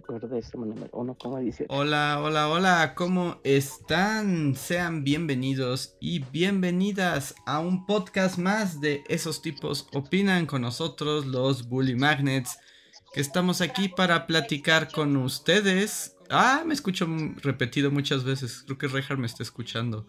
recuerdo de este número 1,18. Hola, hola, hola, ¿cómo están? Sean bienvenidos y bienvenidas a un podcast más de Esos Tipos Opinan con nosotros, los Bully Magnets, que estamos aquí para platicar con ustedes. Me escucho repetido muchas veces, creo que Rejar me está escuchando.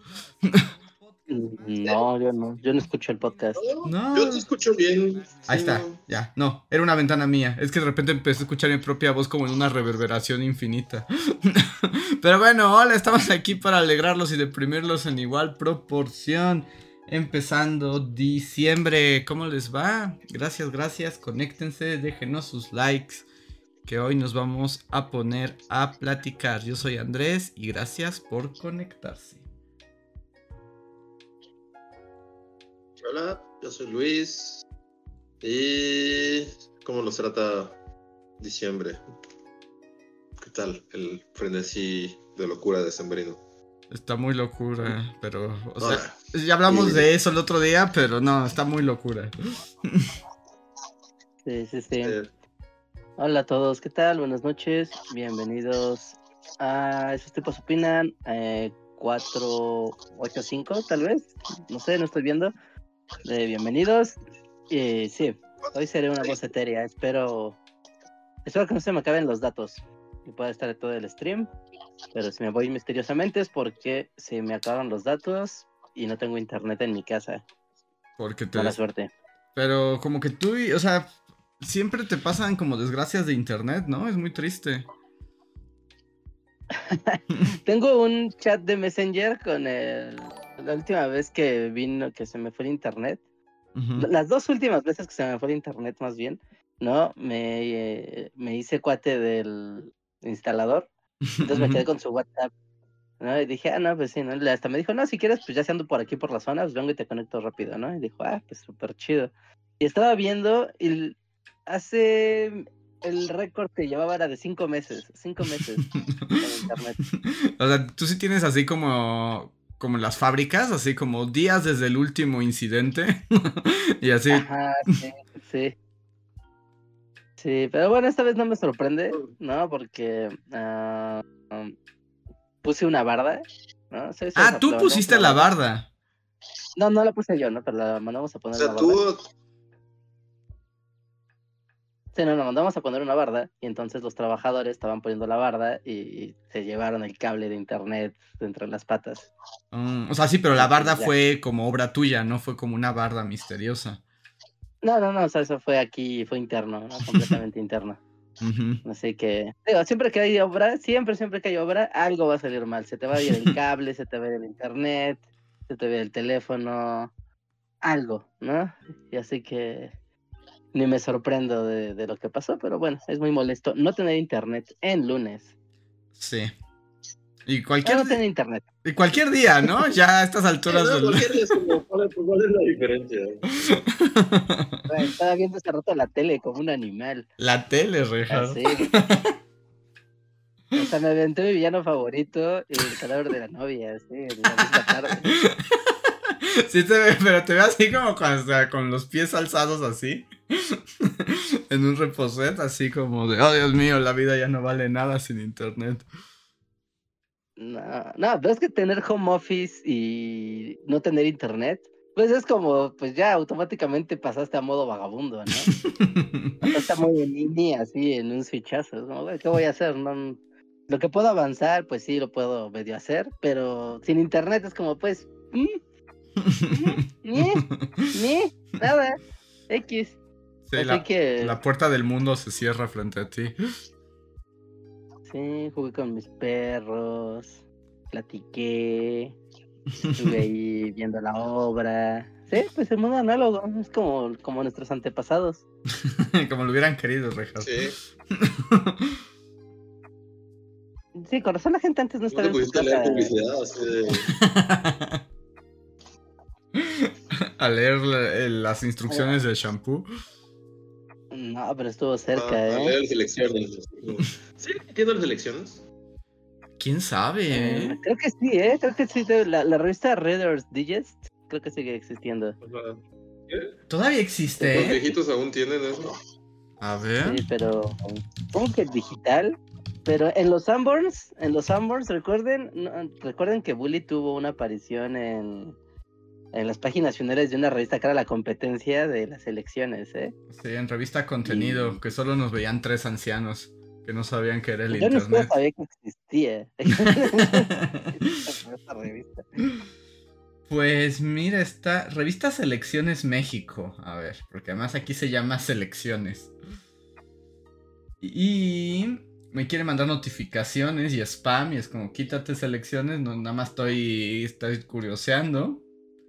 No, yo no escucho el podcast. No. Yo te escucho bien. Ahí Sí, está, no. ya, no, era una ventana mía. Es que de repente empecé a escuchar mi propia voz como en una reverberación infinita. Pero bueno, hola, estamos aquí para alegrarlos y deprimirlos en igual proporción. Empezando diciembre, ¿cómo les va? Gracias, conéctense, déjenos sus likes, que hoy nos vamos a poner a platicar. Yo soy Andrés y gracias por conectarse. Hola, yo soy Luis. ¿Y cómo los trata diciembre? ¿Qué tal el frenesí de locura decembrino? Está muy locura, pero, o sea, ya hablamos de eso el otro día, pero no, está muy locura. Sí. Hola a todos, ¿qué tal? Buenas noches, bienvenidos a Esos Tipos Opinan, 485 tal vez, no sé, no estoy viendo. Bienvenidos, sí, hoy seré una voz etérea, espero que no se me acaben los datos y pueda estar todo el stream, pero si me voy misteriosamente es porque se me acaban los datos y no tengo internet en mi casa. Porque Mala suerte. Pero como que tú, o sea, siempre te pasan como desgracias de internet, ¿no? Es muy triste. Tengo un chat de Messenger con la última vez que vino, que se me fue el internet. Uh-huh. Las dos últimas veces que se me fue el internet, más bien, ¿no? Me hice cuate del instalador. Entonces me quedé con su WhatsApp, ¿no? Y dije, no, pues sí, ¿no? Hasta me dijo, no, si quieres, pues ya se ando por aquí por la zona, pues vengo y te conecto rápido, ¿no? Y dijo, pues súper chido. Y estaba viendo, y hace el récord que llevaba era de 5 meses. 5 meses con internet. O sea, tú sí tienes así como en las fábricas, así como días desde el último incidente. Y así. Ajá, sí. Sí, pero bueno, esta vez no me sorprende, ¿no? Porque puse una barda, ¿no? Tú pusiste la barda. No la puse yo, ¿no? Pero la mandamos a poner una barda. Sí, no, mandamos a poner una barda y entonces los trabajadores estaban poniendo la barda y se llevaron el cable de internet entre las patas. O sea, sí, pero la barda fue como obra tuya, no fue como una barda misteriosa. No, o sea, eso fue interno, ¿no? Completamente interno. Uh-huh. Así que, digo, siempre que hay obra, siempre que hay obra, algo va a salir mal. Se te va a ir el cable, se te va a ir el internet, se te va a ir el teléfono, algo, ¿no? Y así que ni me sorprendo de lo que pasó, pero bueno, es muy molesto no tener internet en lunes. Sí. Y no tener internet. Y cualquier día, ¿no? Ya a estas alturas del... Cualquier día es como, ¿cuál es la diferencia? Estaba viendo hace rato la tele como un animal. La tele, Reja. Así. O sea, me aventé mi villano favorito y el cadáver de la novia, así, en la misma tarde. Sí te ve, pero te ve así como con los pies alzados así. En un reposet, así como de, oh Dios mío, la vida ya no vale nada sin internet. No, pero es que tener home office y no tener internet, pues es como, pues ya automáticamente pasaste a modo vagabundo, ¿no? Pasaste a modo nini, así, en un switchazo, ¿no? ¿Qué voy a hacer? No, lo que puedo avanzar, pues sí, lo puedo medio hacer, pero sin internet es como, pues, nada, X. Sí, la puerta del mundo se cierra frente a ti. Sí, jugué con mis perros, platiqué, estuve ahí viendo la obra. Sí, pues el mundo análogo, es como nuestros antepasados. Como lo hubieran querido, Rejas. Sí. Sí, con razón la gente antes no estaba en su casa. Leer publicidad, así de... A leer las instrucciones del shampoo. No, pero estuvo cerca, A leer las elecciones. ¿Sí? ¿Tiene las elecciones? ¿Quién sabe? Creo que sí, creo que sí. La revista Reader's Digest creo que sigue existiendo. ¿Qué? ¿Todavía existe? ¿Los viejitos aún tienen eso? A ver. Sí, pero ¿cómo que digital? Pero en los Sanborns, recuerden que Bully tuvo una aparición en las páginas finales de una revista que era la competencia de las elecciones, ¿eh? Sí, en revista Contenido, que solo nos veían 3 ancianos que no sabían que era el Yo ni siquiera internet. sabía que existía esta revista. Pues mira, está revista Selecciones México. A ver, porque además aquí se llama Selecciones. Y me quiere mandar notificaciones y spam y es como quítate selecciones, no, nada más estoy curioseando.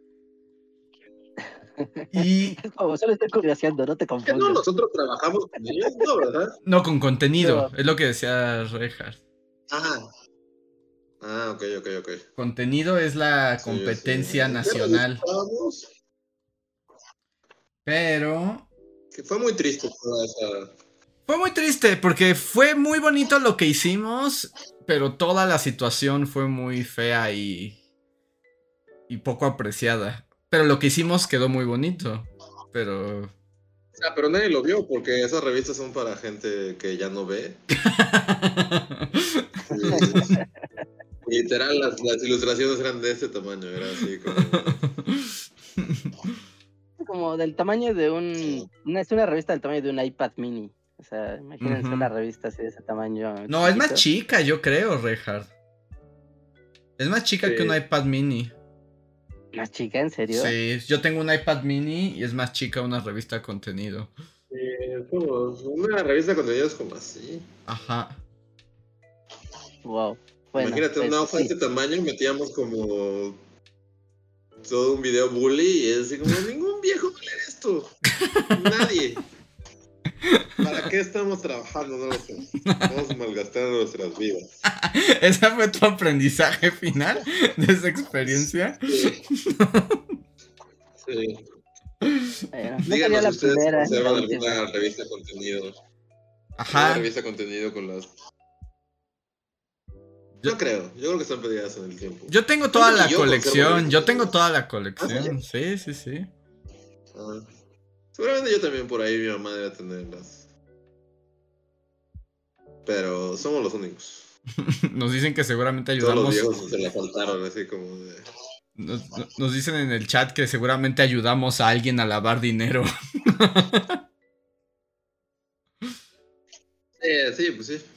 Y Como solo estoy curioseando, no te ¿Qué no? confundas. Nosotros trabajamos con ellos, ¿no? ¿Verdad? no, con contenido, No. es lo que decía Reinhardt. Ajá. Ah, ok. Contenido es la Sí, competencia sí. nacional. Estábamos, Pero que fue muy triste toda esa. fue muy triste porque fue muy bonito lo que hicimos, pero toda la situación fue muy fea y poco apreciada. Pero lo que hicimos quedó muy bonito. Pero Pero nadie lo vio porque esas revistas son para gente que ya no ve. Literal, las ilustraciones eran de este tamaño, era así Como del tamaño de es una revista del tamaño de un iPad mini. O sea, imagínense Ujú. una revista así de ese tamaño. No, es más chiquito. chica, yo creo, Reinhardt. Es más chica Sí. que un iPad mini. ¿Más chica, en serio? Sí, yo tengo un iPad mini y es más chica una revista de contenido. es como una revista de contenidos como así. Ajá. Wow. Bueno, Imagínate, pues, una hoja de sí. este tamaño y metíamos como todo un video bully y es así como ningún viejo va a leer esto. Nadie. ¿Para qué estamos trabajando? No lo sé. Estamos malgastando nuestras vidas. ¿Ese fue tu aprendizaje final de esa experiencia? Sí. Sí. Bueno, no sería Díganos la si ustedes primera. ni la conservan última. alguna revista de contenido. Una Ajá. revista de contenido con las... Yo- No creo. Yo creo que están perdidas en el tiempo. Yo tengo toda Creo que la yo conservo colección. revistas Yo tengo de toda la colección. Sí, sí, sí. Ah. Seguramente yo también por ahí mi mamá debe tenerlas. Pero somos los únicos. Nos dicen que seguramente Todos los ayudamos. viejos se la faltaron, así como de... Nos dicen en el chat que seguramente ayudamos a alguien a lavar dinero. Sí, pues sí.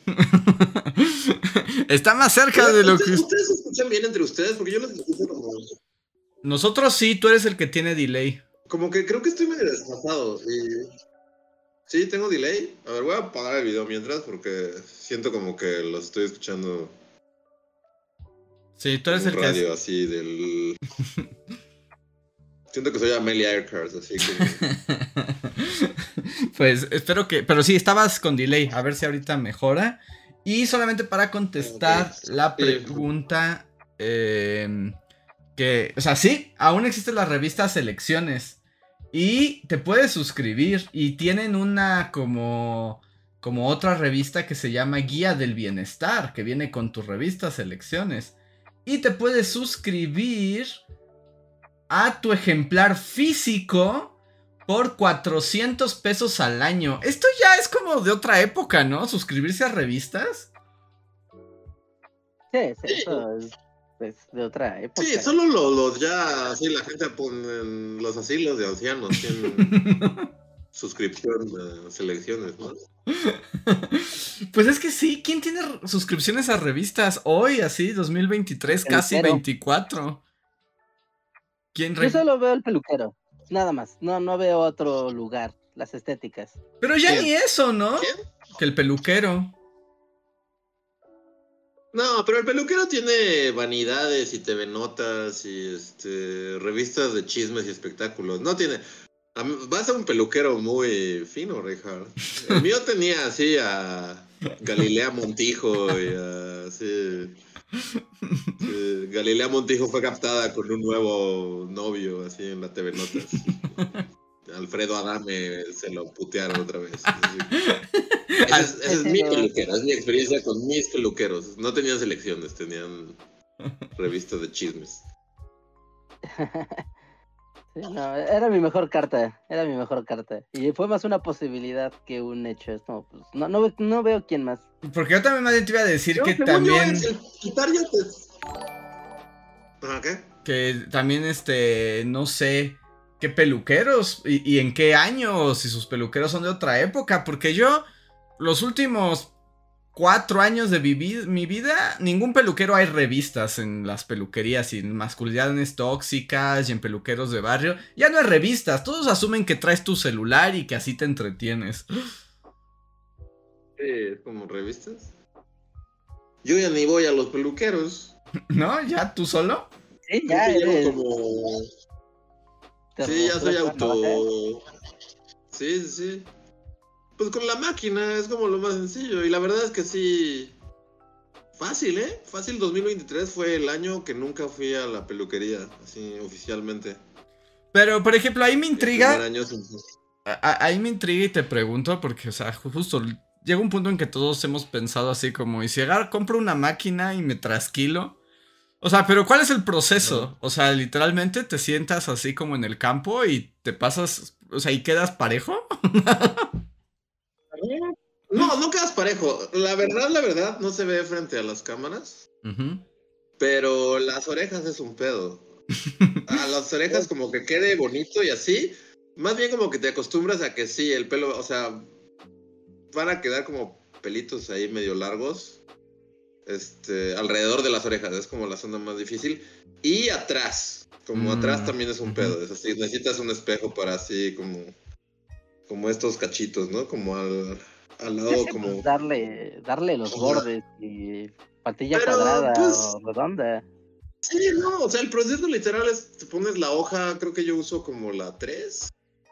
Está más cerca de lo que... ¿Ustedes se escuchan bien entre ustedes? Porque yo los escucho como... Nosotros sí, tú eres el que tiene delay. Como que creo que estoy medio desfasado. Sí, tengo delay. A ver, voy a apagar el video mientras porque siento como que los estoy escuchando Sí, tú en eres un el que... radio así del... Siento que soy Amelia Earhart, así que... Pues espero que... Pero sí, estabas con delay. A ver si ahorita mejora. Y solamente para contestar Ok. la Sí. pregunta... que... O sea, sí, aún existen las revistas Selecciones. Y te puedes suscribir. Y tienen una como otra revista que se llama Guía del Bienestar. Que viene con tu revista Selecciones. Y te puedes suscribir a tu ejemplar físico por 400 pesos al año. Esto ya es como de otra época, ¿no? Suscribirse a revistas. Sí, eso es pues, de otra época. Sí, solo los ya, así la gente pone en los asilos de ancianos tienen suscripción a selecciones, ¿no? Pues es que sí, ¿quién tiene suscripciones a revistas hoy, así, 2023, casi Peluquero. 24? ¿Quién Yo solo veo el peluquero, nada más. No veo otro lugar, las estéticas. Pero ya ¿Quién? ni eso, ¿no? ¿Quién? Que el peluquero. No, pero el peluquero tiene vanidades y TV Notas y revistas de chismes y espectáculos. No tiene... Vas a un peluquero muy fino, Richard. El mío tenía así a Galilea Montijo y así... Galilea Montijo fue captada con un nuevo novio así en la TV Notas. Alfredo Adame se lo putearon otra vez. Ese es mi peluquero, es mi experiencia con mis peluqueros. No tenían selecciones, tenían revistas de chismes. Sí, no, era mi mejor carta. Y fue más una posibilidad que un hecho. Es como, pues, no veo quién más. Porque yo también más bien te iba a decir Yo, que según yo, también... el target es... ¿Ah, qué? Que también, no sé qué peluqueros y en qué años, si sus peluqueros son de otra época, porque yo, los últimos 4 años de mi vida, ningún peluquero hay revistas en las peluquerías y en masculinidades tóxicas y en peluqueros de barrio, ya no hay revistas, todos asumen que traes tu celular y que así te entretienes. Sí, como revistas. Yo ya ni voy a los peluqueros. ¿No? ¿Ya tú solo? Sí, Creo ya que llevo eres. como... Sí, ya soy auto... Sí. Pues con la máquina es como lo más sencillo. Y la verdad es que sí... Fácil, ¿eh? Fácil 2023 fue el año que nunca fui a la peluquería, así oficialmente. Pero, por ejemplo, ahí me El intriga... primer año sin... Ahí me intriga y te pregunto, porque, o sea, justo llega un punto en que todos hemos pensado así como, y si compro una máquina y me trasquilo. O sea, pero ¿cuál es el proceso? O sea, literalmente te sientas así como en el campo y te pasas, o sea, y quedas parejo. No quedas parejo. La verdad, no se ve frente a las cámaras. Pero las orejas es un pedo. A las orejas como que quede bonito y así. Más bien como que te acostumbras a que sí, el pelo, o sea, van a quedar como pelitos ahí medio largos. Alrededor de las orejas, es como la zona más difícil. Y atrás, como atrás también es un pedo. Es así, necesitas un espejo para así como estos cachitos, ¿no? Como al lado, como... Pues darle los bordes y patilla Pero, cuadrada pues, o redonda. sí, no, o sea, el proceso literal es, te pones la hoja, creo que yo uso como la 3.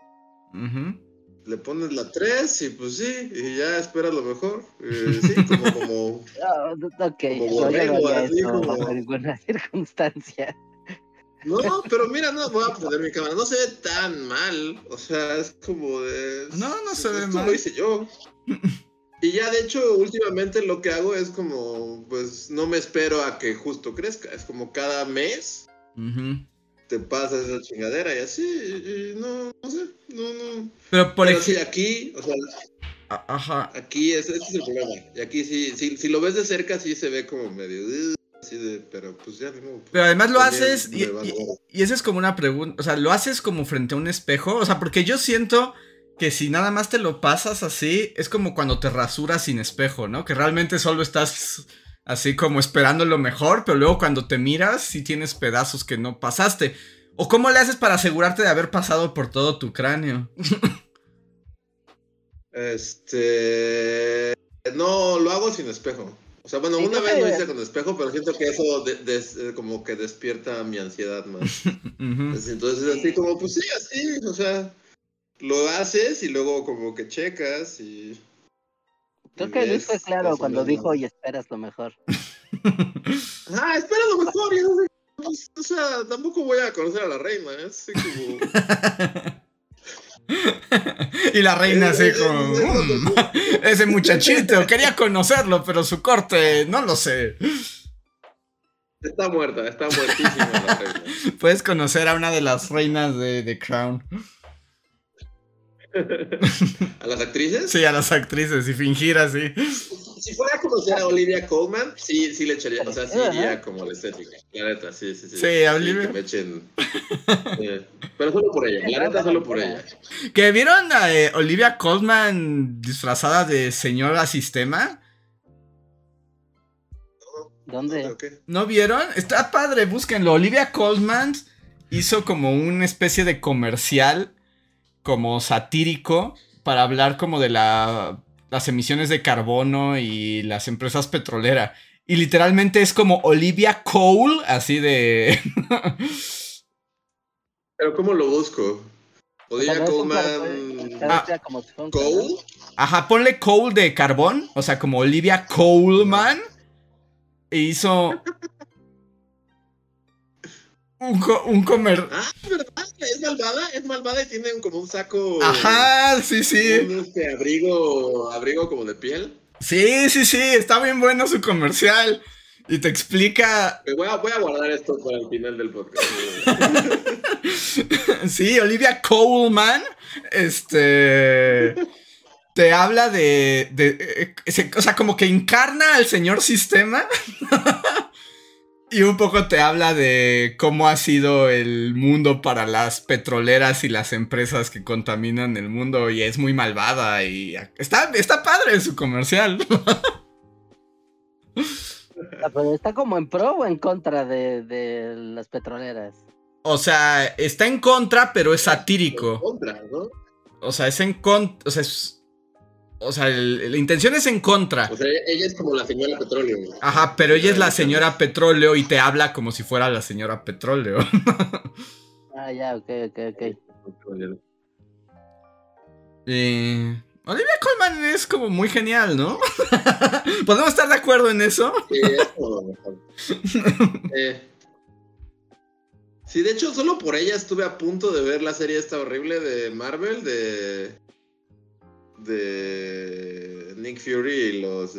Le pones la 3 y pues sí, y ya esperas lo mejor. Sí, como Ok, como no, yo no borrego, haría así eso como... bajo ninguna circunstancia. No, pero mira, no voy a poner mi cámara, no se ve tan mal, o sea, es como de... No se ve esto mal. lo hice yo. Y ya de hecho, últimamente lo que hago es como, pues no me espero a que justo crezca, es como cada mes te pasas esa chingadera y así, y no sé, no. Pero por Pero sí, ejemplo... aquí, o sea, Ajá. aquí este es el problema. Y aquí sí, si lo ves de cerca sí se ve como medio... así de, pero pues ya mismo. Pues, Pero además lo también haces y esa es como una pregunta, o sea, ¿lo haces como frente a un espejo? O sea, porque yo siento que si nada más te lo pasas así, es como cuando te rasuras sin espejo, ¿no? Que realmente solo estás así como esperando lo mejor, pero luego cuando te miras sí tienes pedazos que no pasaste. ¿O cómo le haces para asegurarte de haber pasado por todo tu cráneo? No, lo hago sin espejo. O sea, bueno, Sí, una creo vez lo que hice con espejo, pero siento que eso como que despierta mi ansiedad más. Entonces, así como, pues sí, así, o sea, lo haces y luego como que checas y Luis fue ves claro más o cuando menos. dijo y esperas lo mejor. Espera lo mejor, ya no sé. O sea, tampoco voy a conocer a la reina, es así como... Y la reina así como... ese muchachito, quería conocerlo, pero su corte, no lo sé. Está muertísima la reina. Puedes conocer a una de las reinas de The Crown. ¿A las actrices? Sí, a las actrices y fingir así. Si fuera a conocer a Olivia Colman, sí le echaría, o sea, sí iría como la estética. La neta, sí. Sí, a Olivia. Que me echen. Pero solo por ella, la neta, solo por ella. ¿Que vieron a Olivia Colman disfrazada de señora Sistema? ¿Dónde? ¿No vieron? Está padre, búsquenlo. Olivia Colman hizo como una especie de comercial como satírico para hablar como de las emisiones de carbono y las empresas petroleras. Y literalmente es como Olivia Cole, así de... ¿Pero cómo lo busco? Olivia Colman... ¿Cole? Ajá, ponle Cole de carbón, o sea, como Olivia Coleman. E hizo... un comer... ¿verdad? Es malvada y tiene como un saco... Ajá, sí. Un abrigo como de piel. Sí, está bien bueno su comercial. Y te explica... Voy a guardar esto para el final del podcast. Sí, Olivia Colman, te habla o sea, como que encarna al señor sistema. Y un poco te habla de cómo ha sido el mundo para las petroleras y las empresas que contaminan el mundo. Y es muy malvada y está padre su comercial. Pero está como en pro o en contra de las petroleras. O sea, está en contra, pero es satírico. En contra, ¿no? O sea, es en contra. O sea, la intención es en contra. O sea, ella es como la señora petróleo. Ajá, pero ella es la señora petróleo y te habla como si fuera la señora petróleo. Ah, ya, ok. Olivia Colman es como muy genial, ¿no? ¿Podemos estar de acuerdo en eso? Sí, es como mejor. Sí, de hecho, solo por ella estuve a punto de ver la serie esta horrible de Marvel, de Nick Fury y los,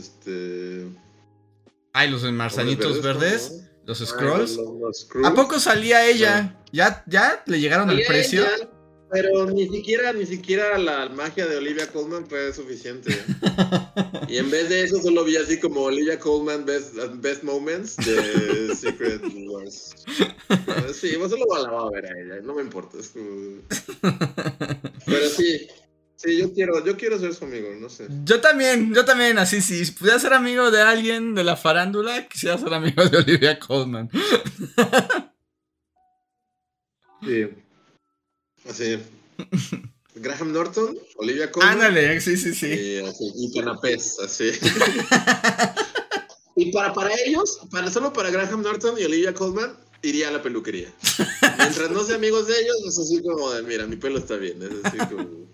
Ay, los marcianitos verdes, ¿no? los Skrulls. Los Skrulls. ¿A poco salía ella? ¿Ya le llegaron al precio? Ella, pero ni siquiera la magia de Olivia Colman fue suficiente. Y en vez de eso solo vi así como Olivia Colman Best Moments de Secret Wars. Sí, vos solo la voy a ver a ella, no me importa. Pero sí, yo quiero ser su amigo, no sé. Yo también, así, si pudiera ser amigo de alguien de la farándula, quisiera ser amigo de Olivia Colman. Sí. Así. Graham Norton, Olivia Colman. Ándale, sí. Y canapés, así. Y para ellos, solo para Graham Norton y Olivia Colman, iría a la peluquería. Mientras no sean amigos de ellos, es así como de, mira, mi pelo está bien. Es así como...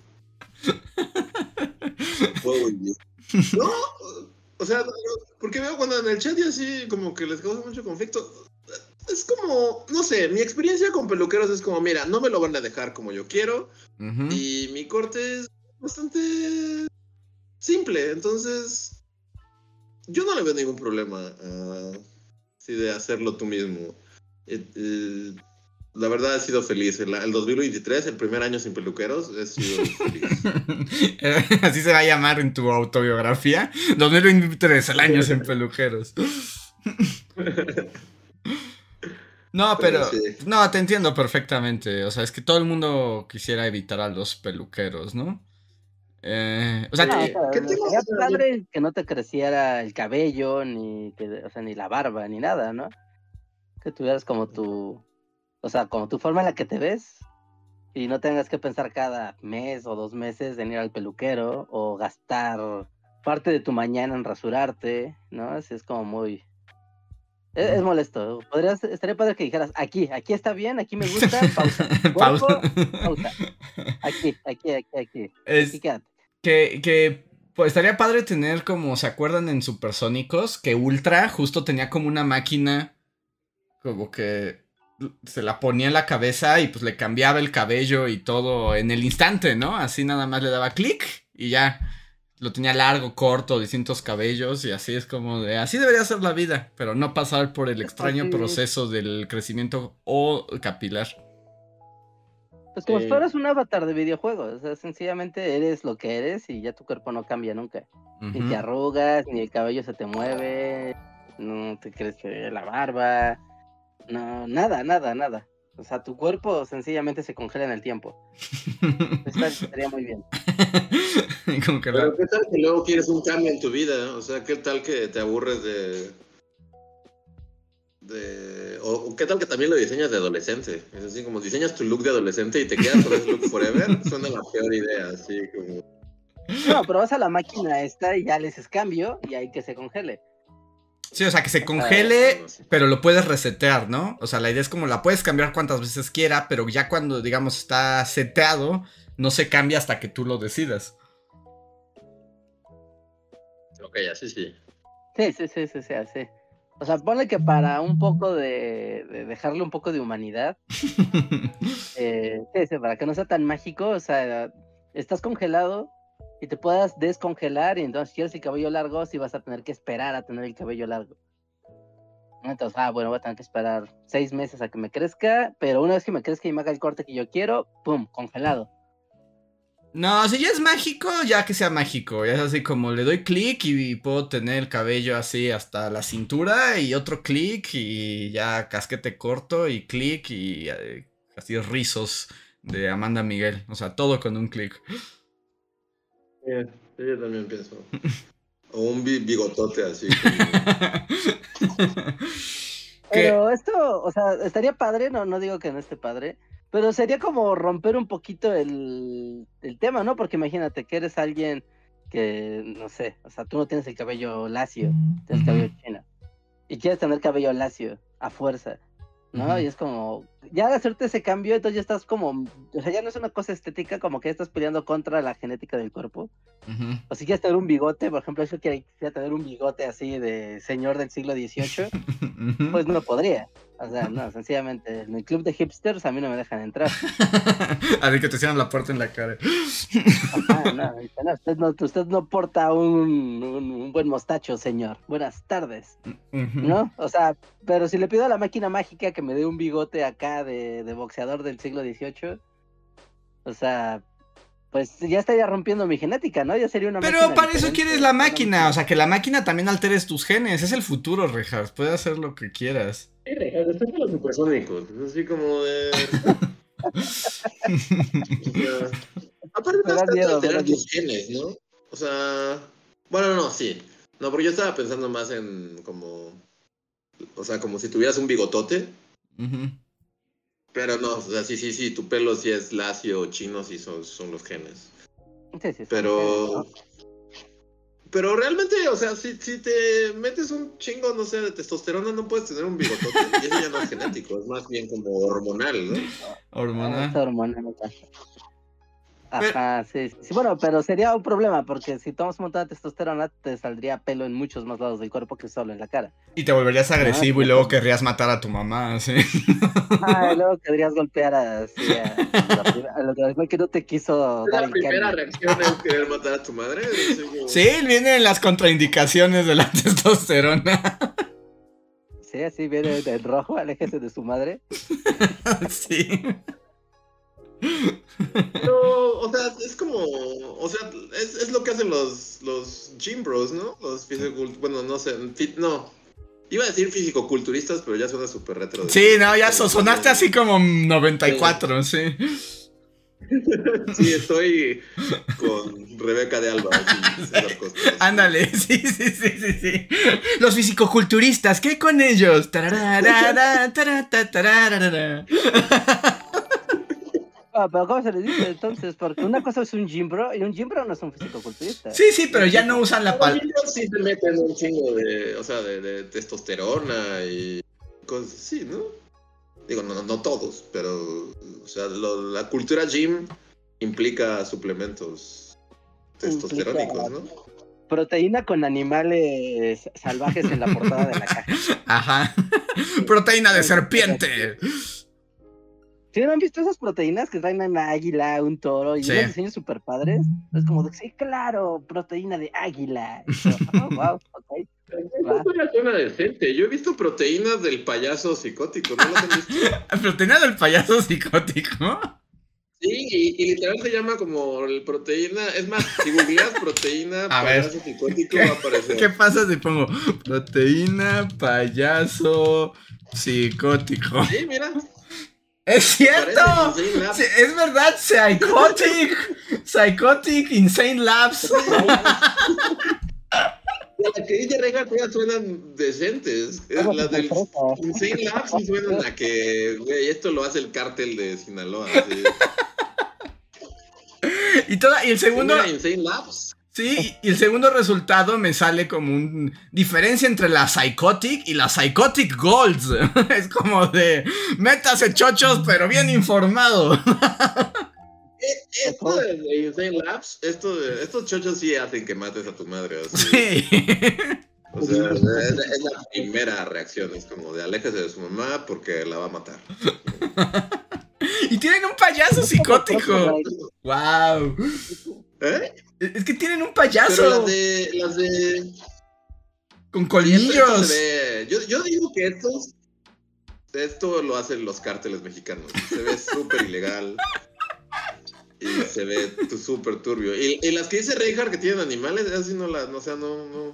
No, o sea, porque veo cuando en el chat y así como que les causa mucho conflicto. Es como, no sé, mi experiencia con peluqueros es como, mira, no me lo van a dejar como yo quiero. Uh-huh. Y mi corte es bastante simple, entonces yo no le veo ningún problema de hacerlo tú mismo. La verdad he sido feliz. El 2023, el primer año sin peluqueros, he sido feliz. Así se va a llamar en tu autobiografía. 2023, el año sin peluqueros. No, pero sí. No, te entiendo perfectamente. O sea, es que todo el mundo quisiera evitar a los peluqueros, ¿no? O sea, sería padre que no te creciera el cabello, ni la barba, ni nada, ¿no? Que tuvieras como tu forma en la que te ves y no tengas que pensar cada mes o 2 meses en ir al peluquero o gastar parte de tu mañana en rasurarte, ¿no? Así es como muy... Es molesto. Estaría padre que dijeras, aquí está bien, aquí me gusta, pausa. Cuerpo, pausa. Aquí. Aquí quédate. Que pues estaría padre tener como, ¿se acuerdan en Supersónicos? Que Ultra justo tenía como una máquina como que se la ponía en la cabeza y pues le cambiaba el cabello y todo en el instante, ¿no? Así nada más le daba clic y ya lo tenía largo, corto, distintos cabellos y así es como de, así debería ser la vida, pero no pasar por el extraño proceso del crecimiento o capilar. Pues como si fueras un avatar de videojuegos, o sea, sencillamente eres lo que eres y ya tu cuerpo no cambia nunca. Uh-huh. Ni te arrugas, ni el cabello se te mueve, no te crece la barba, no, nada. O sea, tu cuerpo sencillamente se congela en el tiempo. Estaría muy bien. Como que pero ¿qué tal que luego quieres un cambio en tu vida? O sea, ¿qué tal que te aburres o qué tal que también lo diseñas de adolescente? Es así como diseñas tu look de adolescente y te quedas con ese look forever. Suena la peor idea, así como... No, pero vas a la máquina esta y ya le haces cambio y hay que se congele. Sí, o sea, que se congele, pero lo puedes resetear, ¿no? O sea, la idea es como la puedes cambiar cuantas veces quiera, pero ya cuando, digamos, está seteado, no se cambia hasta que tú lo decidas. Ok, así sí. Sí. O sea, ponle que para un poco de dejarle un poco de humanidad, para que no sea tan mágico, o sea, estás congelado y te puedas descongelar y entonces si quieres el cabello largo, sí vas a tener que esperar a tener el cabello largo. Entonces, bueno, voy a tener que esperar 6 meses a que me crezca, pero una vez que me crezca y me haga el corte que yo quiero, ¡pum! Congelado. No, si ya es mágico, ya que sea mágico. Ya es así como le doy clic y puedo tener el cabello así hasta la cintura y otro clic y ya casquete corto y clic y así rizos de Amanda Miguel. O sea, todo con un clic. Sí, yo también pienso. O un bigotote así. Pero esto, o sea, estaría padre, no digo que no esté padre, pero sería como romper un poquito el tema, ¿no? Porque imagínate que eres alguien que, no sé, o sea, tú no tienes el cabello lacio, tienes cabello chino, y quieres tener cabello lacio a fuerza, ¿no? Y es como, ya de hacerte ese cambio, entonces ya estás como, o sea, ya no es una cosa estética, como que estás peleando contra la genética del cuerpo. O si quieres tener un bigote, por ejemplo, yo quisiera tener un bigote así de señor del siglo XVIII, pues no podría. O sea, no, sencillamente, en el club de hipsters a mí no me dejan entrar. Así que te cierran la puerta en la cara. Ajá, no, usted no porta un buen mostacho, señor. Buenas tardes. ¿No? O sea, pero si le pido a la máquina mágica que me dé un bigote acá de boxeador del siglo XVIII, o sea, pues ya estaría rompiendo mi genética, ¿no? Ya sería una máquina. Pero para eso diferente, quieres la máquina, o sea, que la máquina también alteres tus genes. Es el futuro, Rejas. Puede hacer lo que quieras. Sí, después de los supersónicos. Así como de. O sea, aparte no es tanto alterar tus genes, ¿no? O sea. Bueno, no, sí. No, porque yo estaba pensando más en como. O sea, como si tuvieras un bigotote. Pero no, o sea, sí, tu pelo sí es lacio o chino, sí son los genes. Sí, pero... Pero realmente, o sea, si te metes un chingo, no sé, de testosterona, no puedes tener un bigotote. Y eso ya no es genético, es más bien como hormonal, ¿no? Hormonal. Es hormonal. Ajá, sí. Bueno, pero sería un problema, porque si tomas un montón de testosterona, te saldría pelo en muchos más lados del cuerpo que solo en la cara. Y te volverías agresivo y luego querrías matar a tu mamá, ¿sí? Y luego querrías golpear así a lo que no te quiso dar el cambio. ¿La primera reacción es querer matar a tu madre? Sí, vienen las contraindicaciones de la testosterona. Sí, así viene el rojo, aléjese de su madre. Sí. Pero, o sea, es como, o sea, es lo que hacen los gym bros, ¿no? Los bueno, no sé, no. Iba a decir fisicoculturistas, pero ya suena súper retro. Sí, no, ya sonaste así como 94, sí. Sí, estoy con Rebeca de Alba. Ándale, sí. Los fisicoculturistas, ¿qué con ellos? Pero ¿cómo se les dice entonces? Porque una cosa es un gym bro y un gym bro no es un fisicoculturista. Sí, pero ya no usan la palabra. Los sí se meten un chingo de testosterona y cosas así, ¿no? Digo, no todos, pero o sea, la cultura gym implica suplementos testosterónicos, ¿no? Proteína con animales salvajes en la portada de la caja. Ajá. Proteína de serpiente. ¿Sí no han visto esas proteínas que traen una águila, un toro y unos diseños súper padres? Es como de, sí, claro, proteína de águila. Wow, ok. Eso suena decente. Yo he visto proteínas del payaso psicótico, ¿no las han visto? ¿Proteína del payaso psicótico? Sí, y literal se llama como el proteína. Es más, si googleas proteína payaso psicótico va a aparecer. ¿Qué pasa si pongo proteína payaso psicótico? Sí, mira. ¡Es cierto! Sí, es verdad, Psychotic Insane Labs. La que dice Reja todas suenan decentes. Las del Insane Labs sí suenan a que, güey, esto lo hace el cártel de Sinaloa. ¿Sí? Y el segundo. ¿Sí, Insane Labs? Sí, y el segundo resultado me sale como una diferencia entre la Psychotic y la Psychotic Golds. Es como de, métase chochos, pero bien informado. Esto de Insane Labs, estos chochos sí hacen que mates a tu madre. Así. Sí. O sea, es la primera reacción, es como de aléjese de su mamá porque la va a matar. Y tienen un payaso psicótico. Wow. ¿Eh? Es que tienen un payaso. Pero las de Con Sí, colmillos. yo digo que esto lo hacen los cárteles mexicanos. Se ve súper ilegal. Y se ve súper turbio. Y las que dice Reinhardt que tienen animales, así no las, no, o sea, no.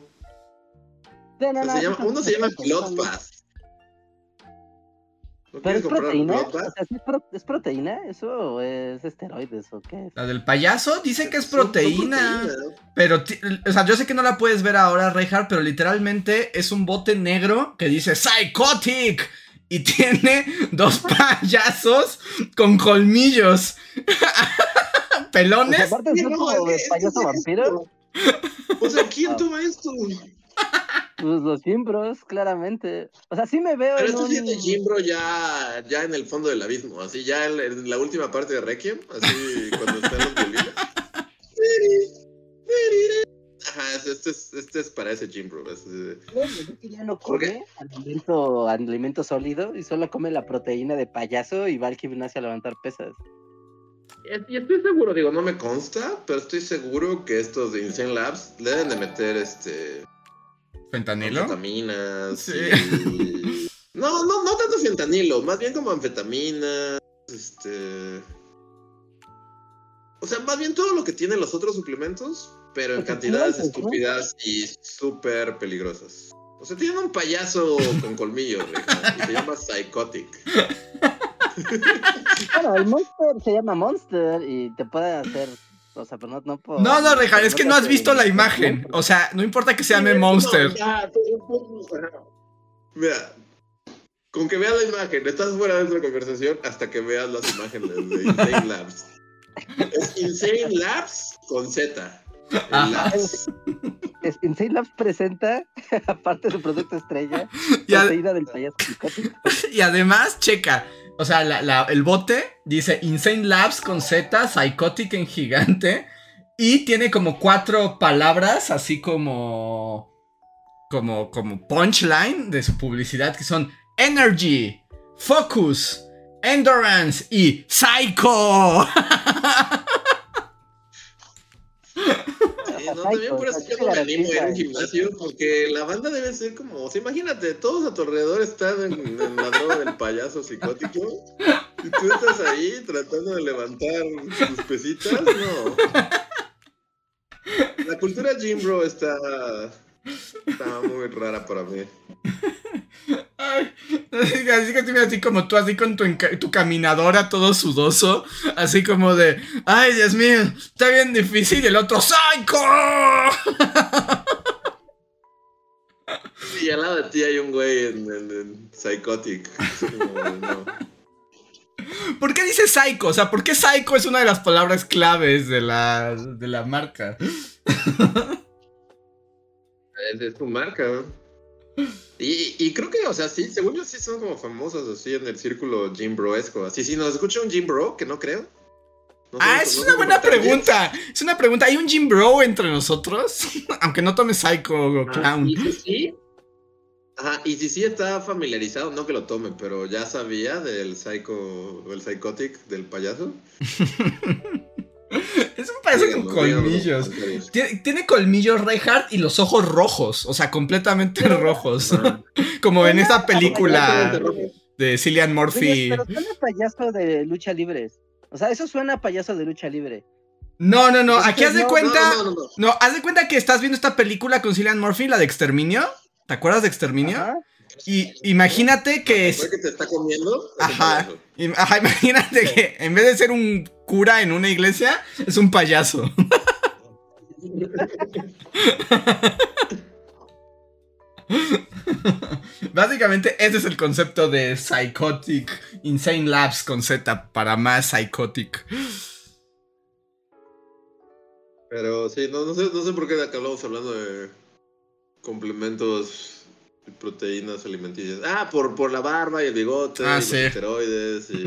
Uno se llama Bloodbath. ¿No ¿Pero quieres es comprar proteína? O Bloodbath? sea, ¿es proteína eso o es esteroides o qué es? La del payaso dice que es Son proteína. proteínas. Pero, o sea, yo sé que no la puedes ver ahora, Reinhardt, pero literalmente es un bote negro que dice Psychotic. Y tiene 2 payasos con colmillos. Pelones. Pues aparte es No, como de es que payaso es vampiro. esto. O sea, ¿quién toma esto? Pues los Jimbros, claramente. O sea, sí me veo Pero en esto sí es de un... Jimbro ya en el fondo del abismo, así ya en la última parte de Requiem, así cuando están los violines. Ajá, este es para ese Jimbro. que ya no come alimento sólido y solo come la proteína de payaso y va al gimnasio a levantar pesas. Y estoy seguro, digo, no me consta, pero estoy seguro que estos de Insane Labs le deben de meter ¿Fentanilo? anfetaminas. Sí. Y... No tanto fentanilo, más bien como anfetaminas, O sea, más bien todo lo que tienen los otros suplementos, pero en cantidades estúpidas y súper peligrosas. O sea, tienen un payaso con colmillos, y se llama Psychotic. Bueno, el Monster se llama Monster y te puede hacer... O sea, pero no puedo... No, Reinhardt, es que no has visto la imagen. O sea, no importa que se llame Monster. Mira, con que veas la imagen, estás fuera de nuestra conversación hasta que veas las imágenes de Insane Labs. Es Insane Labs con Z. Labs. Insane Labs presenta, aparte de su producto estrella, Y proteína del payaso psicótico. Y además, checa. O sea, el bote dice Insane Labs con Z, Psychotic en gigante. Y tiene como 4 palabras, así como punchline de su publicidad, que son Energy, Focus, Endurance y Psycho. No, también por eso yo no me animo a ir a un gimnasio, porque la banda debe ser como, o sea, imagínate, todos a tu alrededor están en la droga del payaso psicótico y tú estás ahí tratando de levantar tus pesitas, no. La cultura Jimbro está muy rara para mí. Ay, así que estoy así como tú, así con tu caminadora todo sudoso, así como de, ay, Dios mío, está bien difícil, y el otro, ¡Psycho! Y al lado de ti hay un güey en Psychotic. No. ¿Por qué dice Psycho? O sea, ¿por qué Psycho es una de las palabras claves de la marca? Es tu marca, ¿no? Y creo que, o sea, sí, según yo sí son como famosos así en el círculo Jimbroesco. Así, si nos escucha un Jimbro, que no creo. Es una buena pregunta. Es una pregunta. ¿Hay un Jimbro entre nosotros? Aunque no tome Psycho o Clown. Y si sí. Ajá, y si sí está familiarizado, no que lo tome, pero ya sabía del Psycho o el Psychotic del payaso. Es un payaso con colmillos. Tiene colmillos Reinhardt y los ojos rojos. O sea, completamente rojos. Como en esa película de Cillian Murphy. Pero suena payaso de lucha libre. O sea, eso suena a payaso de lucha libre. No. Aquí haz de cuenta. No. Haz de cuenta que estás viendo esta película con Cillian Murphy, la de Exterminio. ¿Te acuerdas de Exterminio? Ajá. Y imagínate que es... que te está comiendo. Ajá, imagínate que en vez de ser un cura en una iglesia, es un payaso. Básicamente ese es el concepto de Psychotic, Insane Labs con Z, para más Psychotic. Pero sí, no sé por qué acabamos hablando de complementos y proteínas alimenticias. Ah, por la barba y el bigote, y sí. los esteroides y...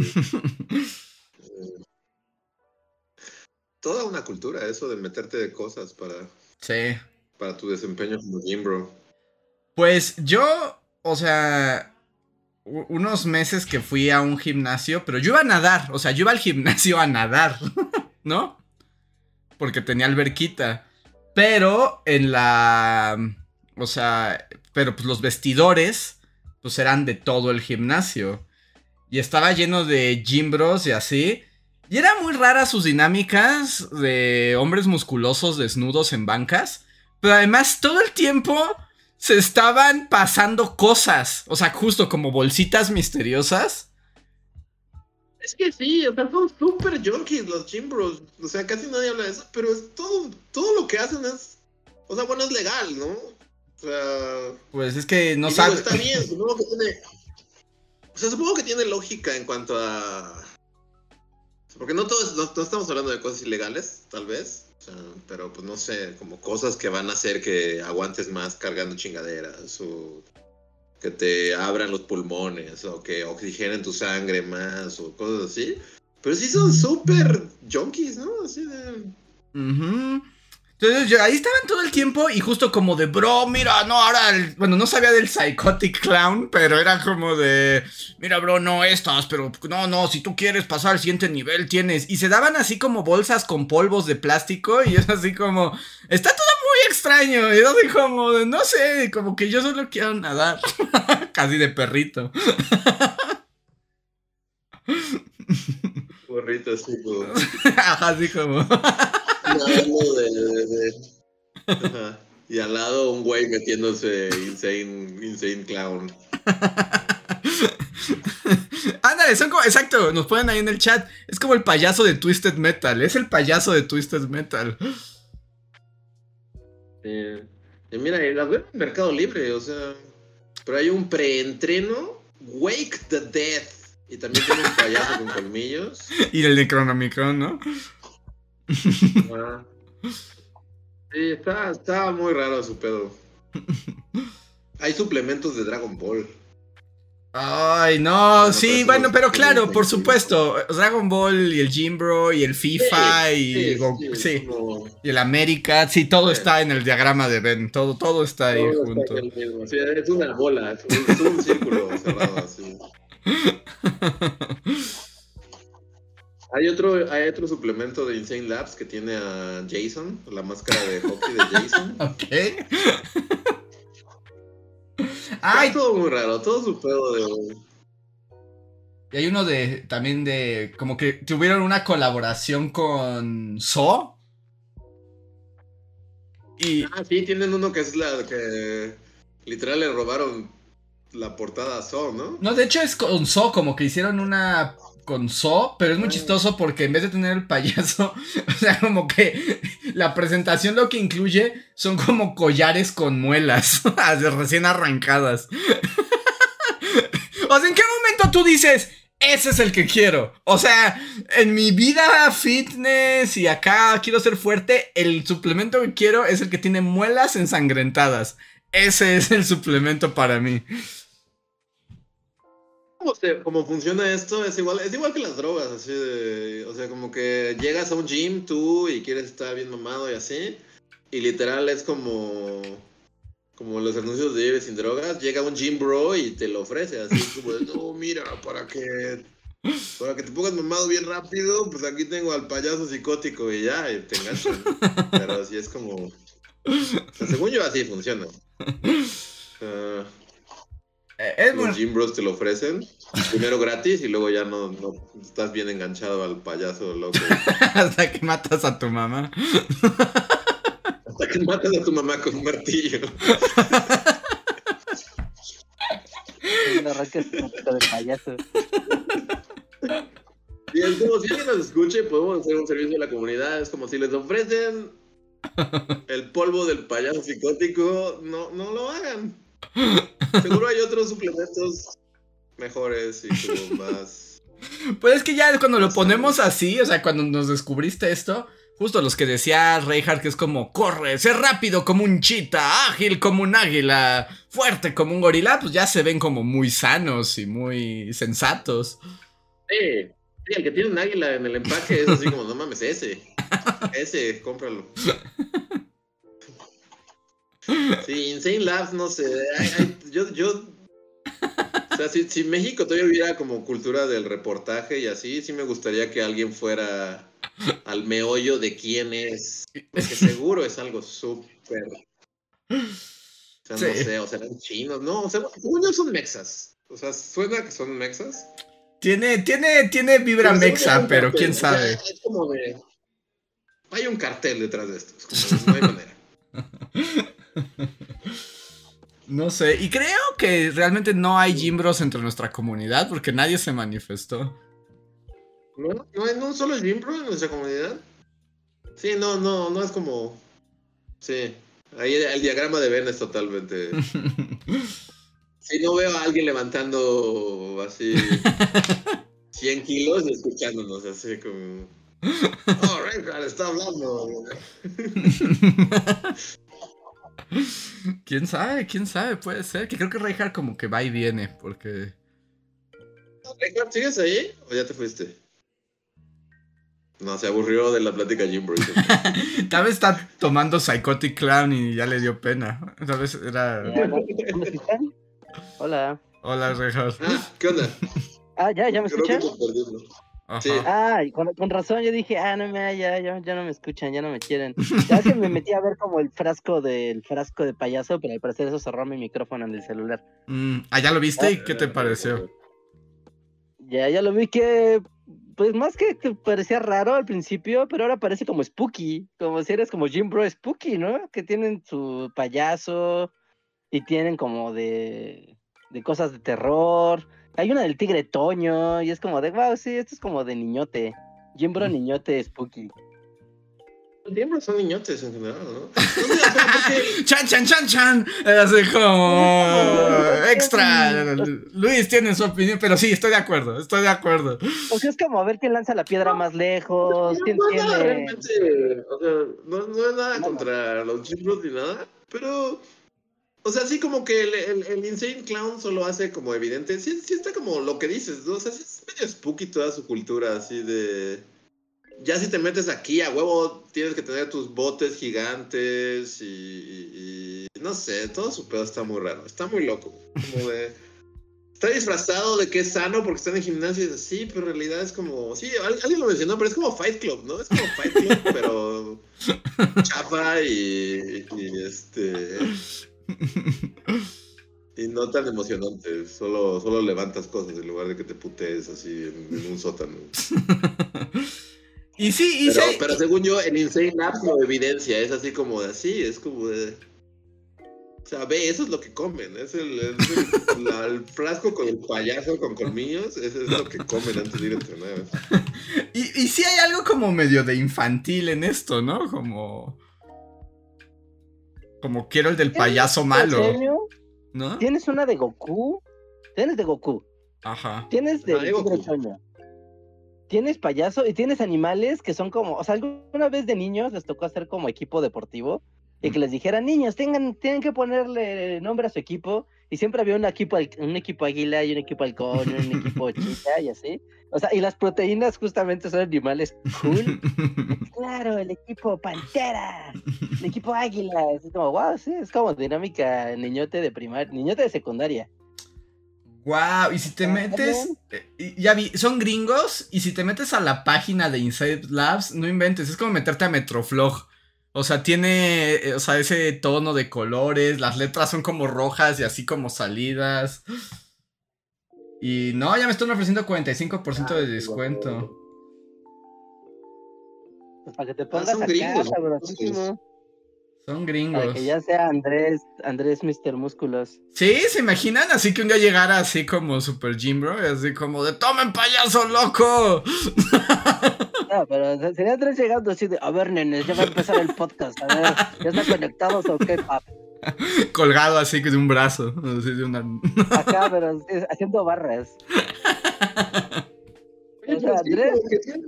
toda una cultura eso de meterte de cosas para tu desempeño como Jimbro. Pues yo, o sea, unos meses que fui a un gimnasio, pero yo iba a nadar, o sea, yo iba al gimnasio a nadar, ¿no? Porque tenía alberquita, pero en la O sea, pero pues los vestidores, pues eran de todo el gimnasio. Y estaba lleno de gym bros y así. Y eran muy raras sus dinámicas de hombres musculosos desnudos en bancas. Pero además todo el tiempo se estaban pasando cosas. O sea, justo como bolsitas misteriosas. Es que sí, o sea, son súper junkies los gym bros. O sea, casi nadie habla de eso, pero es todo lo que hacen es... O sea, bueno, es legal, ¿no? O sea... Pues es que no y sabe. digo, está bien, supongo que tiene... O sea, supongo que tiene lógica en cuanto a... Porque no estamos hablando de cosas ilegales, tal vez. O sea, pero pues no sé, como cosas que van a hacer que aguantes más cargando chingaderas, o que te abran los pulmones, o que oxigenen tu sangre más, o cosas así. Pero sí son súper junkies, ¿no? Así de... Ujú. Entonces ahí estaban todo el tiempo y justo como de, bro, mira, no, ahora, bueno, no sabía del Psychotic Clown, pero era como de, mira, bro, no estas, pero no, si tú quieres pasar al siguiente nivel tienes. Y se daban así como bolsas con polvos de plástico y es así como, está todo muy extraño. Y yo así como, de, no sé, como que yo solo quiero nadar, casi de perrito. Gorrito así como... Así como... Nadando Ajá. Y al lado un güey metiéndose insane clown. Ándale, son como, exacto, nos ponen ahí en el chat. Es como el payaso de Twisted Metal. Es el payaso de Twisted Metal. Y mira, y las veo en Mercado Libre, o sea. Pero hay un preentreno, Wake the Death. Y también tiene un payaso con colmillos. Y el Necronomicron, ¿no? Ah. Sí, está muy raro su pedo. Hay suplementos de Dragon Ball. Ay, no, No, sí, pero bueno, pero claro, por sí. supuesto. Dragon Ball y el Jim Bro y el FIFA sí. Como... Y el América, sí, todo Sí. está en el diagrama de Ben, todo está ahí Todo junto. está en el mismo. Sí, es una bola, es un círculo cerrado así. Hay otro suplemento de Insane Labs que tiene a Jason, la máscara de hockey de Jason. Ok. Ay, todo muy raro, todo su pedo de... Y hay uno también de, como que tuvieron una colaboración con Saw. Y... Ah, sí, tienen uno que es la que literal le robaron la portada a Saw, ¿no? No, de hecho es con Saw, como que hicieron una con Saw, pero es muy chistoso porque en vez de tener el payaso, o sea, como que la presentación lo que incluye son como collares con muelas, recién arrancadas. O sea, ¿en qué momento tú dices, ese es el que quiero? O sea, en mi vida fitness y acá quiero ser fuerte, el suplemento que quiero es el que tiene muelas ensangrentadas. Ese es el suplemento para mí. ¿Cómo funciona esto? Es igual que las drogas, así de... O sea, como que llegas a un gym tú y quieres estar bien mamado y así, y literal es como los anuncios de Vive sin drogas, llega un gym bro y te lo ofrece, así como de, no, mira, para que te pongas mamado bien rápido, pues aquí tengo al payaso psicótico y ya, y te enganchan. Pero así es como... O sea, según yo así funciona. Los gym bros te lo ofrecen primero gratis y luego ya no estás bien enganchado al payaso loco. Hasta que matas a tu mamá. Hasta que matas a tu mamá con un martillo. No arranques un poco de payaso. Y es como si alguien nos escuche, podemos hacer un servicio a la comunidad. Es como si les ofrecen el polvo del payaso psicótico, no lo hagan. Seguro hay otros suplementos mejores y como más... Pues es que ya cuando lo ponemos así, o sea, cuando nos descubriste esto, justo los que decía Reinhardt, que es como, corre, sé rápido como un chita, ágil como un águila, fuerte como un gorila, pues ya se ven como muy sanos y muy sensatos. Sí, el que tiene un águila en el empaque es así como, no mames, ese, cómpralo. Sí, Insane Labs, no sé, o sea, si México todavía hubiera como cultura del reportaje y así, sí me gustaría que alguien fuera al meollo de quién es, porque seguro es algo súper sea, Sí. no sé, o serán chinos, ¿no? O sea, según yo son mexas. O sea, suena que son mexas. Tiene vibra Pero según yo hay mexa, un pero cartel, quién o sea, sabe. es como de... Hay un cartel detrás de esto. Es como, no hay manera. No sé, y creo que realmente no hay gimbros entre nuestra comunidad porque nadie se manifestó. ¿No hay un solo Jim Bro en nuestra comunidad? Sí, no es como... Sí, ahí el diagrama de Venn es totalmente... Sí, no veo a alguien levantando así 100 kilos y escuchándonos así como... Oh, Reinhardt está hablando. Quién sabe, puede ser. Que creo que Reinhardt como que va y viene, porque... Reinhardt, ¿sigues ahí o ya te fuiste? No, se aburrió de la plática Jim Bro. Tal vez está tomando Psychotic Clown y ya le dio pena. Tal vez era... ¿No me escuchan? Hola. Hola, Reinhardt. Ah, ¿qué onda? ¿Ya me Creo que escuchan? nos perdimos. Ajá. Sí. Y con razón yo dije, ya no me escuchan, ya no me quieren. Ya que me metí a ver como el frasco de payaso, pero al parecer eso cerró mi micrófono en el celular. ¿Ya lo viste? ¿Y qué te pareció? Ya lo vi que, pues más que parecía raro al principio, pero ahora parece como spooky, como si eres como Jim Bro spooky, ¿no? Que tienen su payaso y tienen como de cosas de terror. Hay una del tigre Toño y es como de, wow, sí, esto es como de niñote. Jim Bro niñote spooky. Los Jim Bro son niñotes en general, ¿no? No, mira, pero porque... ¡Chan! Así como... Extra. Luis tiene su opinión, pero sí, estoy de acuerdo. O sea, es como a ver quién lanza la piedra más lejos, quién No es nada tiene... realmente, o sea, no es nada No. contra los Jim Bros ni nada, pero, o sea, sí como que el Insane Clown solo hace como evidente, sí está como lo que dices, ¿no? O sea, sí es medio spooky toda su cultura, así de... Ya si te metes aquí, a huevo, tienes que tener tus botes gigantes y no sé, todo su pedo está muy raro, está muy loco, como de... Está disfrazado de que es sano porque está en el gimnasio y es así, pero en realidad es como... Sí, alguien lo mencionó, pero es como Fight Club, ¿no? Es como Fight Club, pero chafa y y no tan emocionante. Solo levantas cosas en lugar de que te putees así en un sótano. Y sí, Pero según yo, el Insane Labs lo evidencia. Es así como de así, es como de... O sea, ve, eso es lo que comen. Es el frasco con el payaso con colmillos. Eso es lo que comen antes de ir a entrenar. Y sí hay algo como medio de infantil en esto, ¿no? Como quiero el del payaso malo, ¿no? Tienes una de Goku. Tienes de Goku. Ajá. Tienes de Tigre Toño. Tienes payaso y tienes animales que son como... O sea, alguna vez de niños les tocó hacer como equipo deportivo y que les dijeran, niños, tienen que ponerle nombre a su equipo. Y siempre había un equipo águila y un equipo halcón, un equipo chita y así. O sea, y las proteínas justamente son animales cool. Claro, el equipo pantera, el equipo águila. Es como, wow, sí, es como dinámica niñote de secundaria. Wow, y si te metes, ya vi, son gringos, y si te metes a la página de Inside Labs, no inventes, es como meterte a Metroflog. O sea, tiene, ese tono de colores, las letras son como rojas y así como salidas. Y no, ya me están ofreciendo 45% de descuento. Pues para que te pongas acá, gringos, sabrosísimo. Son gringos. Para que ya sea Andrés Mr. Músculos. Sí, ¿se imaginan? Así que un día llegara así como Super Jim Bro, así como de ¡tomen payaso loco! No, pero sería Andrés llegando así de, a ver, nenes, ya va a empezar el podcast, a ver, ¿ya están conectados o qué, pap? Colgado así de un brazo, así de una... Acá, pero haciendo barras. O sea, Andrés...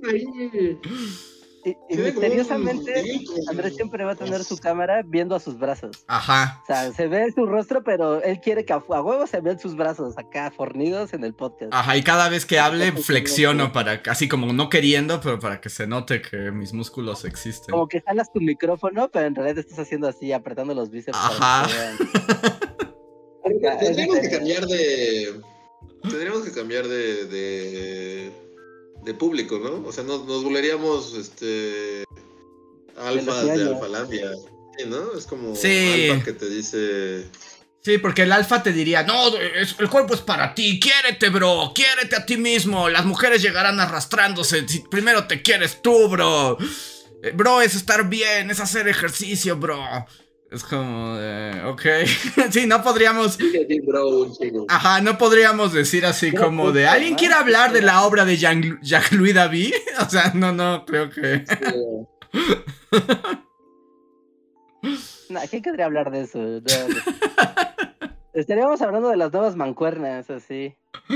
Y misteriosamente, Andrés siempre va a tener su cámara viendo a sus brazos. Ajá. O sea, se ve su rostro, pero él quiere que a huevo se vean sus brazos acá fornidos en el podcast. Ajá, y cada vez que hable flexiono para, así como no queriendo, pero para que se note que mis músculos existen. Como que jalas tu micrófono, pero en realidad estás haciendo así, apretando los bíceps. Ajá. Tendríamos que cambiar de público, ¿no? O sea, nos volveríamos alfas de Alfalandia. Sí, ¿no? Es como Sí. Alfa que te dice... Sí, porque el alfa te diría, no, el cuerpo es para ti, quiérete, bro, quiérete a ti mismo, las mujeres llegarán arrastrándose, si primero te quieres tú, bro. Bro, es estar bien, es hacer ejercicio, bro. Es como, ok. Sí, no podríamos... Sí, bro, un chingo. Ajá, no podríamos decir así como de, ¿alguien quiere hablar de la obra de Jacques-Louis David? O sea, no, creo que... No, ¿quién querría hablar de eso? No. Estaríamos hablando de las nuevas mancuernas, así.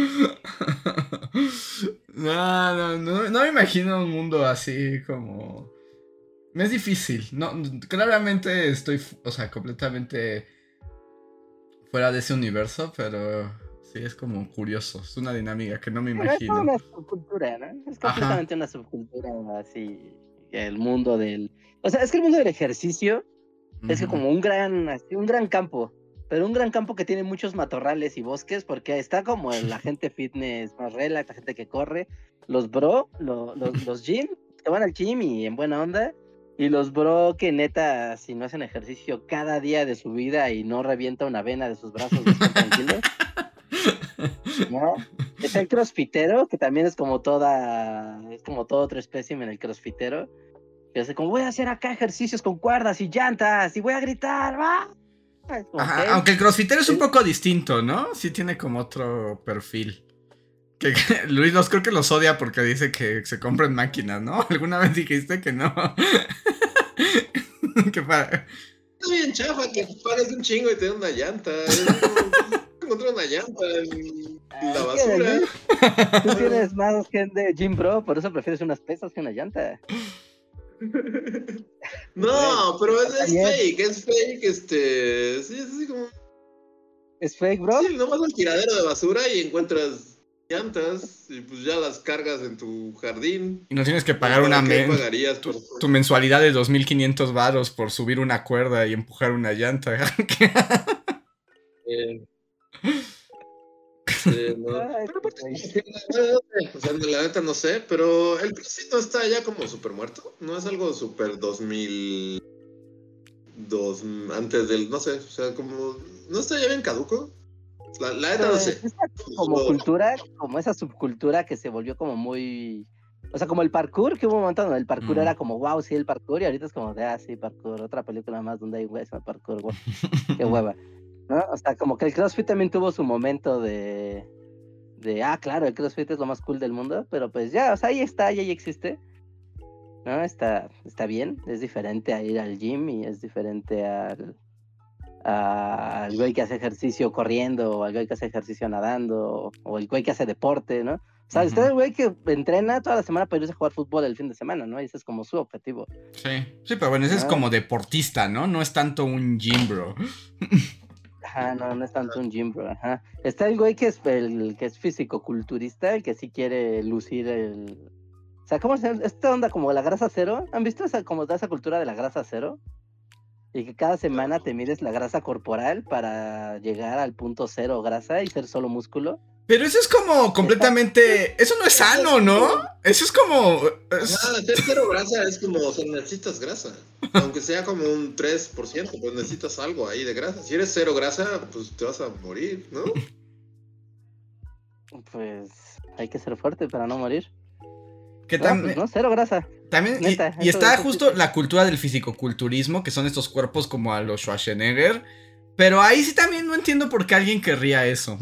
No me imagino un mundo así como... Me es difícil, no, claramente estoy, o sea, completamente fuera de ese universo, pero sí es como curioso, es una dinámica que no me Pero es imagino. una subcultura, ¿no? Es completamente una subcultura así, el mundo del... O sea, es que el mundo del ejercicio es que como un gran campo, pero un gran campo que tiene muchos matorrales y bosques, porque está como la gente fitness más relax, la gente que corre, los bro, los gym, que van al gym y en buena onda, y los bro que neta, si no hacen ejercicio cada día de su vida y no revienta una vena de sus brazos, están tranquilos, ¿no? Está el crossfitero, que también es como todo otro espécimen el crossfitero, que hace como, voy a hacer acá ejercicios con cuerdas y llantas, y voy a gritar, ¡va! Ajá, Okay. aunque el crossfitero es un poco distinto, ¿no? Sí tiene como otro perfil. Que Luis creo que los odia porque dice que se compren máquinas, ¿no? ¿Alguna vez dijiste que no? Está bien chafa que pagas un chingo y te dan una llanta. Encontré una llanta en la basura. Tú tienes más gente de gym bro, por eso prefieres unas pesas que una llanta. No, pero es fake, sí, es así como... ¿Es fake, bro? Sí, nomás al tiradero de basura y encuentras llantas y pues ya las cargas en tu jardín. Y no tienes que pagar tu mensualidad de 2,500 varos por subir una cuerda y empujar una llanta. No. Pero aparte, o sea, la neta no sé, pero el CrossFit no está ya como súper muerto. No es algo súper 2002, antes del, no sé, o sea, como, no está ya bien caduco. La neta no sé. Como cultura, como esa subcultura que se volvió como muy... O sea, como el parkour, que hubo un momento donde el parkour era como, wow, sí, el parkour, y ahorita es como de, sí, parkour, otra película más donde hay güeyes en el parkour, wow, qué hueva, ¿no? O sea, como que el CrossFit también tuvo su momento de, claro, el CrossFit es lo más cool del mundo, pero pues ya, o sea, ahí está, ya existe, ¿no? Está bien, es diferente a ir al gym y es diferente al güey que hace ejercicio corriendo, o al güey que hace ejercicio nadando, o el güey que hace deporte, ¿no? O sea, está el güey que entrena toda la semana para irse a jugar fútbol el fin de semana, ¿no? Y ese es como su objetivo. Sí, pero bueno, ese es como deportista, ¿no? No es tanto un gym bro. Ajá, no es tanto un gym bro, ajá. Está el güey que es el que es físico-culturista, el que sí quiere lucir el... O sea, ¿cómo se llama? Esta onda como la grasa cero. ¿Han visto esa cultura de la grasa cero? Y que cada semana te mides la grasa corporal para llegar al punto cero grasa y ser solo músculo. Pero eso es como completamente... Eso no es sano, ¿no? Eso es como... hacer cero grasa es como, o sea, necesitas grasa. Aunque sea como un 3%, pues necesitas algo ahí de grasa. Si eres cero grasa, pues te vas a morir, ¿no? Pues hay que ser fuerte para no morir. Que también... Pues no, cero grasa. También, neta, y está justo la cultura del fisicoculturismo, que son estos cuerpos como a los Schwarzenegger. Pero ahí sí también no entiendo por qué alguien querría eso.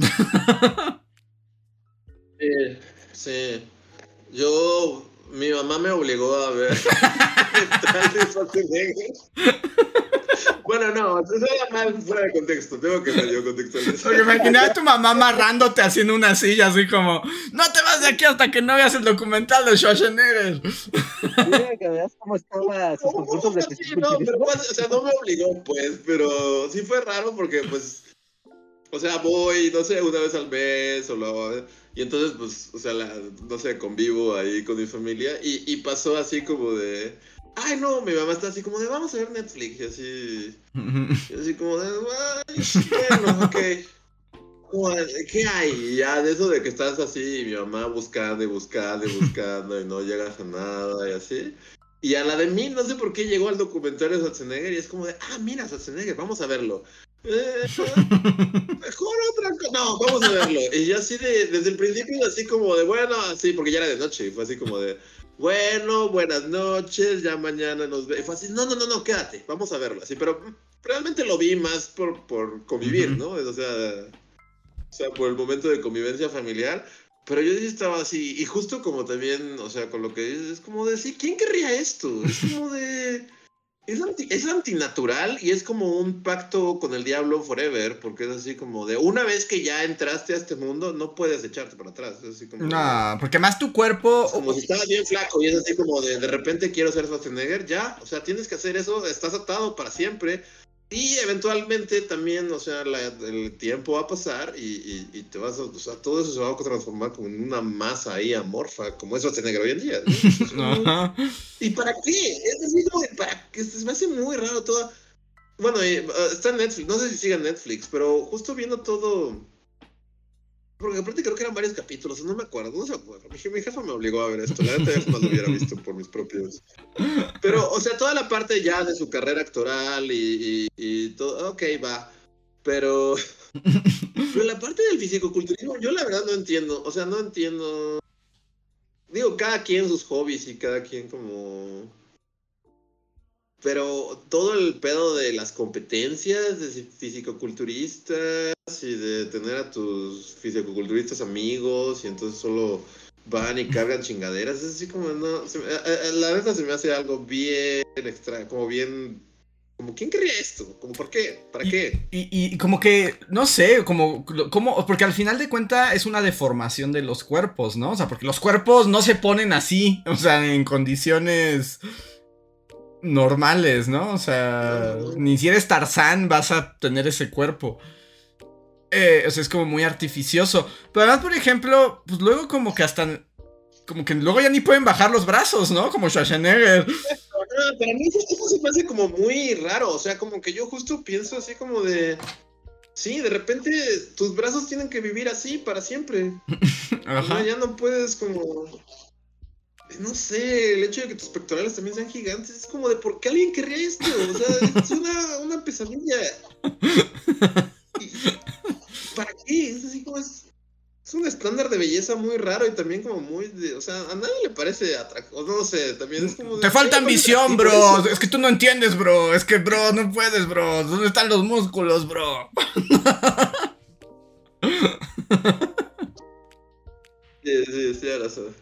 Sí. Mi mamá me obligó a ver Schwarzenegger. Bueno, no, eso era mal fuera de contexto. Tengo que medio contextualizar. Porque imaginaba a tu mamá amarrándote haciendo una silla así como, no te vas de aquí hasta que no veas el documental de Schwarzenegger. Mira que veas cómo estaba sus concursos de fisiculturismo. No, pero pues, o sea, no me obligó, pues, pero sí fue raro porque, pues, o sea, voy, no sé, una vez al mes y entonces, pues, o sea, no sé, convivo ahí con mi familia y pasó así como de... Ay, no, mi mamá está así como de, vamos a ver Netflix, y así como de, ay, bueno, ok. ¿Qué hay? Y ya de eso de que estás así, y mi mamá buscando y no llegas a nada y así. Y a la de mí, no sé por qué llegó al documental de Schwarzenegger y es como de, mira, Schwarzenegger, vamos a verlo. Mejor otra cosa. No, vamos a verlo. Y yo así desde el principio, así como de, bueno, así, porque ya era de noche, y fue así como de, bueno, buenas noches, ya mañana nos vemos. Y fue así, no, quédate, vamos a verlo. Así, pero realmente lo vi más por convivir, ¿no? O sea, por el momento de convivencia familiar. Pero yo sí estaba así, y justo como también, o sea, con lo que dices, es como de, sí, ¿quién querría esto? Es como de... Es antinatural y es como un pacto con el diablo forever, porque es así como de una vez que ya entraste a este mundo, no puedes echarte para atrás. Es así como No, porque más tu cuerpo... Es como si estabas bien flaco y es así como de repente quiero ser Schwarzenegger, ya, o sea, tienes que hacer eso, estás atado para siempre. Y eventualmente también, o sea, el tiempo va a pasar y te vas a, o sea, todo eso se va a transformar como en una masa ahí amorfa, como es Schwarzenegger hoy en día, ¿no? ¿Y para qué? Es decir, para que se me hace muy raro todo. Bueno, está en Netflix, no sé si sigue en Netflix, pero justo viendo todo, porque aparte creo que eran varios capítulos, no me acuerdo, no se acuerda. Mi jefa me obligó a ver esto, la neta jamás lo hubiera visto por mis propios. Pero, o sea, toda la parte ya de su carrera actoral y todo, ok, va. Pero la parte del fisicoculturismo, yo la verdad no entiendo. O sea, no entiendo. Digo, cada quien sus hobbies y cada quien como... Pero todo el pedo de las competencias de fisicoculturistas y de tener a tus fisicoculturistas amigos y entonces solo van y cargan chingaderas, es así como, no, la neta se me hace algo bien extra, como bien, como, ¿quién querría esto? Como, ¿por qué? ¿Para qué? Y como que, no sé, como, porque al final de cuentas es una deformación de los cuerpos, ¿no? O sea, porque los cuerpos no se ponen así, o sea, en condiciones normales, ¿no? O sea, ni si eres Tarzán vas a tener ese cuerpo. O sea, es como muy artificioso. Pero además, por ejemplo, pues luego como que hasta... Como que luego ya ni pueden bajar los brazos, ¿no? Como Schwarzenegger. Para mí eso se me hace como muy raro. O sea, como que yo justo pienso así como de... Sí, de repente tus brazos tienen que vivir así para siempre. Ajá. O sea, ya no puedes como... No sé, el hecho de que tus pectorales también sean gigantes es como de ¿por qué alguien querría esto? O sea, es una pesadilla. ¿Para qué? Es así como es un estándar de belleza muy raro y también como muy de, o sea, a nadie le parece atractivo, no sé, también es como de, te falta ambición, bro. Es que tú no entiendes, bro. Es que, bro, no puedes, bro. ¿Dónde están los músculos, bro? Sí, razón.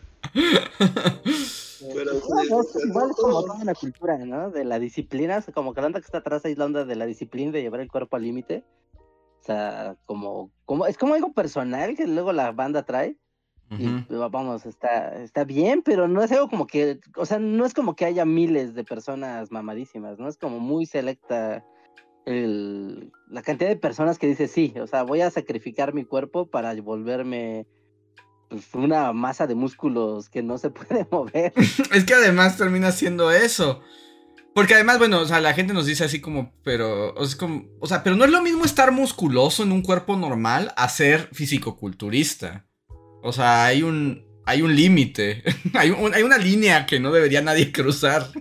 Pero igual es como toda una cultura, ¿no? De la disciplina, o sea, como que la onda que está atrás ahí es la onda de la disciplina de llevar el cuerpo al límite. O sea, como es como algo personal que luego la banda trae. Y vamos, está bien, pero no es algo como que, o sea, no es como que haya miles de personas mamadísimas, ¿no? Es como muy selecta la cantidad de personas que dice sí, o sea, voy a sacrificar mi cuerpo para volverme pues, una masa de músculos que no se puede mover. Es que además termina siendo eso. Porque además, bueno, o sea, la gente nos dice así como, pero, o sea, pero no es lo mismo estar musculoso en un cuerpo normal a ser fisicoculturista. O sea, hay un límite, hay una línea que no debería nadie cruzar.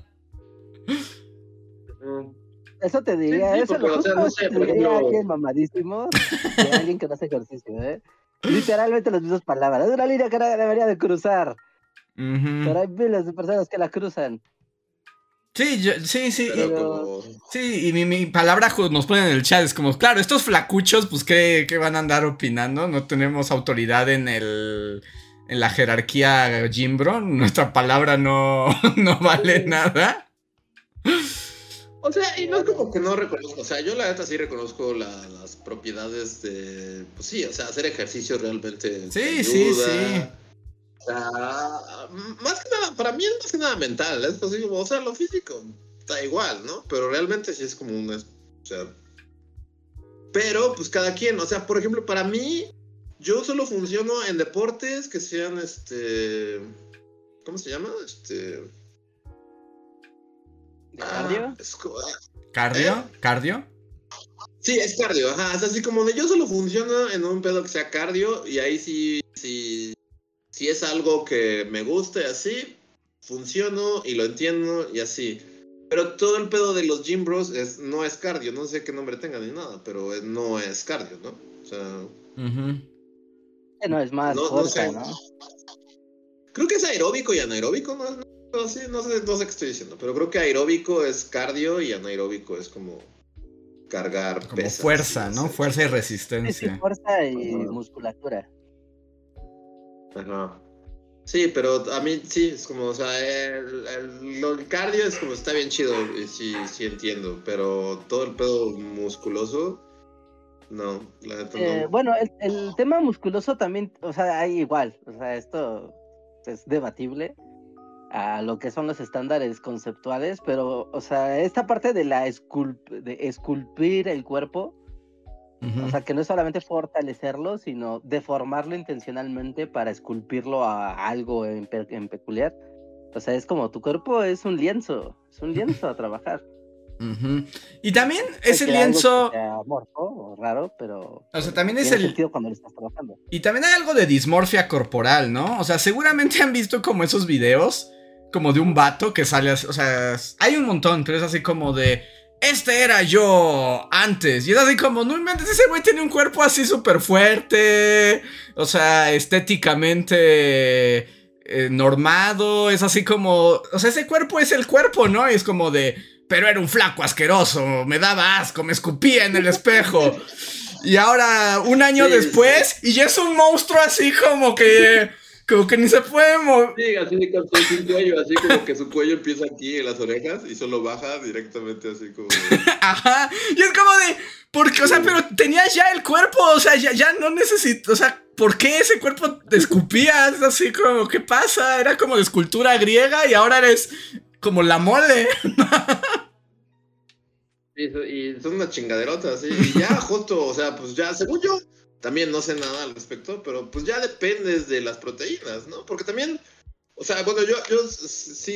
Eso te diría, sí, eso porque, o sea, no sé, te por diría ejemplo... alguien mamadísimo de alguien que no hace ejercicio, ¿eh? Literalmente las mismas palabras, es una línea que nadie debería de cruzar. Pero hay miles de personas que la cruzan. Sí, sí. Pero... Sí, y mi palabra nos ponen en el chat, es como, claro, estos flacuchos, pues, ¿qué van a andar opinando? No tenemos autoridad en la jerarquía Jimbro, nuestra palabra no vale nada. O sea, y no es como que no reconozco, o sea, yo la neta sí reconozco las propiedades de, pues sí, o sea, hacer ejercicio realmente te ayuda. Sí. O sea, más que nada, para mí es más que nada mental, es así como, o sea, lo físico da igual, ¿no? Pero realmente sí es como una, o sea, pero pues cada quien, o sea, por ejemplo, para mí, yo solo funciono en deportes que sean, ¿cómo se llama? ¿Cardio? ¿Cardio? Sí, es cardio, ajá, es así como de yo solo funciono en un pedo que sea cardio y ahí sí es algo que me guste así, funciono y lo entiendo y así. Pero todo el pedo de los gym bros no es cardio, no sé qué nombre tenga ni nada, pero no es cardio, ¿no? O sea... No, es más no fuerza, sé. ¿no? Creo que es aeróbico y anaeróbico, no sé qué estoy diciendo, pero creo que aeróbico es cardio y anaeróbico es como cargar como pesas. fuerza, ¿no? Sé. Fuerza y Sí, resistencia. fuerza y Ajá. musculatura. Ajá. Sí, pero a mí sí, es como, o sea, el cardio es como, está bien chido, y sí entiendo, pero todo el pedo musculoso, no, la neta no. Bueno, el tema musculoso también, o sea, hay igual, o sea, esto es debatible a lo que son los estándares conceptuales, pero, o sea, esta parte de de esculpir el cuerpo, o sea, que no es solamente fortalecerlo, sino deformarlo intencionalmente para esculpirlo a algo en peculiar. O sea, es como tu cuerpo es un lienzo a trabajar. Y también Puede ese ser algo lienzo, que sea amorfo o raro, pero o sea, también es tiene sentido cuando lo estás trabajando. Y también hay algo de dismorfia corporal, ¿no? O sea, seguramente han visto como esos videos, como de un vato que sale, o sea, hay un montón, pero es así como de, este era yo antes. Y es así como, no inventes, ese güey tiene un cuerpo así súper fuerte, o sea, estéticamente normado, es así como, o sea, ese cuerpo es el cuerpo, ¿no? Y es como de, pero era un flaco asqueroso, me daba asco, me escupía en el espejo. Y ahora, un año después, y ya es un monstruo así como que ni se puede mover. Sí, así de con su cuello, así como que su cuello empieza aquí en las orejas y solo baja directamente así como... Ajá, y es como de, porque, o sea, pero tenías ya el cuerpo, o sea, ya no necesito, o sea, ¿por qué ese cuerpo te escupías? Así como, ¿qué pasa? Era como de escultura griega y ahora eres como la mole. Y son unas chingaderotas, ¿sí? Y ya justo, o sea, pues ya, según yo, también no sé nada al respecto, pero pues ya dependes de las proteínas, ¿no? Porque también, o sea, bueno, yo sí,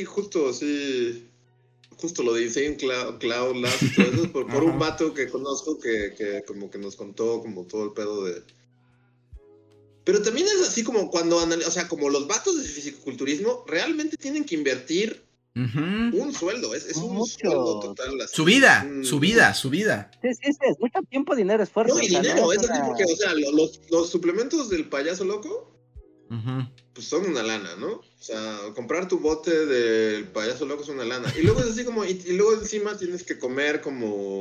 justo lo de Insane Cloud Labs y todo eso, por un vato que conozco que como que nos contó como todo el pedo de... Pero también es así como cuando, o sea, como los vatos de fisicoculturismo realmente tienen que invertir un sueldo, es un sueldo total. Así, Su vida. Sí, es mucho tiempo, dinero, esfuerzo. No, y dinero, es así porque, o sea, los suplementos del payaso loco, pues son una lana, ¿no? O sea, comprar tu bote del payaso loco es una lana. Y luego es así como, y luego encima tienes que comer como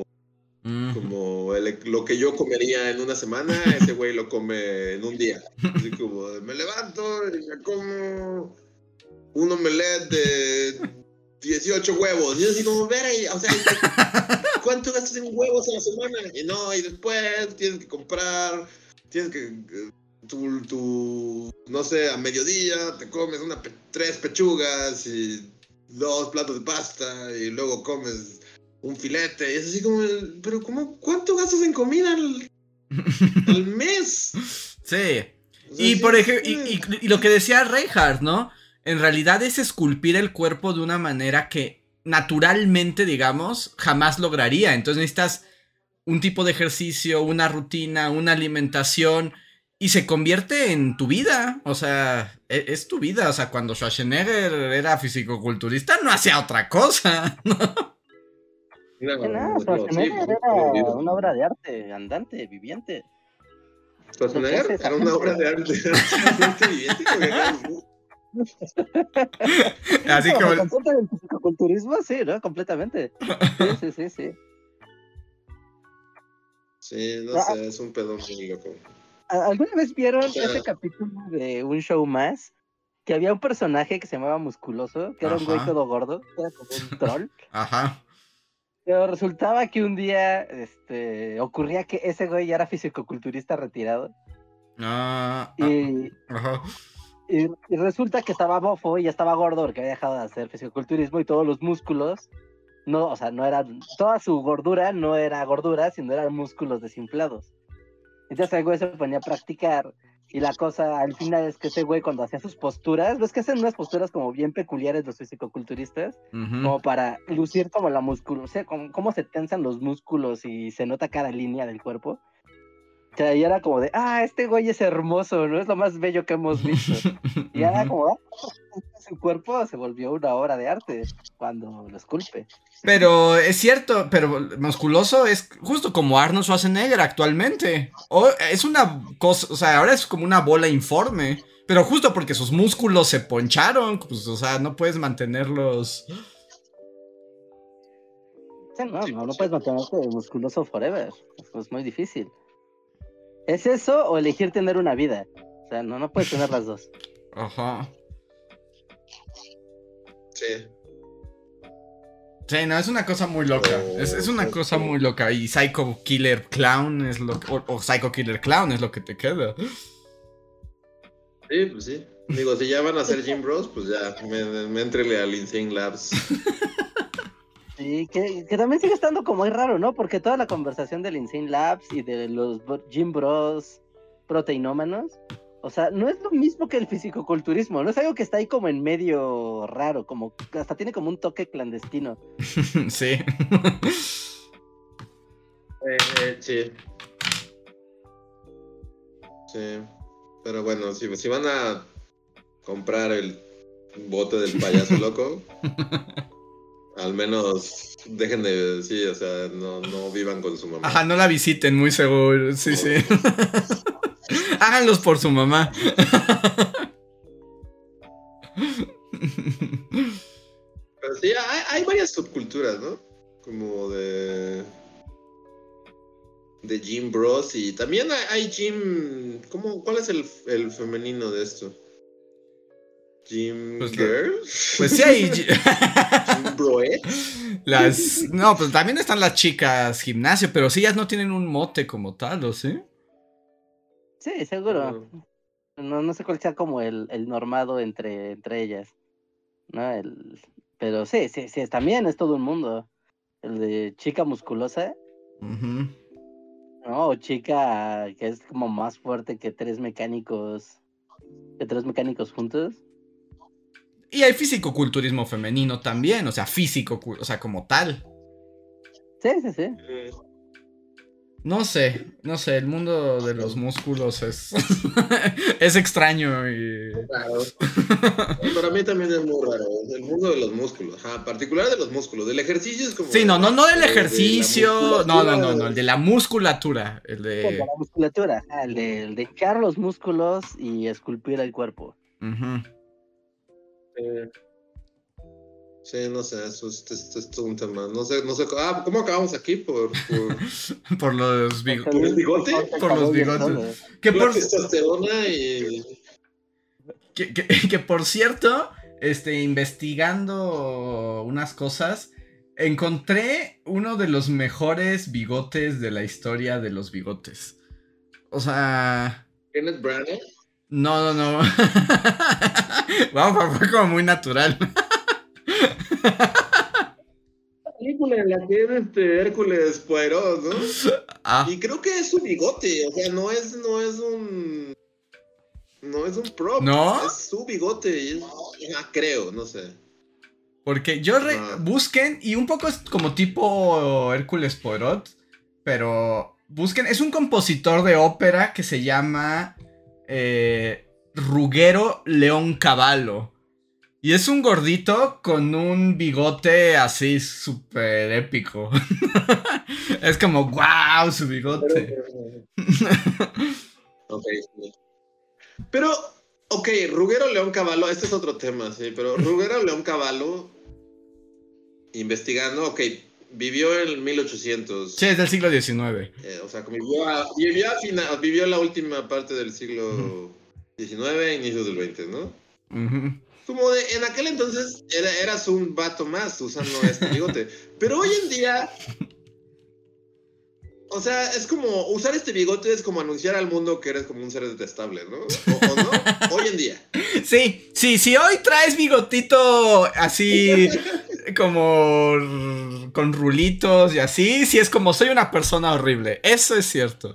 lo que yo comería en una semana, ese güey lo come en un día. Así como, me levanto y me como un omelette de 18 huevos. Y yo así como, o sea, ¿cuánto gastas en huevos a la semana? Y no, y después tienes que comprar, no sé, a mediodía te comes 3 pechugas y 2 platos de pasta y luego comes un filete. Y es así como, pero ¿cuánto gastas en comida al mes? Sí. O sea, Y por ejemplo, y lo que decía Reinhardt, ¿no? En realidad es esculpir el cuerpo de una manera que naturalmente, digamos, jamás lograría. Entonces necesitas un tipo de ejercicio, una rutina, una alimentación, y se convierte en tu vida. O sea, es tu vida. O sea, cuando Schwarzenegger era fisicoculturista, no hacía otra cosa, ¿no? Schwarzenegger era una obra de arte, andante, viviente. Schwarzenegger era una obra de arte, viviente. Así como el concepto del fisicoculturismo, sí, ¿no? Completamente. Sí. Sí, no sé, es un pedo muy loco. ¿Alguna vez vieron ese capítulo de Un Show Más? Que había un personaje que se llamaba Musculoso, que era un güey todo gordo, que era como un troll. Ajá. Pero resultaba que un día ocurría que ese güey ya era fisicoculturista retirado. Y resulta que estaba bofo y ya estaba gordo porque había dejado de hacer fisicoculturismo y todos los músculos, no, o sea, no eran, toda su gordura no era gordura, sino eran músculos desinflados. Entonces el güey se ponía a practicar y la cosa al final es que ese güey cuando hacía sus posturas, ves que hacen unas posturas como bien peculiares los fisicoculturistas, como para lucir como la musculatura, o sea, cómo se tensan los músculos y se nota cada línea del cuerpo. O sea, y era como de, este güey es hermoso, ¿no? Es lo más bello que hemos visto. Y era como, su cuerpo se volvió una obra de arte cuando lo esculpe. Pero es cierto, pero musculoso es justo como Arnold Schwarzenegger actualmente. Es una cosa, o sea, ahora es como una bola informe. Pero justo porque sus músculos se poncharon, pues, o sea, no puedes mantenerlos. Sí, no puedes mantenerte musculoso forever. Es muy difícil. ¿Es eso o elegir tener una vida? O sea, no puedes tener las dos. Ajá. Sí. Sí, no, es una cosa muy loca. Es una cosa muy loca. Y Psycho Killer Clown es lo que. O Psycho Killer Clown es lo que te queda. Sí, pues sí. Digo, si ya van a ser Gym Bros, pues ya, me entrele al Insane Labs. Sí, que también sigue estando como muy raro, ¿no? Porque toda la conversación del Insane Labs y de los Gym Bros proteinómanos, o sea, no es lo mismo que el fisicoculturismo, ¿no? Es algo que está ahí como en medio raro, como hasta tiene como un toque clandestino. Sí. Sí. Sí. Pero bueno, si van a comprar el bote del payaso loco, al menos dejen de, sí, o sea, no vivan con su mamá. Ajá, no la visiten, muy seguro. Sí, sí. Háganlos por su mamá. Pero sí, hay varias subculturas, ¿no? Como de Gym Bros. Y también hay Gym. ¿Cuál es el femenino de esto? Gym Girls. Pues sí hay. Gym Broet. No, pues también están las chicas gimnasio, pero sí, ellas no tienen un mote como tal, ¿o sí? Sí, seguro. No sé cuál sea como el normado entre ellas, ¿no? Pero sí, también es todo un mundo. El de chica musculosa, Uh-huh. ¿no? O chica que es como más fuerte que tres mecánicos juntos. Y hay fisicoculturismo femenino también, o sea, o sea, como tal. Sí. No sé, el mundo de los músculos es es extraño y raro. Para mí también es muy raro, el mundo de los músculos, particular de los músculos, del ejercicio es como... Sí, no del ejercicio, no, el de la musculatura, el de la musculatura, el de hinchar los músculos y esculpir el cuerpo. Uh-huh. Sí, no sé, eso es todo un tema. No sé, ¿cómo acabamos aquí? ¿Por los bigotes? ¿Por el bigote? Por los bigotes. Que por testosterona y... Que por cierto, investigando unas cosas, encontré uno de los mejores bigotes de la historia de los bigotes. O sea... ¿Kenneth Branagh? No. Wow, fue como muy natural. Película en la que es Hércules Poirot, ¿no? Y creo que es su bigote, o sea, no es un prop, ¿no? Es su bigote, creo, no sé. Porque busquen, y un poco es como tipo Hércules Poirot, pero busquen, es un compositor de ópera que se llama Ruggero Leoncavallo. Y es un gordito con un bigote así súper épico. Es como, wow, su bigote. Pero, Ruggero Leoncavallo, este es otro tema, sí, pero Ruggero Leoncavallo, investigando, vivió en 1800. Sí, es del siglo XIX. O sea, vivió la última parte del siglo XIX, inicios del XX, ¿no? Uh-huh. Como en aquel entonces eras un vato más usando este bigote. Pero hoy en día, o sea, es como usar este bigote es como anunciar al mundo que eres como un ser detestable, ¿no? ¿O no? Hoy en día. Sí, si hoy traes bigotito así como con rulitos y así, sí es como soy una persona horrible. Eso es cierto.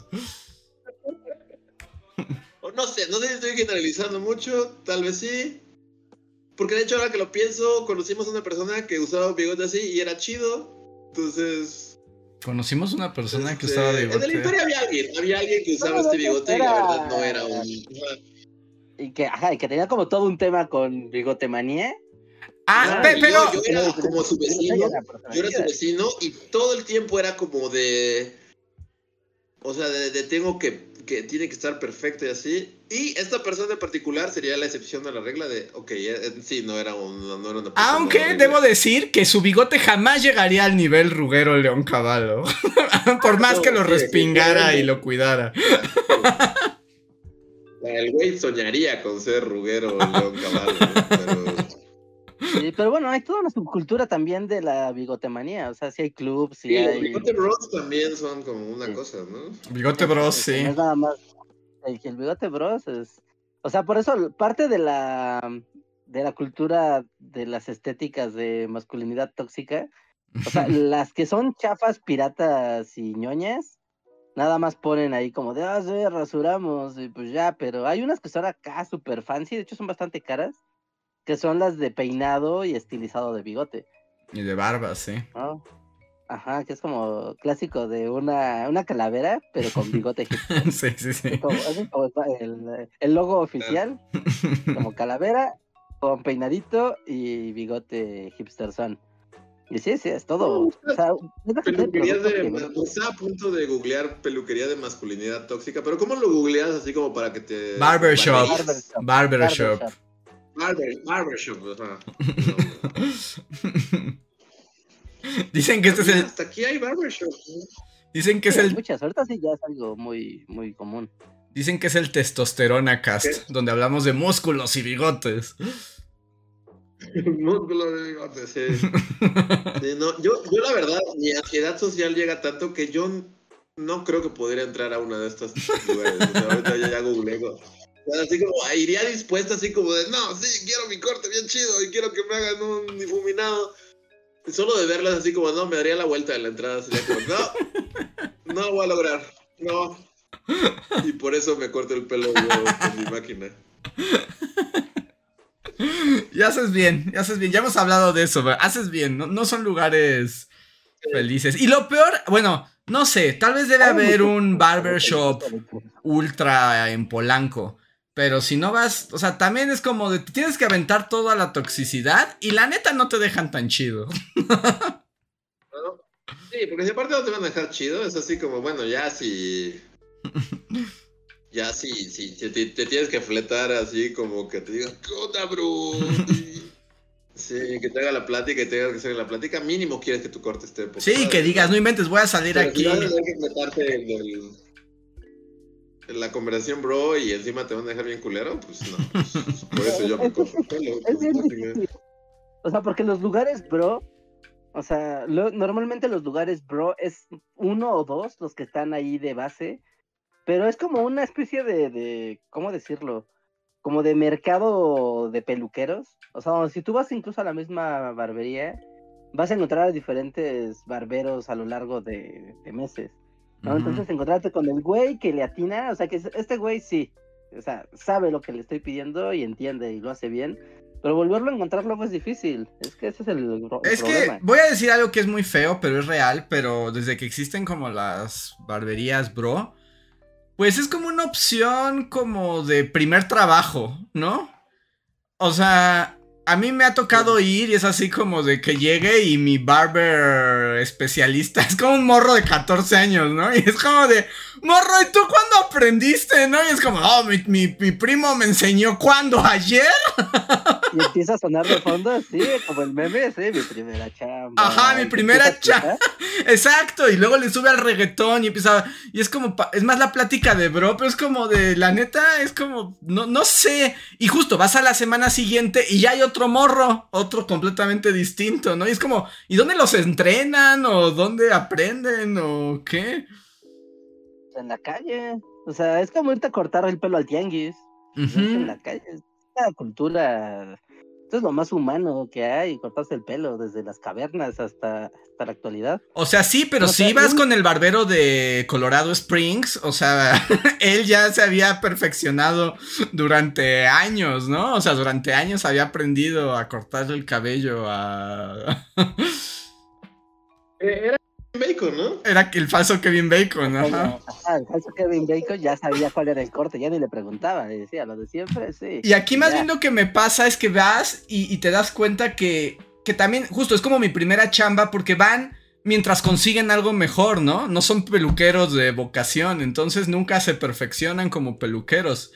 No sé si estoy generalizando mucho, tal vez sí. Porque de hecho, ahora que lo pienso, conocimos a una persona que usaba un bigote así y era chido. Entonces, Conocimos una persona que usaba En el bigote. Imperio había alguien que usaba este bigote y la verdad no era un... Y que tenía como todo un tema con bigote manía. Pero... Yo era como su vecino, yo era su vecino y todo el tiempo era como de... O sea, de tengo que tiene que estar perfecto y así. Y esta persona en particular sería la excepción a la regla de... Ok, sí, no era una persona Aunque horrible. debo decir que su bigote jamás llegaría al nivel Ruggero León Cavallo. Por más que lo respingara y lo cuidara. El güey soñaría con ser Ruggero León Cavallo, pero... Sí, pero bueno, hay toda una subcultura también de la bigotemanía. O sea, sí hay clubs, sí hay... Los bigote bros también son como una cosa, ¿no? Bigote Bros, sí. No es nada más... El bigote bros es... O sea, por eso parte de la cultura de las estéticas de masculinidad tóxica, o sea, las que son chafas, piratas y ñoñas, nada más ponen ahí como de, sí, rasuramos, y pues ya, pero hay unas que son acá super fancy, de hecho son bastante caras, que son las de peinado y estilizado de bigote. Y de barba, sí. ¿No? Ajá, que es como clásico de una calavera, pero con bigote hipster. Sí. Es como el logo oficial, como calavera, con peinadito y bigote hipster son. Y sí, es todo. O sea, peluquería está a punto de googlear peluquería de masculinidad tóxica, pero ¿cómo lo googleas así como para que te... Barbershop. Barbershop, ajá. Dicen que este es el... Hasta aquí hay barbershop, ¿no? Dicen que es el... Muchas, ahorita sí ya es algo muy, muy común. Dicen que es el Testosterona Cast, donde hablamos de músculos y bigotes. Músculos y bigotes, sí. Sí, no, yo la verdad, mi ansiedad social llega tanto que yo no creo que podría entrar a una de estas lugares. O sea, ahorita ya googleo. O sea, así como, iría dispuesta así como de, no, sí, quiero mi corte bien chido y quiero que me hagan un difuminado. Solo de verlas así como, no, me daría la vuelta de la entrada. Sería como, no lo voy a lograr, no. Y por eso me corto el pelo yo con mi máquina. Ya haces bien, ya hemos hablado de eso, haces bien, no son lugares felices. Y lo peor, bueno, no sé, tal vez debe haber un barbershop ultra en Polanco, pero si no vas, o sea, también es como de, tienes que aventar toda la toxicidad y la neta no te dejan tan chido. Bueno, sí, porque si aparte no te van a dejar chido, es así como, bueno, ya si... Ya si te tienes que fletar así como que te digan, ¿qué onda, bro? Sí, que te haga la plática y tengas que hacer la plática, mínimo quieres que tu corte esté poco. Sí, que digas, no inventes, voy a salir pero aquí. Si vas a tener que fletarte en la conversación, bro, y encima te van a dejar bien culero, pues no. Pues, por eso yo me corto el pelo. Es bien difícil. O sea, porque los lugares, bro, o sea, normalmente los lugares, bro, es uno o dos los que están ahí de base. Pero es como una especie de, ¿cómo decirlo? Como de mercado de peluqueros. O sea, si tú vas incluso a la misma barbería, vas a encontrar a diferentes barberos a lo largo de meses, ¿no? Entonces encontrarte con el güey que le atina, o sea, que este güey sí, o sea, sabe lo que le estoy pidiendo y entiende y lo hace bien. Pero volverlo a encontrar luego es difícil. Es que ese es el problema. Es que voy a decir algo que es muy feo, pero es real. Pero desde que existen como las barberías, bro, pues es como una opción como de primer trabajo, ¿no? O sea, a mí me ha tocado ir y es así como de que llegue y mi barber especialista es como un morro de 14 años, ¿no? Y es como de, morro, ¿y tú cuándo aprendiste, no? Y es como, oh, mi primo me enseñó, ¿cuándo? ¿Ayer? Y empieza a sonar de fondo así, como el meme, sí, mi primera chamba. Ajá, mi primera chamba. Exacto, y luego le sube al reggaetón y empieza, y es como, es más la plática de bro, pero es como de, la neta, es como, no sé. Y justo, vas a la semana siguiente y ya hay otro morro, otro completamente distinto, ¿no? Y es como, ¿y dónde los entrenan? ¿O dónde aprenden? ¿O qué? En la calle. O sea, es como irte a cortar el pelo al tianguis. En la calle. Es una cultura. Esto es lo más humano que hay, cortarse el pelo desde las cavernas hasta la actualidad. O sea, sí, pero si ibas con el barbero de Colorado Springs, o sea, él ya se había perfeccionado durante años, ¿no? O sea, durante años había aprendido a cortarle el cabello a... Bacon, ¿no? Era el falso Kevin Bacon, ajá. Ajá, el falso Kevin Bacon ya sabía cuál era el corte, ya ni le preguntaba, le decía lo de siempre, sí. Y aquí más ya. bien lo que me pasa es que vas y te das cuenta que también, justo, es como mi primera chamba porque van mientras consiguen algo mejor, ¿no? No son peluqueros de vocación, entonces nunca se perfeccionan como peluqueros.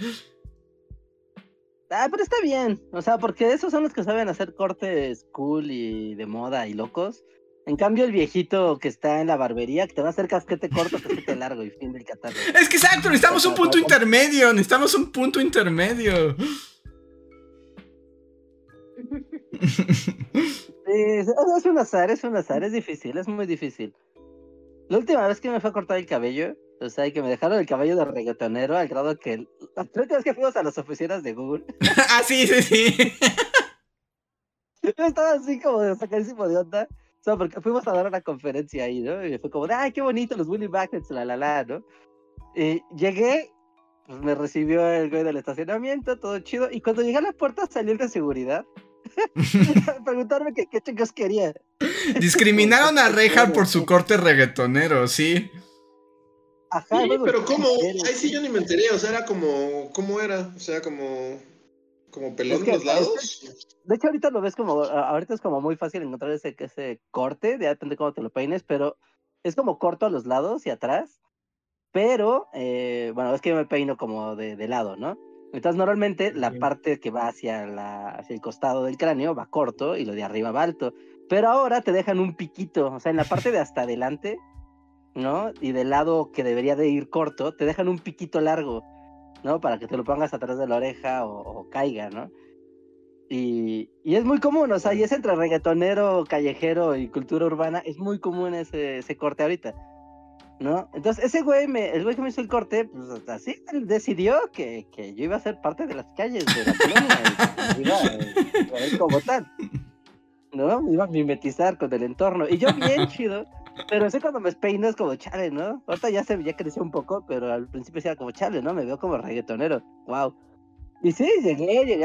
Ah, pero está bien, o sea, porque esos son los que saben hacer cortes cool y de moda y locos. En cambio, el viejito que está en la barbería, que te va a hacer casquete corto, casquete largo y fin del catálogo. Es que exacto, necesitamos un punto intermedio, necesitamos un punto intermedio. Es un azar, es difícil, es muy difícil. La última vez que me fue a cortar el cabello, o sea, que me dejaron el cabello de reggaetonero al grado que la última vez que fuimos a las oficinas de Google, Ah, sí. yo estaba así como de sacadísimo de onda, o sea, porque fuimos a dar una conferencia ahí, ¿no? Y fue como de, ay, qué bonito los Willy Magnets, ¿no? Y llegué, pues me recibió el güey del estacionamiento, todo chido, y cuando llegué a la puerta salió el de seguridad, a preguntarme qué chicos quería. Discriminaron a Reja por su corte reggaetonero, sí. Ajá, Sí, luego, pero ¿cómo? ¿qué quieres? Ahí sí yo ni me enteré, o sea, era como, ¿cómo era? O sea, como pelón Es en que, los lados. de hecho, ahorita lo ves como, ahorita es como muy fácil encontrar ese corte, ya depende cómo te lo peines, pero es como corto a los lados y atrás, pero, bueno, es que yo me peino como de lado, ¿no? Entonces, normalmente la parte que va hacia el costado del cráneo va corto y lo de arriba va alto, pero ahora te dejan un piquito, o sea, en la parte de hasta adelante, ¿no? Y del lado que debería de ir corto, te dejan un piquito largo, ¿no? Para que te lo pongas atrás de la oreja o caiga, ¿no? Y es muy común, o sea, y es entre reggaetonero, callejero y cultura urbana, es muy común ese corte ahorita, ¿no? Entonces, el güey que me hizo el corte, pues así, él decidió que yo iba a ser parte de las calles de la colonia, y iba a ver como tal, ¿no? Me iba a mimetizar con el entorno, y yo bien chido, pero sé cuando me peino es como chale, ¿no? Ahorita ya creció un poco, pero al principio era como chale, ¿no? Me veo como reggaetonero, wow. Y sí, llegué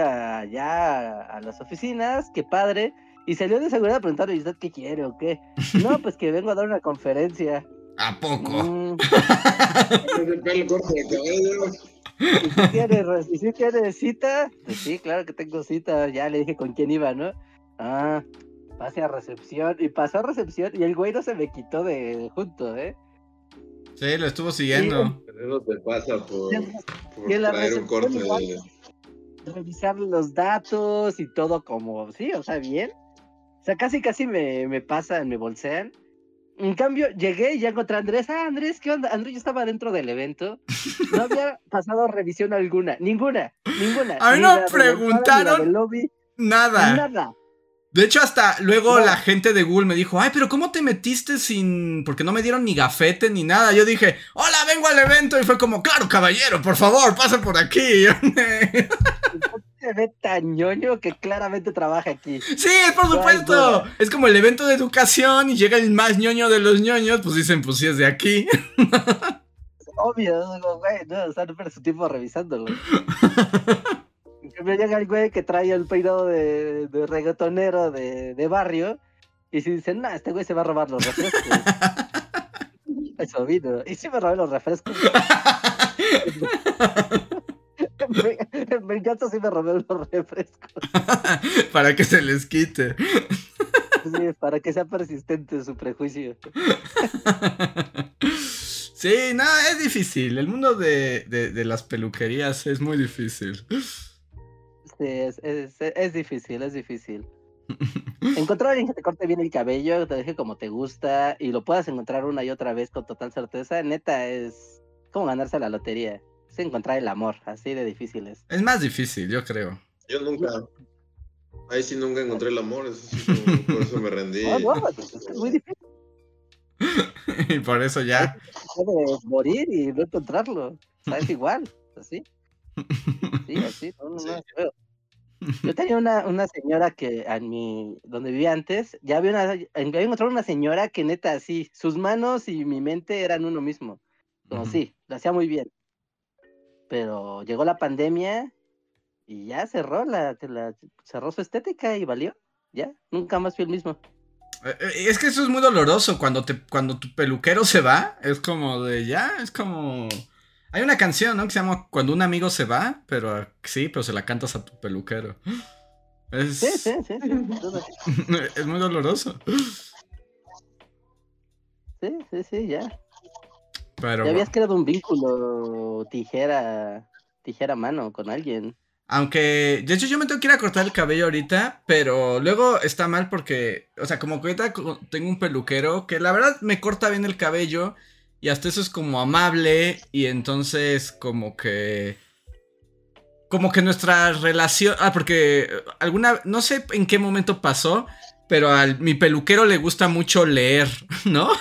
ya a las oficinas, qué padre. Y salió de seguridad a preguntarle, ¿y usted qué quiere o qué? No, pues que vengo a dar una conferencia. ¿A poco? El pelo corto de cabello. ¿Y si tiene cita? Pues sí, claro que tengo cita. Ya le dije con quién iba, ¿no? Ah, pase a recepción. Y pasó a recepción y el güey no se me quitó de junto, ¿eh? Sí, lo estuvo siguiendo. Eso te pasa por Y en la traer un corte recepción igual, de... revisar los datos y todo como, sí, o sea, bien. O sea, casi me pasan, me bolsean. En cambio, llegué y ya encontré a Andrés. Ah, Andrés, ¿qué onda? Andrés, yo estaba dentro del evento. No había pasado revisión alguna. Ninguna. A mí Ni no la de la entrada, ni la del preguntaron lobby. nada. Nada. De hecho, hasta luego No. la gente de Google me dijo, ay, pero ¿cómo te metiste sin...? Porque no me dieron ni gafete ni nada. Yo dije, hola, vengo al evento. Y fue como, claro, caballero, por favor, pasa por aquí. Se ve tan ñoño que claramente trabaja aquí. Sí, por supuesto. Es como el evento de educación y llega el más ñoño de los ñoños. Pues dicen, pues sí, es de aquí. Obvio, digo, güey, no, o sea, no pierde su tiempo revisándolo. Me llega el güey que trae el peinado de reggaetonero de barrio. Y si dicen, no, este güey se va a robar los refrescos. Eso vino. Y sí me robé los refrescos. Me encanta si me robé los refrescos. Para que se les quite. Sí, para que sea persistente su prejuicio. Sí, no, es difícil. El mundo de las peluquerías es muy difícil. Sí, es difícil, es difícil. Encontrar a alguien que te corte bien el cabello, te deje como te gusta y lo puedas encontrar una y otra vez con total certeza, neta, es como ganarse la lotería. Es encontrar el amor, así de difícil es. Es más difícil, yo creo. Yo nunca... Ahí sí nunca encontré el amor, eso sí, por eso me rendí. No, es muy difícil. Y por eso ya. Puedes morir y no encontrarlo. O sea, es igual, así. Sí, así, no, Sí. es feo. Yo tenía una señora que donde vivía antes, ya había encontrado una señora que neta así, sus manos y mi mente eran uno mismo. Como sí, lo hacía muy bien. Pero llegó la pandemia y ya cerró cerró su estética y valió. Ya, nunca más fui el mismo. Es que eso es muy doloroso. Cuando tu peluquero se va, es como de ya, es como... Hay una canción, ¿no? Que se llama Cuando un amigo se va, pero sí, pero se la cantas a tu peluquero. Sí. Es muy doloroso. Sí, ya. Pero Ya habías creado un vínculo tijera-mano con alguien. aunque, de hecho yo me tengo que ir a cortar el cabello ahorita, pero luego está mal porque, o sea, como que ahorita tengo un peluquero que la verdad me corta bien el cabello y hasta eso es como amable y entonces como que nuestra relación, porque no sé en qué momento pasó, pero a mi peluquero le gusta mucho leer, ¿no?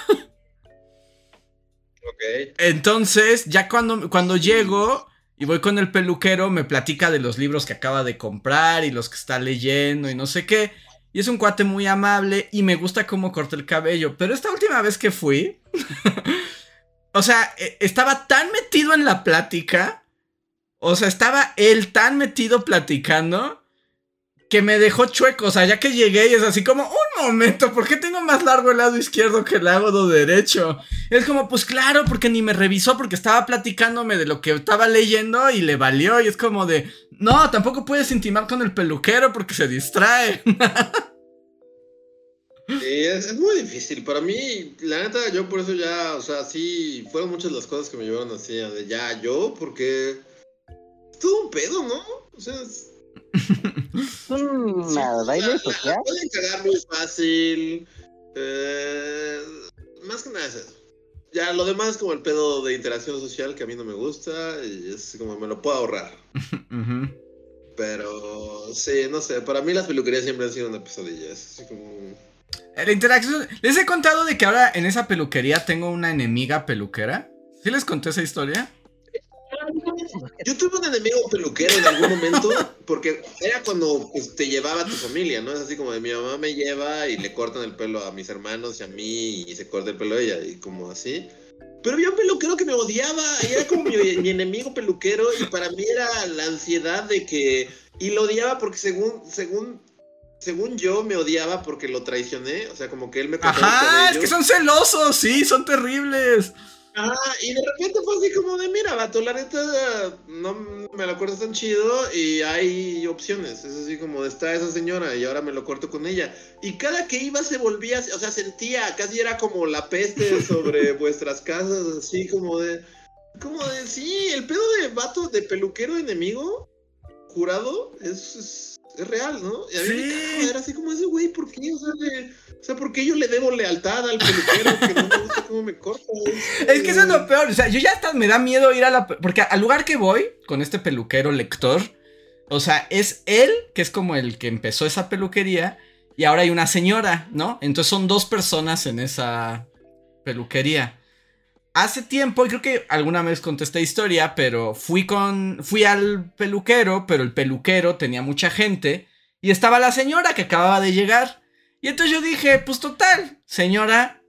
Ok. Entonces, ya cuando llego y voy con el peluquero, me platica de los libros que acaba de comprar y los que está leyendo y no sé qué. Y es un cuate muy amable y me gusta cómo corta el cabello. Pero esta última vez que fui, o sea, estaba tan metido en la plática, o sea, estaba él tan metido platicando que me dejó chueco. O sea, ya que llegué y es así como, un momento, ¿por qué tengo más largo el lado izquierdo que el lado derecho? Es como, pues claro, porque ni me revisó, porque estaba platicándome de lo que estaba leyendo y le valió. Y es como de, no, tampoco puedes intimar con el peluquero porque se distrae. Sí, es muy difícil. Para mí, la neta, yo por eso ya, o sea, sí, fueron muchas las cosas que me llevaron así, de ya yo, porque es todo un pedo, ¿no? O sea, Es una baile social. pueden cagar muy fácil. Más que nada es eso. Ya lo demás como el pedo de interacción social que a mí no me gusta y es como me lo puedo ahorrar. Pero sí, no sé, para mí las peluquerías siempre han sido una pesadilla. Es así como... La interacción... ¿Les he contado de que ahora en esa peluquería tengo una enemiga peluquera? ¿Sí les conté esa historia? Yo tuve un enemigo peluquero en algún momento, porque era cuando pues, te llevaba a tu familia, ¿no? Es así como de mi mamá me lleva y le cortan el pelo a mis hermanos y a mí y se corta el pelo a ella y como así. Pero había un peluquero que me odiaba y era como mi enemigo peluquero y para mí era la ansiedad de que... Y lo odiaba porque según yo me odiaba porque lo traicioné, o sea, como que él me cortaba el Ajá, cabello. es que son celosos, sí, son terribles. Ah, y de repente fue así como de, mira, vato, la neta, no me la cortas tan chido y hay opciones. Es así como de, está esa señora y ahora me lo corto con ella. Y cada que iba se volvía, o sea, sentía, casi era como la peste sobre vuestras casas, así como de, sí, el pedo de vato, de peluquero enemigo, jurado, es real, ¿no? Y a mí me cagaba, era así como ese güey, ¿por qué? O sea, ¿por qué yo le debo lealtad al peluquero que no me gusta cómo me corta? Es que eso es lo peor, o sea, yo ya hasta me da miedo ir porque al lugar que voy, con este peluquero lector, o sea, es él, que es como el que empezó esa peluquería, y ahora hay una señora, ¿no? Entonces son dos personas en esa peluquería. Hace tiempo, y creo que alguna vez conté esta historia, pero fui al peluquero, pero el peluquero tenía mucha gente, y estaba la señora que acababa de llegar. Y entonces yo dije, pues total, señora,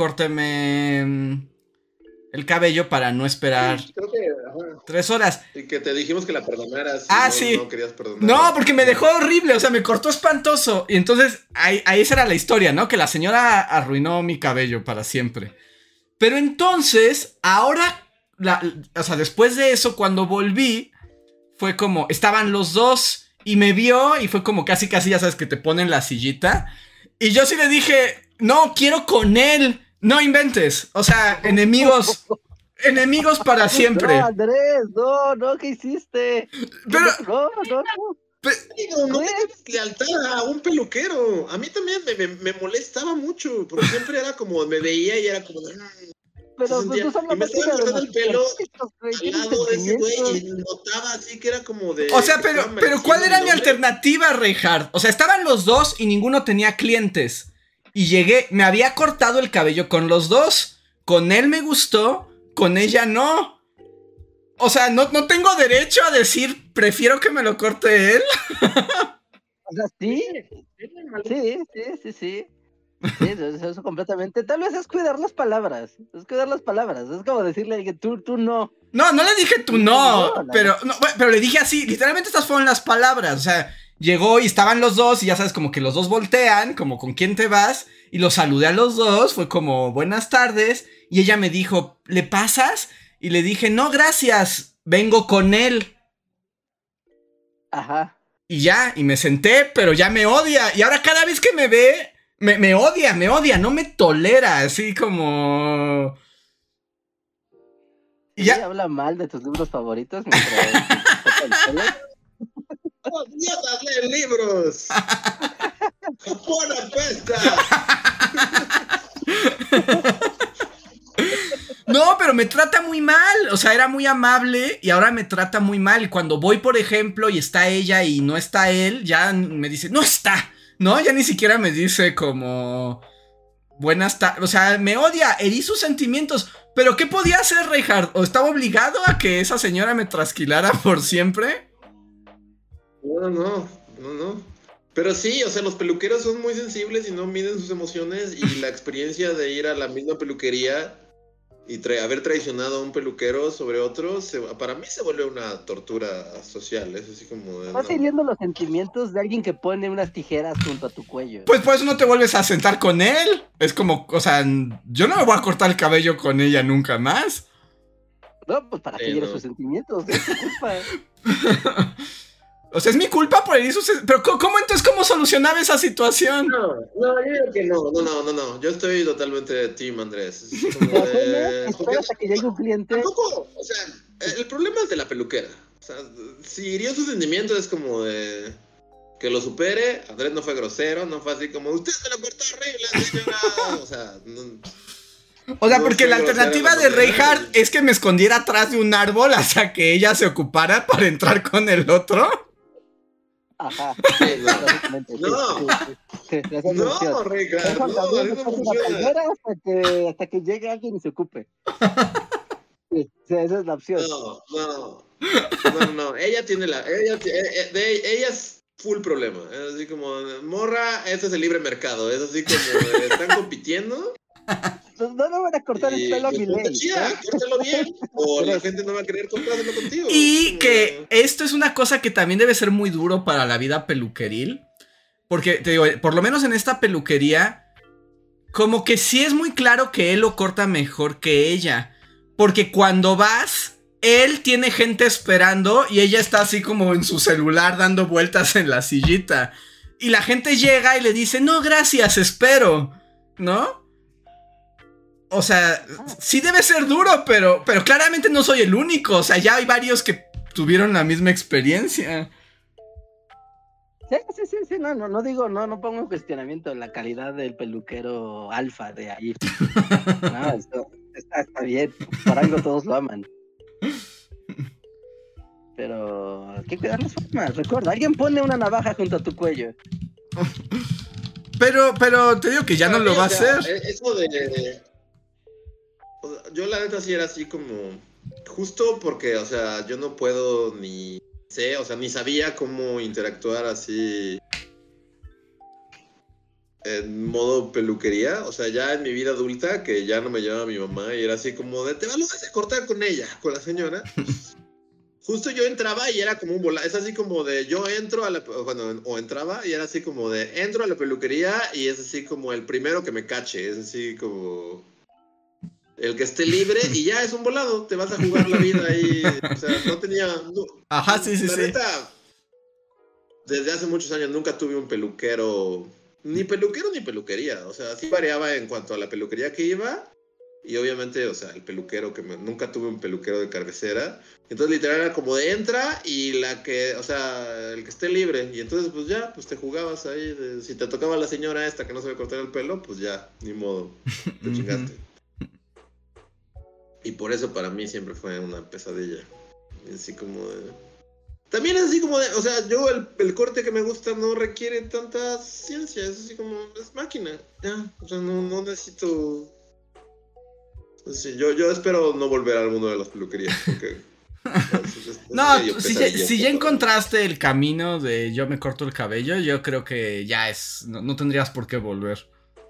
córteme el cabello para no esperar Creo que, 3 horas. Y que te dijimos que la perdonaras. Ah, no, sí. No querías perdonar. No, porque me dejó horrible, o sea, me cortó espantoso. Y entonces, ahí esa era la historia, ¿no? Que la señora arruinó mi cabello para siempre. Pero entonces, ahora, o sea, después de eso, cuando volví, fue como, estaban los dos y me vio y fue como casi, ya sabes, que te ponen la sillita. Y yo sí le dije, no, quiero con él. No inventes. O sea, enemigos para siempre. No, Andrés, no, ¿qué hiciste? Pero... No. No le tienes lealtad a un peluquero. A mí también me molestaba mucho, porque siempre era como, me veía y era como... Pero pues tú y me estaba cortando el pelo al lado de ese güey y notaba así que era como de... O sea, pero ¿cuál era mi alternativa, Reinhardt? O sea, estaban los dos y ninguno tenía clientes. Y llegué, me había cortado el cabello con los dos. Con él me gustó, con ella no. O sea, no tengo derecho a decir, prefiero que me lo corte él. O sea, sí. Sí, eso completamente. Tal vez es cuidar las palabras. Es como decirle a alguien, tú no. No le dije tú no. Pero le dije así, literalmente estas fueron las palabras. O sea, llegó y estaban los dos y ya sabes, como que los dos voltean, como con quién te vas, y los saludé a los dos, fue como buenas tardes, y ella me dijo, ¿le pasas? Y le dije, no, gracias, vengo con él. Ajá. Y ya, y me senté, pero ya me odia, y ahora cada vez que me ve, me odia, no me tolera, así como... Y ya habla mal de tus libros favoritos mientras ¡Oh, mierda, leen libros! ¡Buena pesta! No, pero me trata muy mal. O sea, era muy amable y ahora me trata muy mal. Y cuando voy, por ejemplo, y está ella y no está él, ya me dice, no está. No, ya ni siquiera me dice como... Buenas tardes. O sea, me odia, herí sus sentimientos. ¿Pero qué podía hacer, Reinhardt? ¿O estaba obligado a que esa señora me trasquilara por siempre? No. Pero sí, o sea, los peluqueros son muy sensibles y no miden sus emociones, y la experiencia de ir a la misma peluquería y haber traicionado a un peluquero sobre otro, para mí se vuelve una tortura social. Es así como... Estás hiriendo los sentimientos de alguien que pone unas tijeras junto a tu cuello. Pues por eso no te vuelves a sentar con él. Es como, o sea, yo no me voy a cortar el cabello con ella nunca más. No, pues para que hieres sus sentimientos, es tu culpa. O sea, es mi culpa por herir sus... Pero ¿cómo entonces cómo solucionaba esa situación? No, yo digo que no. Yo estoy totalmente team Andrés. Es como espera hasta que llegue un cliente. Tampoco, o sea, el problema es de la peluquera. O sea, si hirió sus sentimientos es como de... Que lo supere. Andrés no fue grosero, no fue así como, usted me lo cortó horrible, señora. O sea, no porque la alternativa de Reinhardt es que me escondiera atrás de un árbol hasta que ella se ocupara para entrar con el otro. Ajá. No, Reinhardt, no funciona. Hasta que llegue alguien y se ocupe. Sí, esa es la opción. No. Ella tiene ella es full problema. Es así como, morra, este es el libre mercado. Es así como, están compitiendo. No van a cortar el pelo a mi ley. Córtalo bien, o la gente no va a querer comprárselo contigo. Y que esto es una cosa que también debe ser muy duro para la vida peluqueril. Porque, te digo, por lo menos en esta peluquería, como que sí es muy claro que él lo corta mejor que ella. Porque cuando vas, él tiene gente esperando y ella está así como en su celular dando vueltas en la sillita. Y la gente llega y le dice, no, gracias, espero. ¿No? O sea, sí debe ser duro, pero claramente no soy el único. O sea, ya hay varios que tuvieron la misma experiencia. Sí, no digo, no pongo en cuestionamiento la calidad del peluquero alfa de ahí. No, esto está bien, por algo todos lo aman. Pero hay que cuidar las formas. Recuerda, alguien pone una navaja junto a tu cuello. Pero te digo que ya no lo va a hacer. Eso de... Yo la neta sí era así como... Justo porque, o sea, yo no puedo ni sabía cómo interactuar así en modo peluquería. O sea, ya en mi vida adulta, que ya no me llevaba mi mamá y era así como de, te vas a cortar con ella, con la señora. Justo yo entraba y era como un volado. Es así como de, yo entro a la... o entraba y era así como de, entro a la peluquería y es así como el primero que me cache. Es así como... El que esté libre y ya es un volado, te vas a jugar la vida ahí. O sea, no tenía... Ajá, sí. La neta, desde hace muchos años nunca tuve un peluquero ni peluquería. O sea, sí variaba en cuanto a la peluquería que iba. Y obviamente, o sea, el peluquero nunca tuve un peluquero de cabecera. Entonces, literal, era como de entra y el que esté libre. Y entonces, pues ya, pues te jugabas ahí. Si te tocaba la señora esta que no sabe cortar el pelo, pues ya, ni modo, te chingaste. Y por eso para mí siempre fue una pesadilla. Así como de... También es así como de... O sea, yo el corte que me gusta no requiere tanta ciencia. Es así como... Es máquina. Ya. O sea, no necesito... Sí, yo espero no volver al mundo de las peluquerías. Porque... No, si ya encontraste el camino de yo me corto el cabello, yo creo que ya es... No tendrías por qué volver.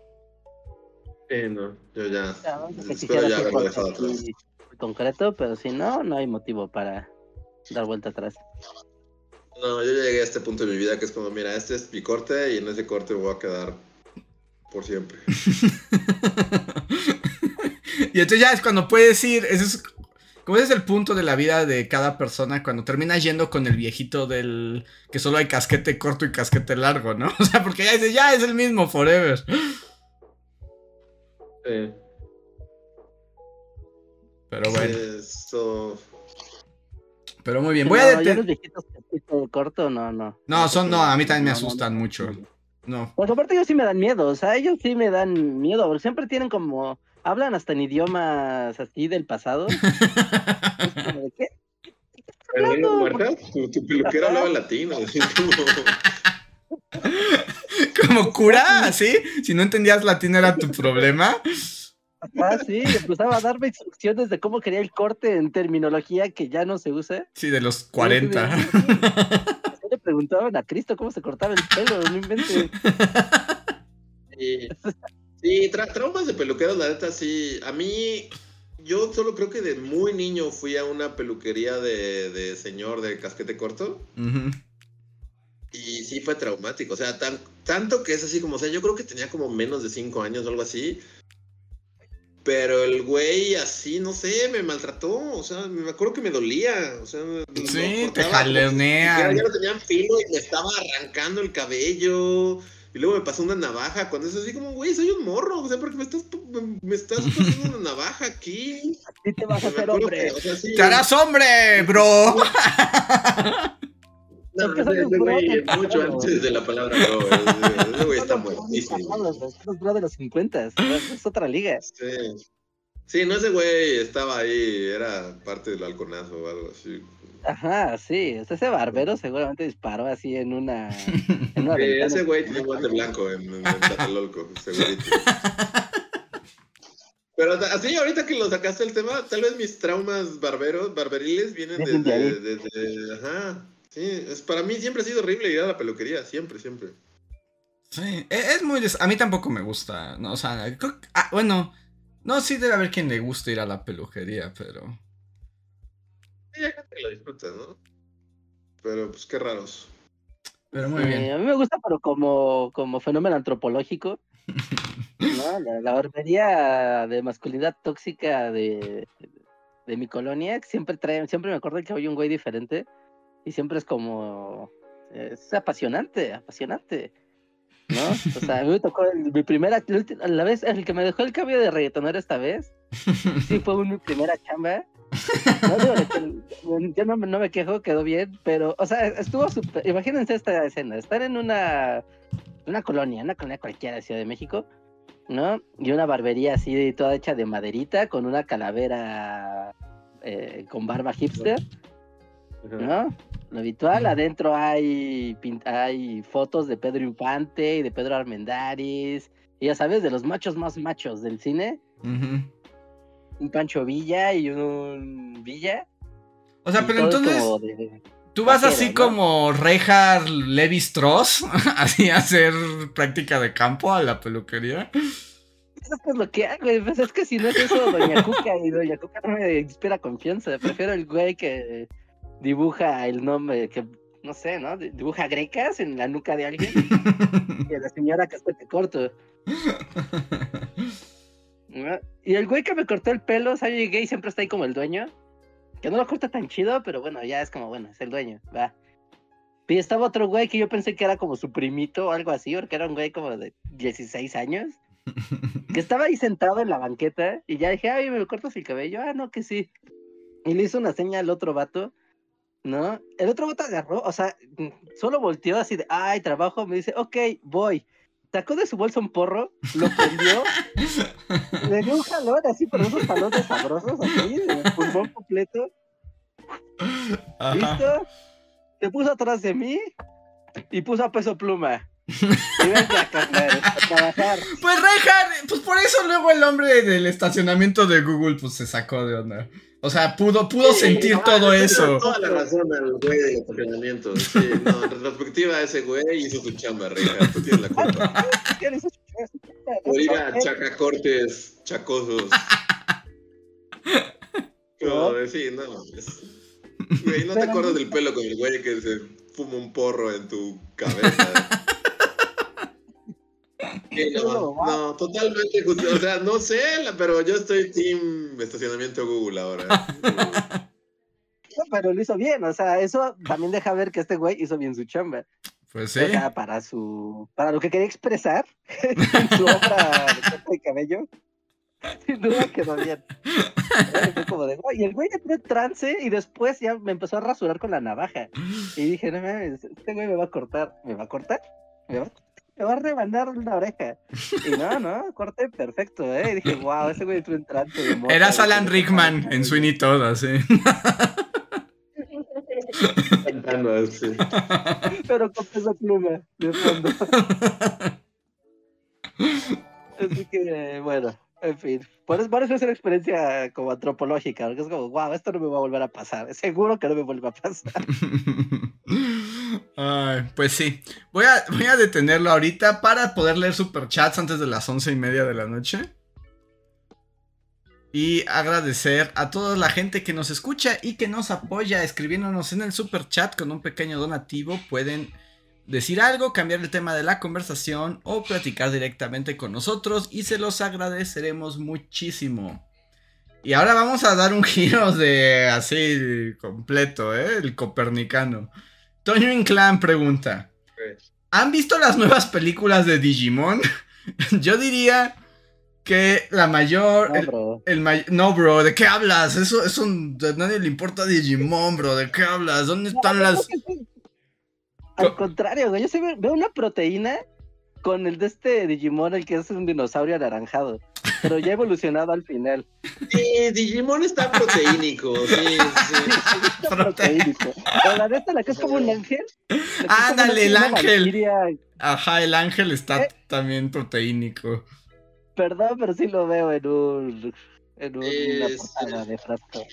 No, yo ya espero ya haberlo dejado atrás. Concreto, pero si no hay motivo para dar vuelta atrás. No, yo llegué a este punto de mi vida que es como, mira, este es mi corte y en ese corte me voy a quedar por siempre. Y entonces ya es cuando puedes ir, como ese es el punto de la vida de cada persona, cuando terminas yendo con el viejito del que solo hay casquete corto y casquete largo, ¿no? O sea, porque ya dices, ya es el mismo forever. Sí. Pero bueno. Eso... Pero muy bien, Sí, voy no, a yo detener. los viejitos casquete corto, no. No, a mí también me asustan mucho. No. Pues aparte ellos sí me dan miedo, o sea, ellos sí me dan miedo, porque siempre tienen como, hablan hasta en idiomas así del pasado. Es como de, ¿qué? ¿El Reino Hablando. Muerta? Tu peluquero hablaba latino, así como... Como cura, ¿sí? Si no entendías latín era tu problema. Ah, sí, empezaba a darme instrucciones de cómo quería el corte en terminología que ya no se usa. Sí, de los 40. Así le preguntaban a Cristo cómo se cortaba el pelo, no inventes. Sí, traumas de peluqueros, la neta, sí. A mí, yo solo creo que de muy niño fui a una peluquería de señor de casquete corto. Uh-huh. Y sí fue traumático, o sea, tanto que es así como, o sea, yo creo que tenía como menos de 5 años o algo así. Pero el güey así, no sé, me maltrató, o sea, me acuerdo que me dolía, o sea, sí, te jalonean. Ya no tenían filo y me estaba arrancando el cabello, y luego me pasó una navaja, cuando es así como, güey, soy un morro, o sea, porque me estás pasando una navaja aquí. Así te vas a hacer hombre. O sea, sí, ¡Te harás hombre, bro! No, ese güey mucho antes de la palabra bro, ese güey está muertísimo. Los bro de los 50, es otra liga. Sí, no, ese güey estaba ahí, era parte del halconazo o algo así. Ajá, sí, o sea, ese barbero seguramente disparó así en una ventana. Ese güey tiene un guante blanco en Tlatelolco, segurito. Pero así, ahorita que lo sacaste el tema, tal vez mis traumas barberiles vienen desde ajá. Sí, para mí siempre ha sido horrible ir a la peluquería, siempre. Sí, es muy... A mí tampoco me gusta, ¿no? O sea, bueno, no, sí debe haber quien le guste ir a la peluquería, pero... Sí, hay gente que lo disfruta, ¿no? Pero, pues, qué raros. Pero muy bien. A mí me gusta, pero como fenómeno antropológico, ¿no? La barbería de masculinidad tóxica de mi colonia, que siempre me acuerdo que había un güey diferente, y siempre es como... Es apasionante, ¿no? O sea, a mí me tocó mi primera... La vez, el que me dejó el cabello de reggaetonero esta vez, sí fue mi primera chamba. Yo no me quejo, quedó bien, pero, o sea, estuvo súper... Imagínense esta escena, estar en una colonia cualquiera de Ciudad de México, ¿no? Y una barbería así toda hecha de maderita, con una calavera con barba hipster, ¿no? Lo habitual, adentro hay fotos de Pedro Infante y de Pedro Armendáriz, y ya sabes, de los machos más machos del cine. Uh-huh. Un Pancho Villa y un Villa. O sea, pero entonces tú vas así, ¿no? Como Reinhard Levi Strauss, así a hacer práctica de campo a la peluquería. Eso es lo que hago, pues es que si no es eso, Doña Cuca no me inspira confianza. Prefiero el güey que dibuja el nombre, que no sé, ¿no? Dibuja grecas en la nuca de alguien. Y a la señora casquete corto. ¿No? Y el güey que me cortó el pelo, o sea, yo llegué y siempre está ahí como el dueño. Que no lo corta tan chido, pero bueno, ya es como, bueno, es el dueño, va. Y estaba otro güey que yo pensé que era como su primito o algo así, porque era un güey como de 16 años. Que estaba ahí sentado en la banqueta y ya dije, ay, ¿me cortas el cabello? Ah, no, que sí. Y le hizo una seña al otro vato, ¿no? El otro vato agarró, o sea, solo volteó así de, ay, trabajo, me dice, ok, voy. Sacó de su bolsa un porro, lo prendió, le dio un jalón así, pero esos jalones sabrosos así, de pulmón completo. Ajá. ¿Listo? Se puso atrás de mí y puso a Peso Pluma. Y venga a trabajar. Pues Reinhard, pues por eso luego el hombre del estacionamiento de Google pues se sacó de onda. O sea, pudo sentir todo eso. Toda la razón al güey del estacionamiento. Sí, no, en retrospectiva ese güey hizo su chamba, Reinhard. Tú tienes la culpa. Por ir a chacacortes chacosos. No, sí, no. Güey, ¿no te acuerdas del pelo con el güey que se fumo un porro en tu cabeza. No, totalmente justo. O sea, no sé, pero yo estoy team estacionamiento Google ahora. No, pero lo hizo bien, o sea, eso también deja ver que este güey hizo bien su chamba. Pues sí. O sea, para lo que quería expresar en su obra de corte de cabello, sin duda quedó bien. Fue como de, y el güey entró en trance y después ya me empezó a rasurar con la navaja. Y dije, no mames, este güey me va a cortar. ¿Me va a cortar? Me va a rebanar una oreja. Y no, corte perfecto, Y dije, wow, ese güey entró en trance de moto. Eras Alan Rickman en Sweeney Todd, así. Sí. Pero con esa pluma de fondo. Así que, bueno, en fin. Por eso es una experiencia como antropológica, porque es como, wow, esto no me va a volver a pasar. Seguro que no me vuelve a pasar. Ay, pues sí. Voy a detenerlo ahorita para poder leer superchats antes de las 11:30 de la noche. Y agradecer a toda la gente que nos escucha y que nos apoya escribiéndonos en el superchat con un pequeño donativo. Pueden decir algo, cambiar el tema de la conversación o platicar directamente con nosotros y se los agradeceremos muchísimo. Y ahora vamos a dar un giro de así completo, el copernicano. Toño Inclán pregunta: ¿han visto las nuevas películas de Digimon? Yo diría que la mayor... No, bro, ¿de qué hablas? Eso a nadie le importa Digimon, bro. ¿De qué hablas? ¿Dónde están las...? Al contrario, güey, yo sí veo una proteína con el de este Digimon, el que es un dinosaurio anaranjado, pero ya evolucionado al final. Sí, Digimon está proteínico, sí. Está proteínico. Pero la neta, la que es como un ángel. Ándale, el ángel. Valquiria. Ajá, el ángel está también proteínico. Perdón, pero sí lo veo en una portada de frasco.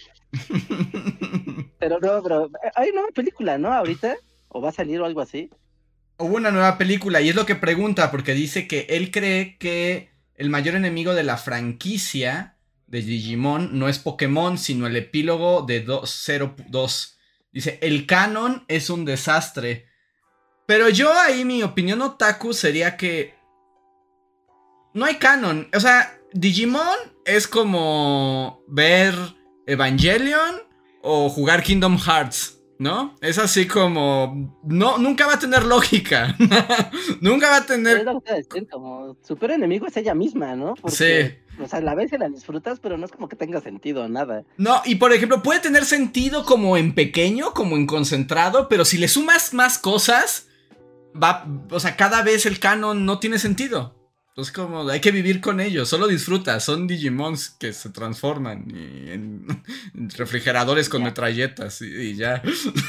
Pero hay una nueva película, ¿no? Ahorita, o va a salir o algo así. Hubo una nueva película y es lo que pregunta, porque dice que él cree que el mayor enemigo de la franquicia de Digimon no es Pokémon, sino el epílogo de 202. Dice, el canon es un desastre. Pero yo ahí mi opinión otaku sería que no hay canon. O sea, Digimon es como ver Evangelion o jugar Kingdom Hearts, ¿no? Es así como... nunca va a tener lógica. Nunca va a tener... Es lo que decir, como super enemigo es ella misma, ¿no? Porque, sí. O sea, la ves y la disfrutas, pero no es como que tenga sentido, nada. No, y por ejemplo, puede tener sentido como en pequeño, como en concentrado, pero si le sumas más cosas, o sea, cada vez el canon no tiene sentido. Entonces como hay que vivir con ellos, solo disfruta, son Digimons que se transforman en refrigeradores con metralletas y ya.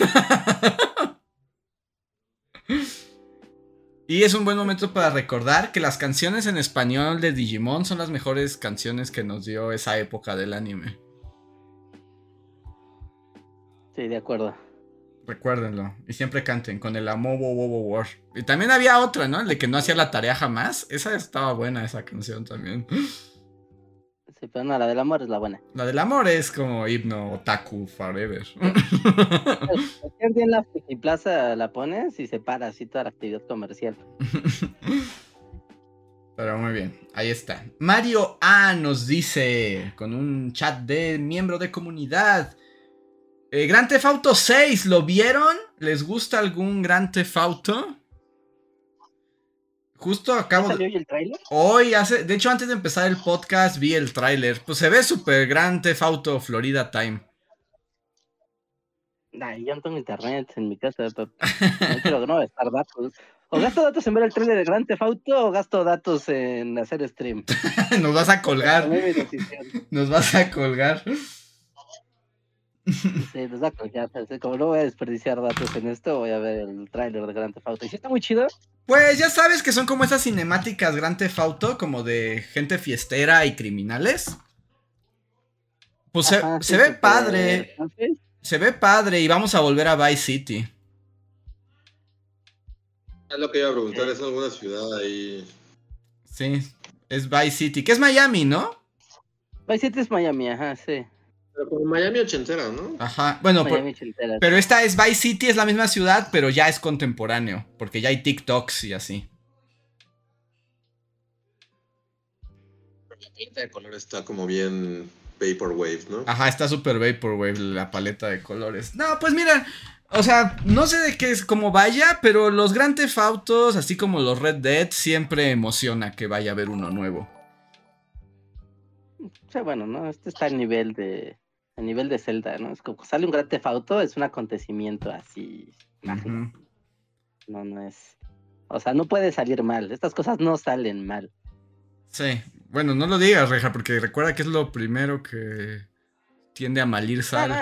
Y es un buen momento para recordar que las canciones en español de Digimon son las mejores canciones que nos dio esa época del anime. Sí, de acuerdo. Recuérdenlo. Y siempre canten con el Amo Wowo War. Y también había otra, ¿no? El de que no hacía la tarea jamás. Esa estaba buena, esa canción también. Sí, pero no, la del amor es la buena. La del amor es como himno otaku forever. Cualquier día en la Plaza la pones y se para así toda la actividad comercial. Pero muy bien, ahí está. Mario A nos dice, con un chat de miembro de comunidad: Grand Theft Auto 6, ¿lo vieron? ¿Les gusta algún Grand Theft Auto? Justo acabo ¿Salió hoy el tráiler? Hoy, de hecho, antes de empezar el podcast vi el tráiler. Pues se ve súper Grand Theft Auto Florida Time. Ay, yo no tengo internet en mi casa, no quiero gastar datos. O gasto datos en ver el tráiler de Grand Theft Auto o gasto datos en hacer stream. Nos vas a colgar. Nos vas a colgar. Sí, nos va a colgar. Como no voy a desperdiciar datos en esto, voy a ver el tráiler de Grand Theft Auto. ¿Y si está muy chido? Pues ya sabes que son como esas cinemáticas Grand Theft Auto, como de gente fiestera y criminales. Pues se ve padre. Se ve padre y vamos a volver a Vice City. Es lo que iba a preguntar, ¿es alguna ciudad ahí? Sí, es Vice City, que es Miami, ¿no? Vice City es Miami, ajá, sí. Pero como Miami ochentera, ¿no? Ajá, bueno, Miami ochentera. pero esta es Vice City, es la misma ciudad, pero ya es contemporáneo, porque ya hay TikToks y así. La paleta de color está como bien Vaporwave, ¿no? Ajá, está super Vaporwave la paleta de colores. No, pues mira, o sea, no sé de qué es como vaya, pero los Grand Theft Autos, así como los Red Dead, siempre emociona que vaya a haber uno nuevo. O sea, bueno, ¿no? Este está al nivel de Zelda, ¿no? Es como sale un Grand Theft Auto, es un acontecimiento así mágico. No es... O sea, no puede salir mal. Estas cosas no salen mal. Sí, bueno, no lo digas, Reja, porque recuerda que es lo primero que tiende a malir sal.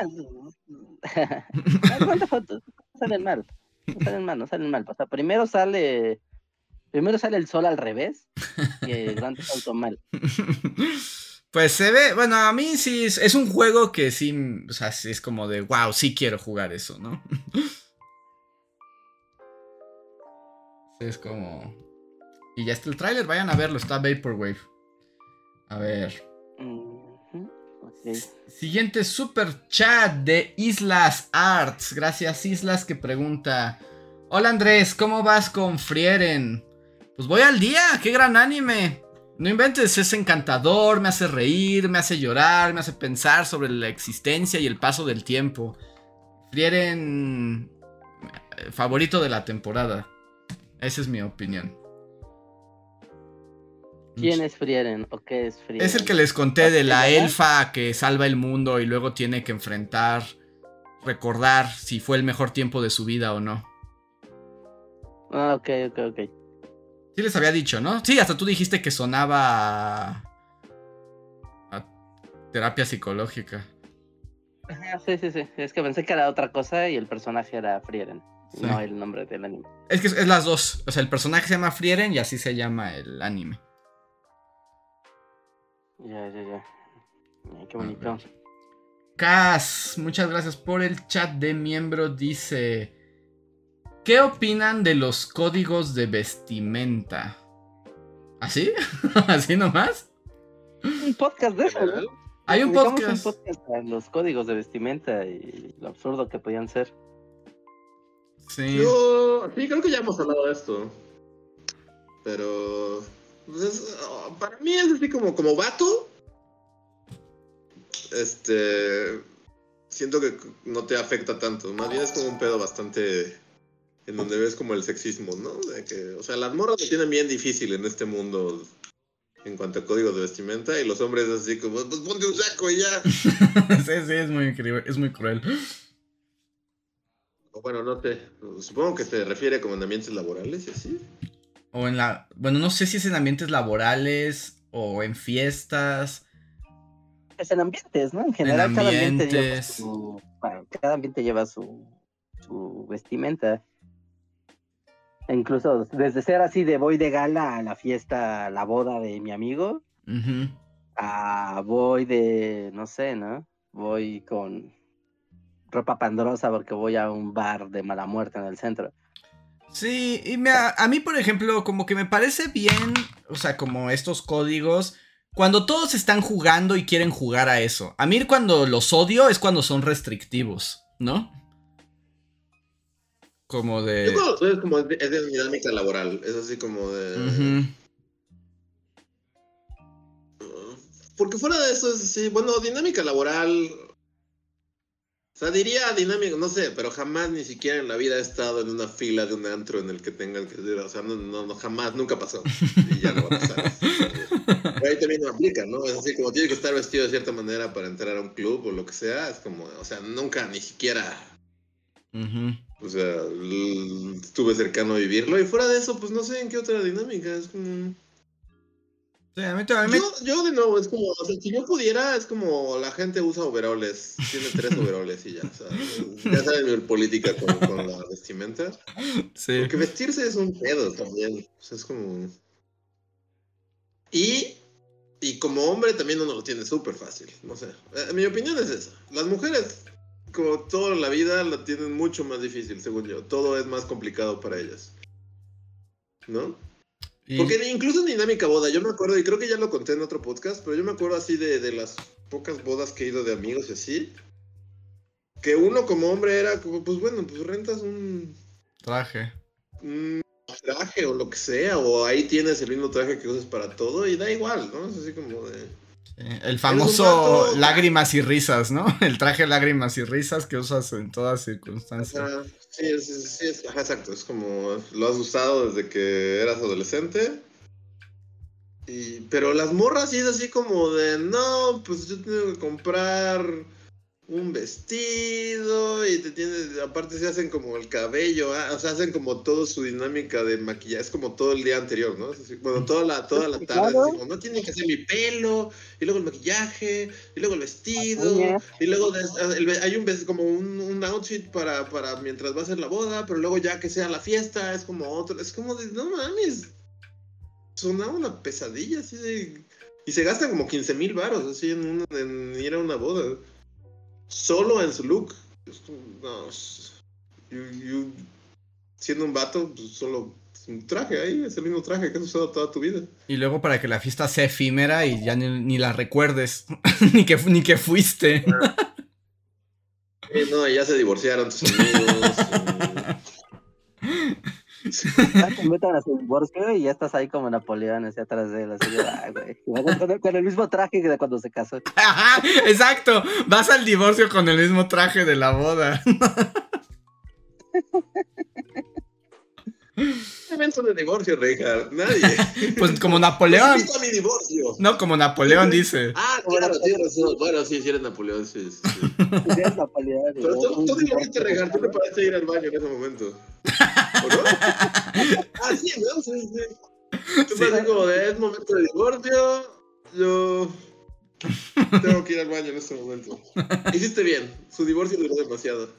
Los Grand Theft Auto no salen mal. No salen mal. O sea, primero sale el sol al revés y el Grand Theft Auto mal. Pues se ve, bueno, a mí sí, es un juego que sí, o sea, sí es como de, wow, sí quiero jugar eso, ¿no? Sí, es como... Y ya está el tráiler, vayan a verlo, está Vaporwave. A ver. Okay. Siguiente super chat de Islas Arts. Gracias, Islas, que pregunta: hola Andrés, ¿cómo vas con Frieren? Pues voy al día, qué gran anime. No inventes, es encantador, me hace reír, me hace llorar, me hace pensar sobre la existencia y el paso del tiempo. Frieren, favorito de la temporada. Esa es mi opinión. ¿Quién es Frieren o qué es Frieren? Es el que les conté de la elfa que salva el mundo y luego tiene que recordar si fue el mejor tiempo de su vida o no. Ah, ok. Sí les había dicho, ¿no? Sí, hasta tú dijiste que sonaba a terapia psicológica. Sí. Es que pensé que era otra cosa y el personaje era Frieren, sí. No el nombre del anime. Es que es las dos. O sea, el personaje se llama Frieren y así se llama el anime. Ya. Qué bonito. Cas, muchas gracias por el chat de miembro. Dice: ¿qué opinan de los códigos de vestimenta? ¿Así? ¿Así nomás? Un podcast de eso, ¿no? Hay un podcast. Un podcast de los códigos de vestimenta y lo absurdo que podían ser. Sí. Sí, creo que ya hemos hablado de esto. Pero... Pues para mí es así como vato. Siento que no te afecta tanto. Más bien es como un pedo bastante... En donde ves como el sexismo, ¿no? De que, o sea, las morras lo tienen bien difícil en este mundo en cuanto a códigos de vestimenta y los hombres así como, pues ponte un saco y ya. Sí, es muy increíble, es muy cruel. O bueno, no sé, supongo que se refiere como en ambientes laborales y así. O bueno, no sé si es en ambientes laborales o en fiestas. Es en ambientes, ¿no? En general, cada ambiente lleva su vestimenta. E incluso desde ser así de voy de gala a la fiesta, a la boda de mi amigo, a voy de, no sé, ¿no? Voy con ropa pandrosa porque voy a un bar de mala muerte en el centro. Sí, y a mí, por ejemplo, como que me parece bien, o sea, como estos códigos, cuando todos están jugando y quieren jugar a eso. A mí cuando los odio es cuando son restrictivos, ¿no? Como de... Yo cuando es como es de dinámica laboral, es así como de... Porque fuera de eso es así, bueno, dinámica laboral... O sea, diría dinámico, no sé, pero jamás ni siquiera en la vida he estado en una fila de un antro en el que tengan que decir, o sea, no jamás, nunca pasó. Y ya no va a pasar. Pero ahí también no aplica, ¿no? Es así como tiene que estar vestido de cierta manera para entrar a un club o lo que sea, es como, o sea, nunca ni siquiera... O sea, estuve cercano a vivirlo y fuera de eso, pues no sé en qué otra dinámica, es como... Sí, a mí yo de nuevo, es como, o sea, si yo pudiera, es como la gente usa overoles, tiene 3 overoles y ya, o sea, ya saben mi política con la vestimenta. Sí. Porque vestirse es un pedo también, o sea, es como... Y como hombre también uno lo tiene súper fácil, no sé, mi opinión es esa, las mujeres... Como toda la vida la tienen mucho más difícil, según yo. Todo es más complicado para ellas. ¿No? Porque incluso en dinámica boda, yo me acuerdo, y creo que ya lo conté en otro podcast, pero yo me acuerdo así de las pocas bodas que he ido de amigos y así, que uno como hombre era como, pues bueno, pues rentas un Traje. traje o lo que sea, o ahí tienes el mismo traje que usas para todo y da igual, ¿no? Es así como de... El famoso lágrimas y risas, ¿no? El traje lágrimas y risas que usas en todas circunstancias. Ajá, sí, ajá, exacto, es como lo has usado desde que eras adolescente. Pero las morras sí es así como de, no, pues yo tengo que comprar un vestido y aparte se hacen como el cabello, o sea, hacen como todo su dinámica de maquillaje, es como todo el día anterior, ¿no? Es así, bueno, toda la tarde, es así como, no tienen que hacer mi pelo, y luego el maquillaje, y luego el vestido, y luego hay como un outfit para mientras va a ser la boda, pero luego ya que sea la fiesta, es como otro, es como de, no mames, sonaba una pesadilla así de... Y se gastan como 15,000 varos así en ir a una boda. Solo en su look. No, siendo un vato, pues solo un traje ahí, es el mismo traje que has usado toda tu vida. Y luego para que la fiesta sea efímera y ya ni la recuerdes, ni que fuiste. No, ya se divorciaron tus amigos. Ya te metan a su divorcio y ya estás ahí como Napoleón, así atrás de él, así de, ay, güey. Con el mismo traje que de cuando se casó. Ajá, exacto. Vas al divorcio con el mismo traje de la boda. Evento de divorcio, Richard. Nadie. Pues como Napoleón. ¿Invito a mi divorcio? No, como Napoleón dice. Ah, claro, tienes razón. Bueno, sí, si eres Napoleón, sí. Sí, es Napoleón. Pero tú dijiste, Richard, tú me paraste a ir al baño en ese momento. ¿O no? Ah, sí, ¿no? Sí. Tú me dices como de, es momento de divorcio, yo tengo que ir al baño en este momento. Hiciste bien, su divorcio duró demasiado.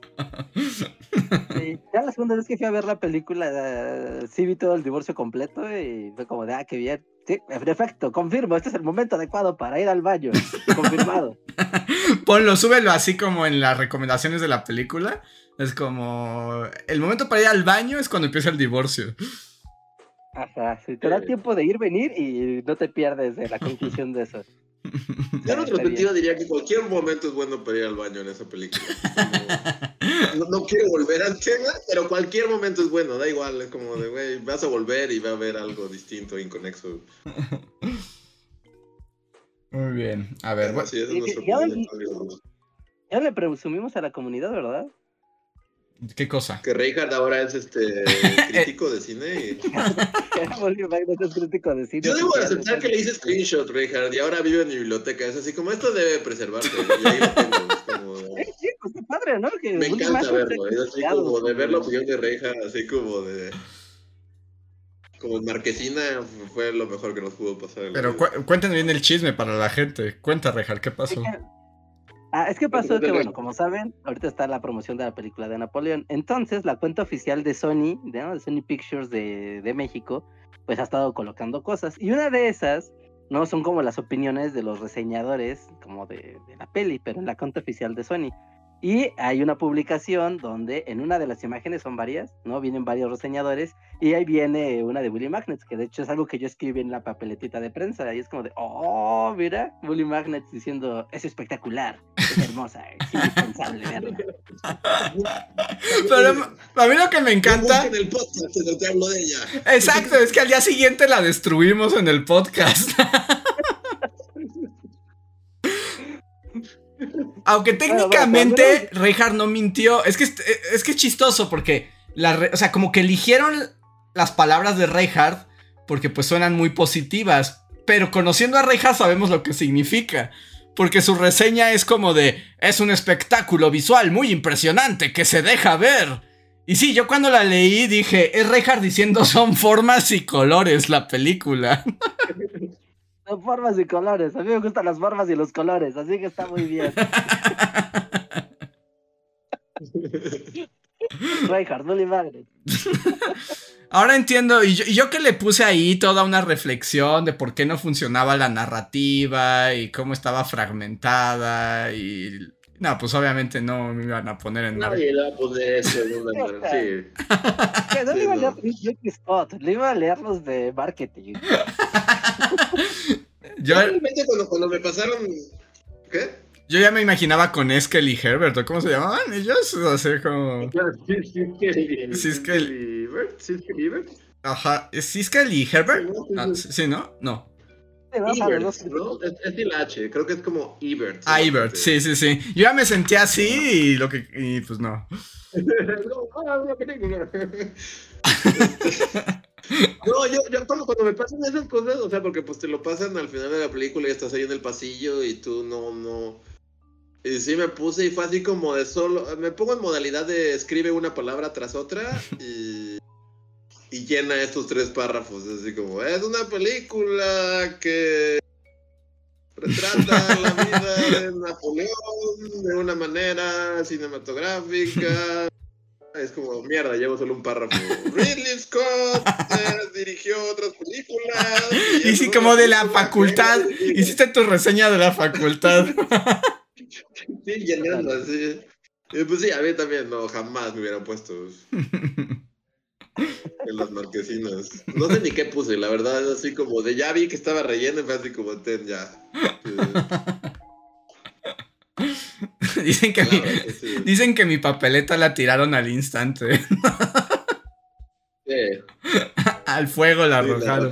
Sí, ya la segunda vez que fui a ver la película, sí vi todo el divorcio completo y fue como de, qué bien. Sí, perfecto, confirmo, este es el momento adecuado para ir al baño. Confirmado. Ponlo, súbelo así como en las recomendaciones de la película. Es como, el momento para ir al baño es cuando empieza el divorcio. Ajá, sí, te da tiempo de ir, venir y no te pierdes de la conclusión de eso. Yo en retrospectiva diría que cualquier momento es bueno para ir al baño en esa película. No quiero volver al tema, pero cualquier momento es bueno, da igual, es como de, güey, vas a volver y va a haber algo distinto, inconexo. Muy bien, a ver, bueno. Sí, ese es nuestro ya le presumimos a la comunidad, ¿verdad? ¿Qué cosa? Que Reinhardt ahora es crítico de cine. Es crítico de cine. Yo debo aceptar que le hice screenshot, Reinhardt, y ahora vive en mi biblioteca. Es así como, esto debe preservarse. Y ahí lo tengo. Es como... Sí, pues qué padre, ¿no? Que me encanta verlo. Es así como de ver la opinión de Reinhardt, así como de... Como Marquesina fue lo mejor que nos pudo pasar. Pero cuéntenos bien el chisme para la gente. Cuenta, Reinhardt, ¿qué pasó? Es que pasó que, bueno, como saben, ahorita está la promoción de la película de Napoleón. Entonces, la cuenta oficial de Sony, de Sony Pictures de México, pues ha estado colocando cosas. Y una de esas, ¿no? Son como las opiniones de los reseñadores, como de la peli, pero en la cuenta oficial de Sony. Y hay una publicación donde en una de las imágenes, son varias, ¿no? Vienen varios reseñadores, y ahí viene una de Bully Magnets, que de hecho es algo que yo escribí en la papeletita de prensa, y es como de, oh, mira, Bully Magnets diciendo, es espectacular, es hermosa, es indispensable verla. Pero a mí lo que me encanta... En el podcast en el que hablo de ella. Exacto, es que al día siguiente la destruimos en el podcast. Aunque técnicamente Reinhardt no mintió. Es que es chistoso porque o sea, como que eligieron las palabras de Reinhardt porque pues suenan muy positivas. Pero conociendo a Reinhardt sabemos lo que significa. Porque su reseña es como de, es un espectáculo visual muy impresionante que se deja ver. Y sí, yo cuando la leí dije, es Reinhardt diciendo son formas y colores la película. Son formas y colores. A mí me gustan las formas y los colores, así que está muy bien. Reinhardt, Bully Magnets. Ahora entiendo, y yo que le puse ahí toda una reflexión de por qué no funcionaba la narrativa y cómo estaba fragmentada y... No, pues obviamente no me iban a poner en... Nadie le va a poner eso en una... Sí. No le iba a leer Spot, le iba a leer los de marketing. Yo realmente cuando me pasaron ¿Qué? Yo ya me imaginaba con Eskel y Herbert, ¿o cómo se llamaban ellos? O sea, como... Siskel y Ebert. Ajá, ¿es Siskel y Herbert? Ah, sí, ¿no? No. Ebert, ¿no? Es sin la H, creo que es como Ebert. Ah, Ebert, sí. Yo ya me sentía así y pues no. No, yo cuando me pasan esas cosas, o sea, porque pues te lo pasan al final de la película y estás ahí en el pasillo y tú no. Y sí me puse y fue así como de solo, me pongo en modalidad de escribe una palabra tras otra y llena estos 3 párrafos, así como, es una película que retrata la vida de Napoleón de una manera cinematográfica. Es como, mierda, llevo solo un párrafo. Ridley Scott dirigió otras películas. Y sí, como de la facultad. Hiciste tu reseña de la facultad. Sí, llenando así. Pues sí, a mí también, no, jamás me hubieran puesto en las marquesinas. No sé ni qué puse, la verdad, así como de ya vi que estaba relleno y fue así como ten ya. Dicen que mi papeleta la tiraron al instante. Al fuego la arrojaron.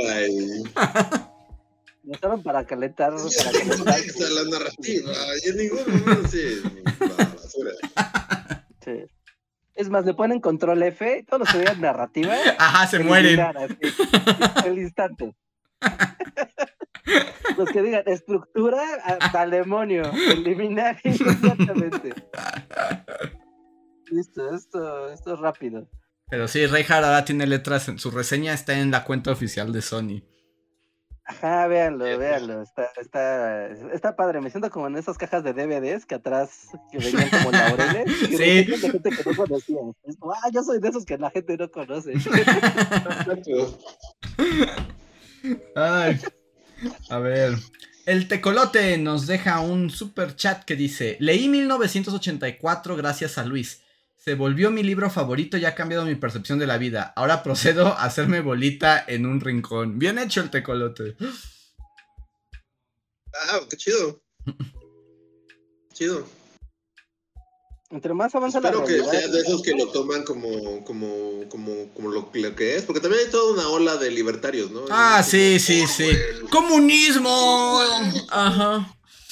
No estaban para calentar. La narrativa. Y en ningún momento, sí. Basura. Sí. Es más, le ponen control F, todos los que digan narrativa. Ajá, se mueren. Así, el instante. Los que digan estructura, al demonio. Eliminar inmediatamente. Listo, esto es rápido. Pero sí, Reinhardt ahora tiene letras. Su reseña está en la cuenta oficial de Sony. Ajá, véanlo. Está padre. Me siento como en esas cajas de DVDs que atrás que venían como laureles. Sí. De gente que no conocía. Es como, yo soy de esos que la gente no conoce. Ay. A ver. El Tecolote nos deja un super chat que dice: leí 1984 gracias a Luis. Se volvió mi libro favorito y ha cambiado mi percepción de la vida. Ahora procedo a hacerme bolita en un rincón. Bien hecho el Tecolote. Ah, qué chido. Chido. Entre más avanza la realidad. Espero que seas de esos que lo toman como lo que es. Porque también hay toda una ola de libertarios, ¿no? Ah, sí. ¡Comunismo! Ajá.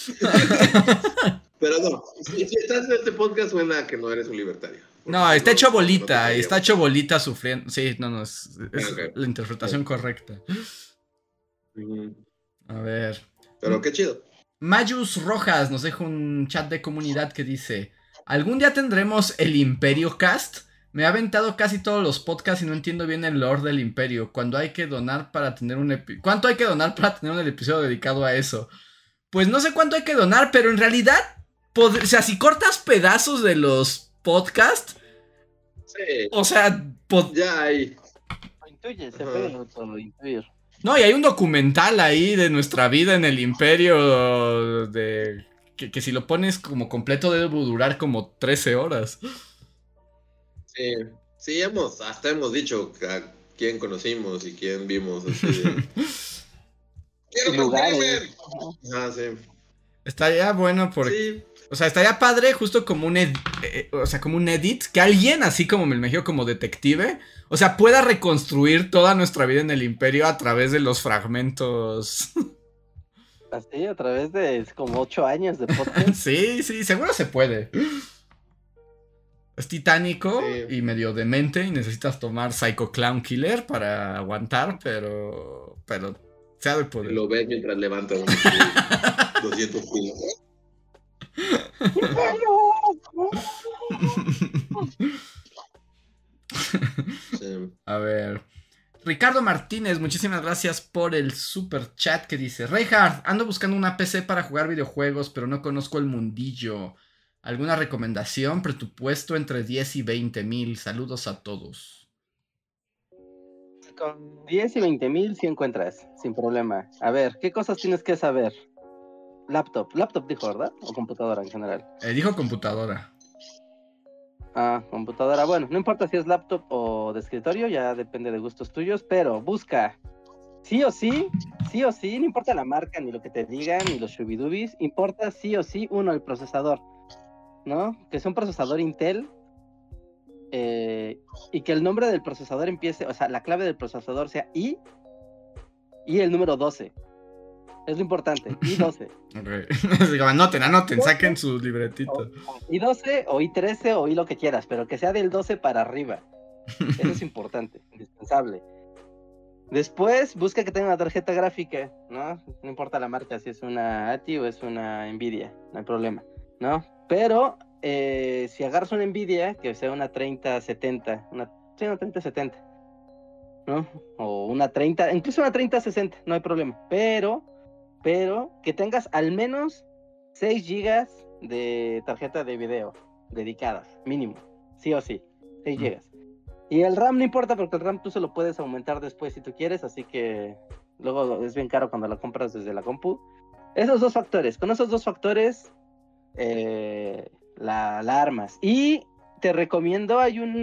Pero no, si estás en este podcast suena que no eres un libertario. No, está hecho bolita, está hecho bolita sufriendo. Sí, no, es okay. La interpretación correcta. A ver. Pero qué chido. Mayus Rojas nos deja un chat de comunidad que dice: ¿algún día tendremos el Imperio Cast? Me ha aventado casi todos los podcasts y no entiendo bien el lore del Imperio. ¿Cuánto hay que donar para tener un episodio dedicado a eso? Pues no sé cuánto hay que donar, pero en realidad, o sea, si cortas pedazos de los podcasts, sí. O sea, ya hay. Lo intuye, se puede intuir. No, y hay un documental ahí de nuestra vida en el Imperio de que si lo pones como completo debe durar como 13 horas. Sí, hasta hemos dicho a quién conocimos y quién vimos. Así de... ¡Quiero ver! Ah, sí. Estaría bueno porque... Sí. O sea, estaría padre justo como un edit, que alguien así como me imagino como detective, o sea, pueda reconstruir toda nuestra vida en el Imperio a través de los fragmentos. Así, a través de como 8 años de podcast. Sí, seguro se puede. Es titánico y medio demente y necesitas tomar Psycho Clown Killer para aguantar, pero se ha de poder. Lo ves mientras levanta 200 kilos. Sí. A ver, Ricardo Martínez, muchísimas gracias por el super chat que dice: Reinhardt, ando buscando una PC para jugar videojuegos, pero no conozco el mundillo. ¿Alguna recomendación? Presupuesto entre 10 y 20 mil. Saludos a todos. Con 10 y 20 mil sí encuentras, sin problema. A ver, ¿qué cosas tienes que saber? Laptop dijo, ¿verdad? ¿O computadora en general? Dijo computadora. Ah, computadora. Bueno, no importa si es laptop o de escritorio, ya depende de gustos tuyos, pero busca sí o sí, no importa la marca, ni lo que te digan, ni los shubidubis, importa sí o sí, uno, el procesador, ¿no? Que es un procesador Intel, y que el nombre del procesador empiece, o sea, la clave del procesador sea I y el número 12. Es lo importante, I12. Ok. Anoten, saquen sus libretitos. I12 o I13 o I lo que quieras, pero que sea del 12 para arriba. Eso es importante, indispensable. Después, busca que tenga una tarjeta gráfica, ¿no? No importa la marca, si es una ATI o es una Nvidia, no hay problema, ¿no? Pero si agarras una Nvidia, que sea una 3070, una 3070, ¿no? O una 30, incluso una 3060, no hay problema. Pero que tengas al menos 6 GB de tarjeta de video dedicadas, mínimo, sí o sí, 6 GB. Y el RAM no importa porque el RAM tú se lo puedes aumentar después si tú quieres, así que luego es bien caro cuando la compras desde la compu. Esos dos factores, con esos dos factores la armas. Y te recomiendo,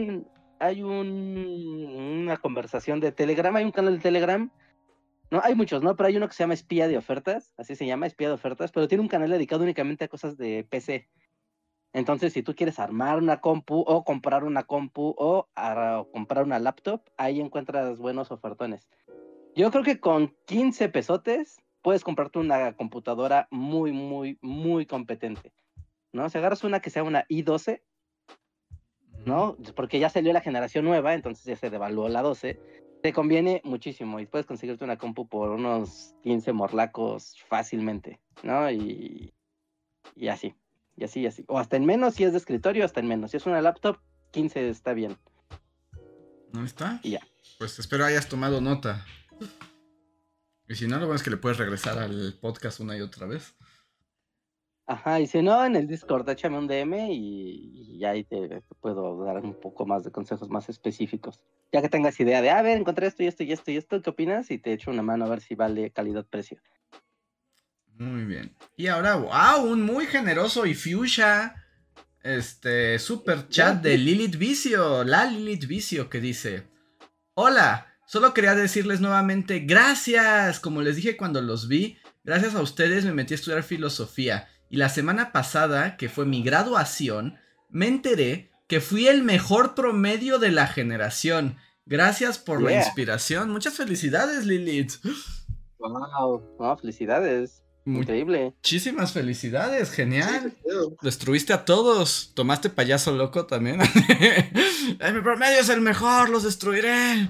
una conversación de Telegram, hay un canal de Telegram, no, hay muchos, ¿no? Pero hay uno que se llama Espía de Ofertas, así se llama, Espía de Ofertas, pero tiene un canal dedicado únicamente a cosas de PC. Entonces, si tú quieres armar una compu o comprar una compu o comprar una laptop, ahí encuentras buenos ofertones. Yo creo que con 15 pesotes puedes comprarte una computadora muy, muy, muy competente, ¿no? Si agarras una que sea una i12, ¿no? Porque ya salió la generación nueva, entonces ya se devaluó la 12, te conviene muchísimo y puedes conseguirte una compu por unos 15 morlacos fácilmente, ¿no? Y así. Y así, y así. O hasta en menos, si es de escritorio, hasta en menos. Si es una laptop, 15 está bien. ¿No está? Y ya. Pues espero hayas tomado nota. Y si no, lo bueno es que le puedes regresar al podcast una y otra vez. Ajá, y si no, en el Discord, échame un DM y ahí te puedo dar un poco más de consejos más específicos. Ya que tengas idea de, a ver, encontré esto y esto y esto y esto, ¿qué opinas? Y te echo una mano a ver si vale calidad-precio. Muy bien. Y ahora, wow, un muy generoso y fuchsia super chat de Lilith Vicio, la Lilith Vicio, que dice: hola, solo quería decirles nuevamente gracias. Como les dije cuando los vi, gracias a ustedes me metí a estudiar filosofía. Y la semana pasada, que fue mi graduación, me enteré que fui el mejor promedio de la generación. Gracias por la inspiración. Muchas felicidades, Lilith. Wow, no, felicidades. Increíble. Muchísimas felicidades, genial. Sí, destruiste a todos. Tomaste payaso loco también. Mi promedio es el mejor, los destruiré.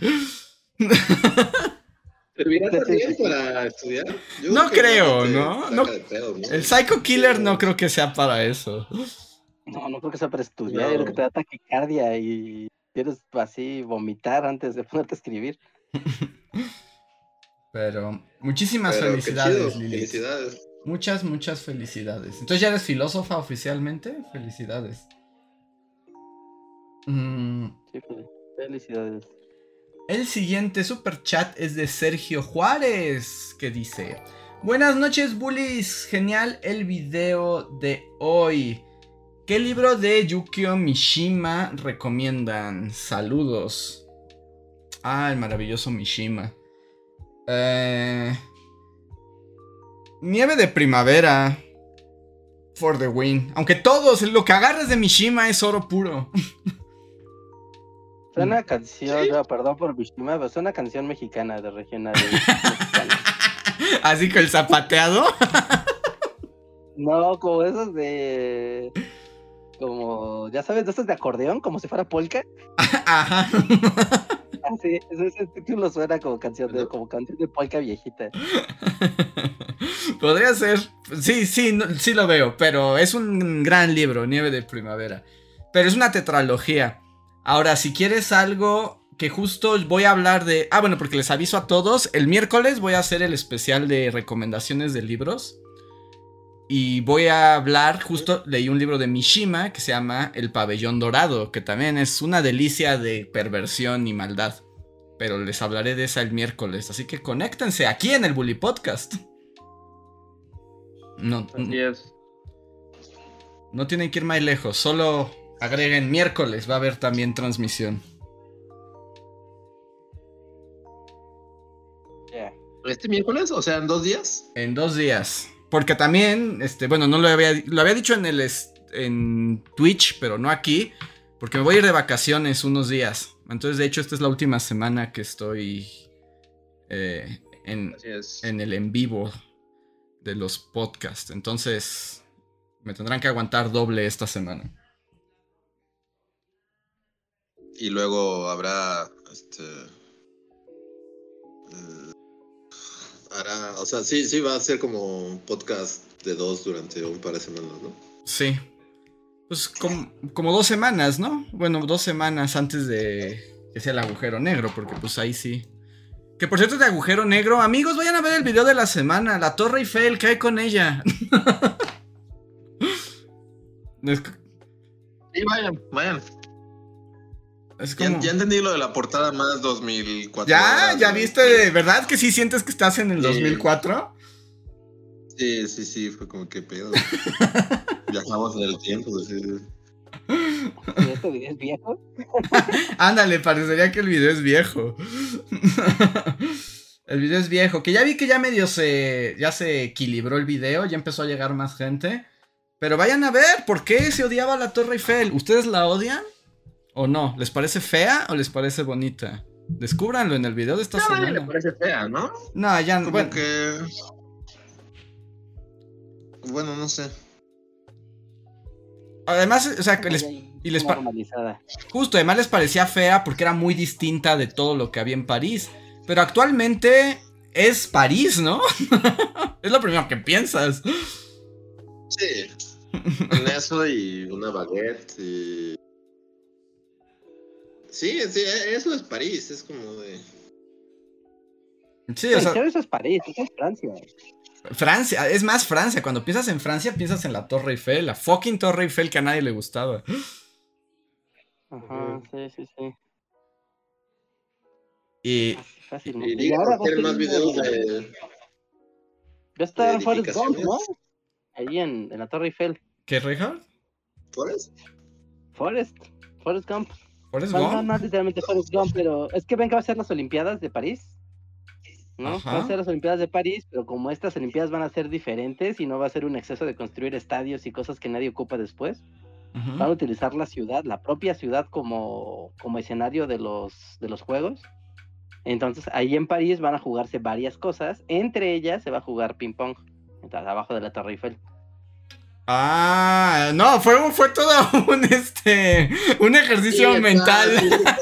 ¿Servirá también para estudiar? Yo no creo, ¿no? Pedo, ¿no? El Psycho Killer no creo que sea para eso. No creo que sea para estudiar. Yo creo que te da taquicardia y quieres así vomitar antes de ponerte a escribir. Pero muchísimas felicidades, chido. Lilith. Felicidades. Muchas felicidades. Entonces ya eres filósofa oficialmente. Felicidades. Sí, felicidades. El siguiente super chat es de Sergio Juárez, que dice: buenas noches, bullies. Genial el video de hoy. ¿Qué libro de Yukio Mishima recomiendan? Saludos. El maravilloso Mishima. Nieve de primavera. For the win. Aunque todos, lo que agarres de Mishima es oro puro. Es una canción, ¿sí? No, perdón por Mishima, pero es una canción mexicana de regional mexicana. ¿Así con el zapateado? No, como esos de... Como, ya sabes, de esos de acordeón, como si fuera polka. Ajá. Sí, ese título suena como canción de polka viejita. Podría ser. Sí lo veo, pero es un gran libro, Nieve de Primavera. Pero es una tetralogía. Ahora, si quieres algo que justo voy a hablar de... bueno, porque les aviso a todos, el miércoles voy a hacer el especial de recomendaciones de libros. Y voy a hablar, justo leí un libro de Mishima que se llama El Pabellón Dorado, que también es una delicia de perversión y maldad. Pero les hablaré de esa el miércoles, así que conéctense aquí en el Bully Podcast. Así es. No tienen que ir más lejos, solo agreguen miércoles, va a haber también transmisión. Ya. ¿Este miércoles? O sea, ¿en 2 días? En 2 días. Porque también, bueno, no lo había dicho en Twitch, pero no aquí. Porque me voy a ir de vacaciones unos días. Entonces, de hecho, esta es la última semana que estoy en el en vivo de los podcasts. Entonces, me tendrán que aguantar doble esta semana. Y luego habrá, o sea, sí va a ser como un podcast de 2 durante un par de semanas, ¿no? Sí. Pues como 2 semanas, ¿no? Bueno, 2 semanas antes de que sea el agujero negro, porque pues ahí sí. Que por cierto, de agujero negro, amigos, vayan a ver el video de la semana, la Torre Eiffel, ¿qué hay con ella? Sí, vayan. Es como... Ya entendí lo de la portada más 2004. Ya viste, ¿verdad que sí sientes que estás en el 2004? Sí, fue como que pedo. Viajamos en el tiempo, sí. ¿Y este video es viejo? Ándale, parecería que el video es viejo. El video es viejo, que ya vi que ya medio ya se equilibró el video, ya empezó a llegar más gente. Pero vayan a ver, ¿por qué se odiaba la Torre Eiffel? ¿Ustedes la odian? ¿O no? ¿Les parece fea o les parece bonita? Descúbranlo en el video de esta semana. A mí me parece fea, ¿no? No, ya no. Como Bueno. que... Bueno, no sé. Además, o sea, que justo, además les parecía fea porque era muy distinta de todo lo que había en París. Pero actualmente es París, ¿no? Es lo primero que piensas. Sí. Con eso y una baguette y... Sí, eso es París, es como de... Sí, o sea... Eso es París, eso es Francia. Francia, es más Francia. Cuando piensas en Francia, piensas en la Torre Eiffel, la fucking Torre Eiffel que a nadie le gustaba. Ajá, sí. Y fácilmente. Y ahora hacer más videos de... Va a estar Forrest Gump, ¿no? Ahí en la Torre Eiffel. ¿Qué, Richard? ¿Forrest? Forrest Gump. ¿Forrest Gump? No literalmente Forrest Gump, pero es que ven que va a ser las Olimpiadas de París, ¿no? Ajá. Va a ser las Olimpiadas de París, pero como estas Olimpiadas van a ser diferentes y no va a ser un exceso de construir estadios y cosas que nadie ocupa después, van a utilizar la ciudad, la propia ciudad como escenario de los juegos. Entonces ahí en París van a jugarse varias cosas, entre ellas se va a jugar ping pong, abajo de la Torre Eiffel. Ah, no, fue todo un ejercicio mental.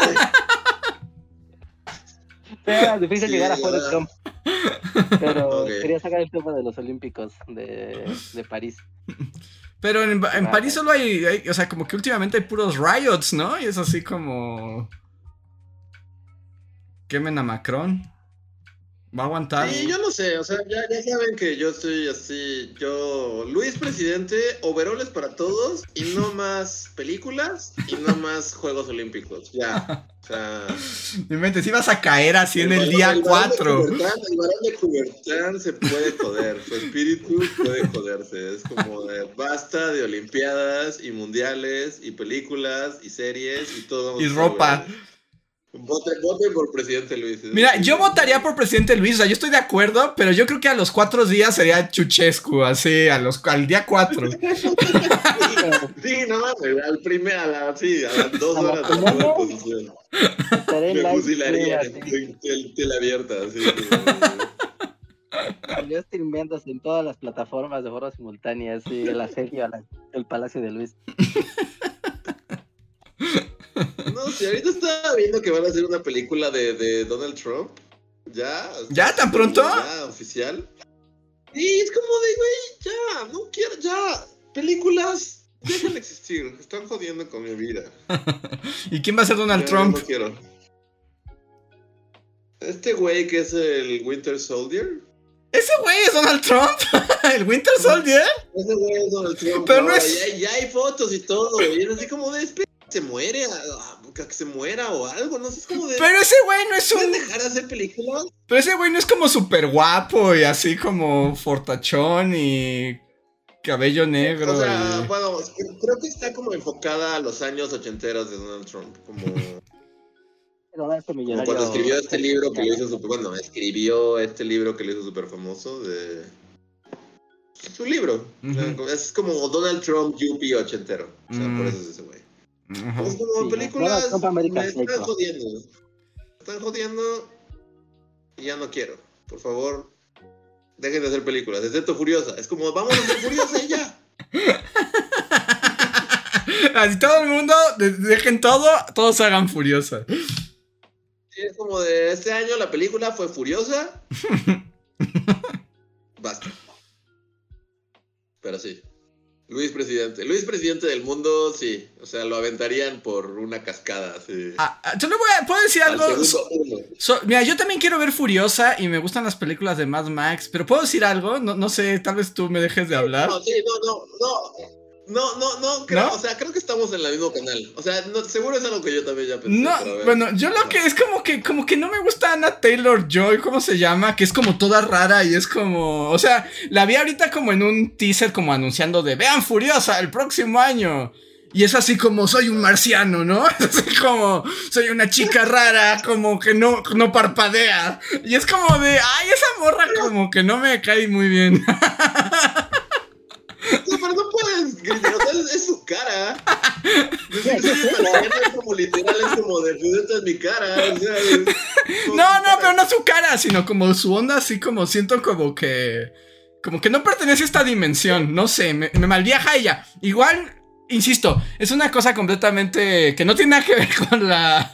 Era difícil llegar a Forrest Gump. Pero quería sacar el tema de los Olímpicos de París. Pero en París solo hay, o sea, como que últimamente hay puros riots, ¿no? Y es así como... Quemen a Macron. ¿Va a aguantar? Sí, yo no sé, o sea, ya saben que yo soy así, Luis presidente, overoles para todos, y no más películas, y no más Juegos Olímpicos, ya, o sea... Mi mente, si vas a caer así en el día 4. El varón de Coubertin se puede joder, su espíritu puede joderse, es como de basta de olimpiadas, y mundiales, y películas, y series, y todo. Y ropa. Voten por presidente Luis. Mira, yo votaría por presidente Luis, o sea, yo estoy de acuerdo, pero yo creo que a los 4 días sería Chuchescu, así, al día 4. Sí, no mames, a las 2 horas de la posición. Me fusilaría en tela abierta, así. Salió streameándose en todas las plataformas de forma simultánea, así, el asedio al Palacio de Luis. No, si ahorita estaba viendo que van a hacer una película de Donald Trump. ¿Ya tan pronto? Ya, oficial. Sí, es como de, güey, no quiero, películas dejan de existir, están jodiendo con mi vida. ¿Y quién va a ser Donald Trump? No quiero. Este güey que es el Winter Soldier. ¿Ese güey es Donald Trump? ¿El Winter Soldier? Ese güey es Donald Trump. Pero no es... ya hay fotos y todo, y es así como de, se muere, que se muera o algo, no sé, es como de... Pero ese güey no es ¿pueden dejar de hacer películas? Pero ese güey no es como súper guapo y así como fortachón y cabello negro. O sea, bueno, creo que está como enfocada a los años ochenteros de Donald Trump, como... Como cuando escribió este libro que le hizo súper... Bueno, escribió este libro que le hizo súper famoso de... Su libro. O sea, es como Donald Trump Yuppie ochentero. O sea, por eso es ese güey. Es como películas... Me están jodiendo. Me están jodiendo y ya no quiero. Por favor, dejen de hacer películas. Excepto Furiosa. Es como, vamos a hacer Furiosa y ya. Así todo el mundo, dejen todo, todos hagan Furiosa. Sí, es como de este año la película fue Furiosa. Basta. Pero sí. Luis presidente del mundo, sí. O sea, lo aventarían por una cascada, sí. Yo puedo decir algo. Mira, yo también quiero ver Furiosa y me gustan las películas de Mad Max, pero ¿puedo decir algo? No sé, tal vez tú me dejes de hablar. No, creo, ¿no? O sea, creo que estamos en el mismo canal. O sea, seguro es algo que yo también ya pensé. No, bueno, yo lo que es como que no me gusta Anna Taylor-Joy, ¿cómo se llama? Que es como toda rara y es como, o sea, la vi ahorita como en un teaser como anunciando de vean Furiosa el próximo año. Y es así como soy un marciano, ¿no? Es así como soy una chica rara, como que no parpadea. Y es como de, ay, esa morra como que no me cae muy bien. No, pero no puedes gritar, o sea, es su cara. Es como literal, es como de, pues esta es mi cara. O sea, no, pero no su cara, sino como su onda, así como siento como que no pertenece a esta dimensión. No sé, me malviaja ella. Igual, insisto, es una cosa completamente que no tiene nada que ver con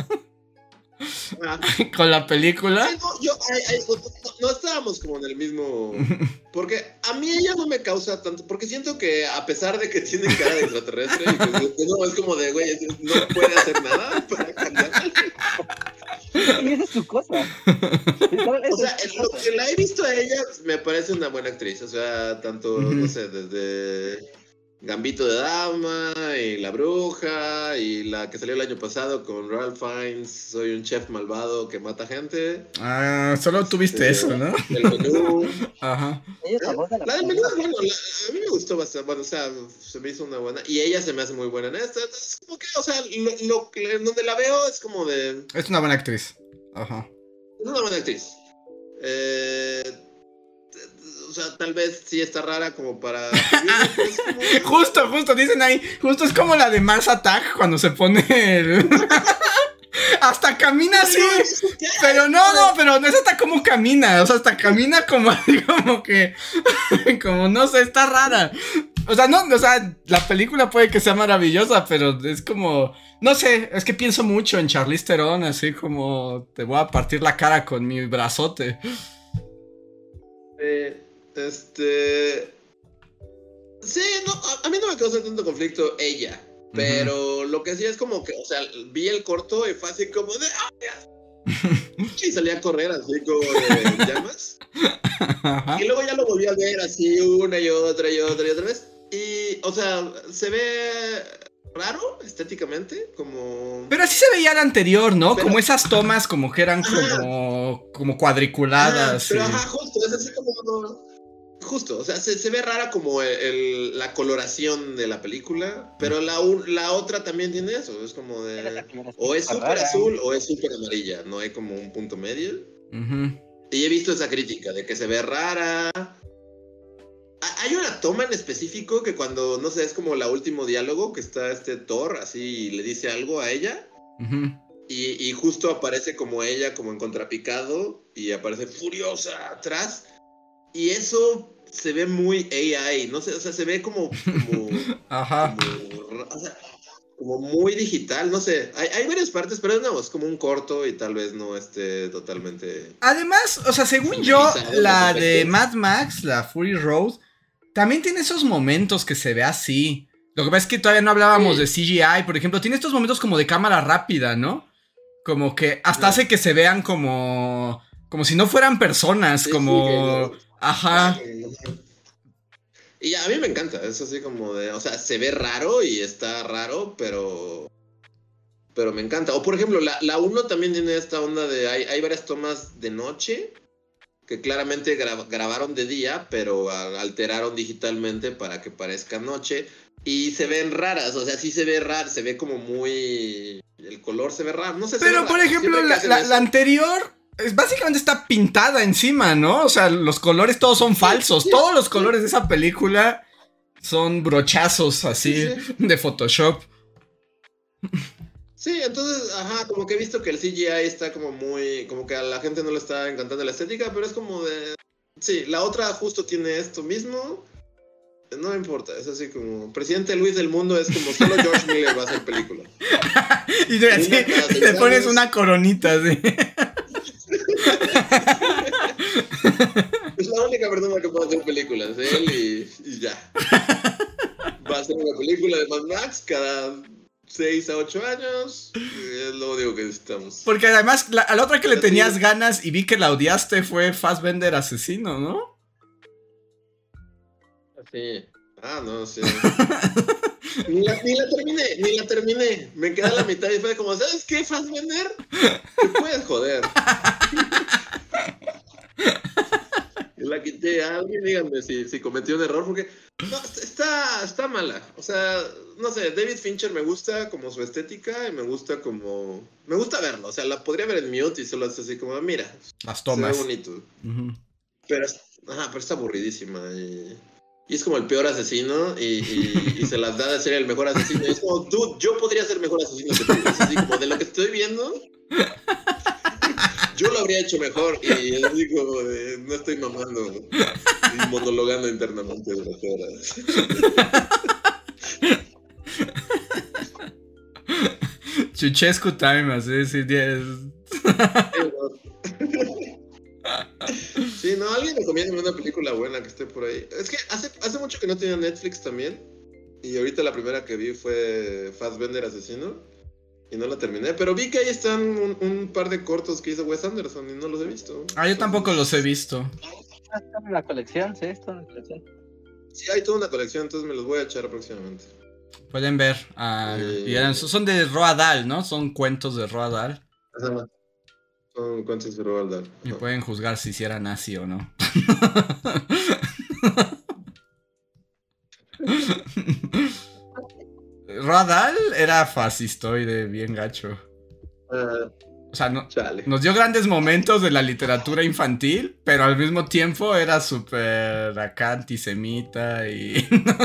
con la película. No estábamos como en el mismo. Porque a mí ella no me causa tanto. Porque siento que a pesar de que tiene cara de extraterrestre, y no, es como de, güey, no puede hacer nada para cambiar. Y esa es su cosa. O sea, lo que la he visto a ella me parece una buena actriz. O sea, tanto, no sé, desde Gambito de Dama y La Bruja y la que salió el año pasado con Ralph Fiennes, Soy un chef malvado que mata gente. Solo tuviste eso, ¿no? El menú. Ajá. La del menú, bueno, a mí me gustó bastante. Bueno, o sea, se me hizo una buena. Y ella se me hace muy buena en esta. Entonces, como que, o sea, donde la veo es como de. Es una buena actriz. Ajá. Es una buena actriz. O sea, tal vez sí está rara como para... Justo, dicen ahí. Justo es como la de Mars Attack cuando se pone hasta camina así. Pero no, pero no es hasta como camina. O sea, hasta camina como así, como que... como no sé, está rara. O sea, la película puede que sea maravillosa, pero es como... No sé, es que pienso mucho en Charlize Theron, así como... Te voy a partir la cara con mi brazote. Sí, no, a mí no me causa tanto conflicto ella, pero lo que sí es como que, o sea, vi el corto y fue así como de y salí a correr así como de llamas. Ajá. Y luego ya lo volví a ver así una y otra vez. Y, o sea, se ve raro estéticamente, como... Pero así se veía el anterior, ¿no? Como esas tomas como que eran como cuadriculadas. Pero justo, es así como... Justo, o sea, se ve rara como la coloración de la película, pero la otra también tiene eso, es como de... O es súper azul o es súper amarilla, no hay como un punto medio. Y he visto esa crítica de que se ve rara. Hay una toma en específico que cuando, no sé, es como el último diálogo que está Thor, así, y le dice algo a ella. Y justo aparece como ella, como en contrapicado, y aparece Furiosa atrás. Y eso se ve muy AI, no sé, o sea, se ve como Ajá. O sea, como muy digital, no sé. Hay varias partes, pero no, es como un corto y tal vez no esté totalmente... Además, o sea, según yo, la de Mad Max, la Fury Road, también tiene esos momentos que se ve así. Lo que pasa es que todavía no hablábamos de CGI, por ejemplo. Tiene estos momentos como de cámara rápida, ¿no? Como que hasta hace que se vean como si no fueran personas, como... Ajá. Y a mí me encanta, es así como de... O sea, se ve raro y está raro, pero me encanta. O por ejemplo, la 1 también tiene esta onda de... Hay varias tomas de noche que claramente grabaron de día, pero alteraron digitalmente para que parezca noche. Y se ven raras, o sea, sí se ve raro, se ve como muy... El color se ve raro, no sé. Pero, por ejemplo, la anterior básicamente está pintada encima, ¿no? O sea, los colores todos son falsos. Todos los colores de esa película son brochazos así de Photoshop. Sí, entonces, ajá, como que he visto que el CGI está como muy... Como que a la gente no le está encantando la estética, pero es como de... Sí, la otra justo tiene esto mismo. No me importa, es así como... Presidente Luis del mundo es como solo George Miller va a hacer película. Y así le pones una coronita, así. Es la única persona que puede hacer películas, él y ya. Va a hacer una película de Mad Max cada 6 a 8 años. Es lo único que necesitamos. Porque además, a la otra que le tenías ganas y vi que la odiaste fue Fassbender Asesino, ¿no? Sí. Ah, no, sí. Ni la terminé. Me quedé a la mitad y fue como, ¿sabes qué, Fassbender? Te puedes joder. Y la quité. Alguien díganme si cometió un error, porque no, está mala. O sea, no sé, David Fincher me gusta como su estética y me gusta como... Me gusta verlo. O sea, la podría ver en mute y solo es así como, mira. Las tomas. Se ve bonito. Pero está aburridísima y es como el peor asesino y se las da de ser el mejor asesino. Y es como, dude, yo podría ser mejor asesino que tú. Es así como, de lo que estoy viendo, yo lo habría hecho mejor. Y es así como de, no estoy mamando y monologando internamente durante horas. Chuchescu time, así, sí, 10. Sí, no, alguien recomienda una película buena que esté por ahí. Es que hace mucho que no tenía Netflix también. Y ahorita la primera que vi fue Fassbender Asesino. Y no la terminé. Pero vi que ahí están un par de cortos que hizo Wes Anderson y no los he visto. Yo tampoco los he visto. Está en la colección, sí, está en la colección. Sí, hay toda una colección, entonces me los voy a echar próximamente. Pueden ver. Son de Roald Dahl, ¿no? Son cuentos de Roald Dahl. Ajá. Son cuentos de Roald Dahl. Y pueden juzgar si era nazi o no. Roald Dahl era fascistoide, bien gacho. O sea, nos dio grandes momentos de la literatura infantil, pero al mismo tiempo era súper acá antisemita y...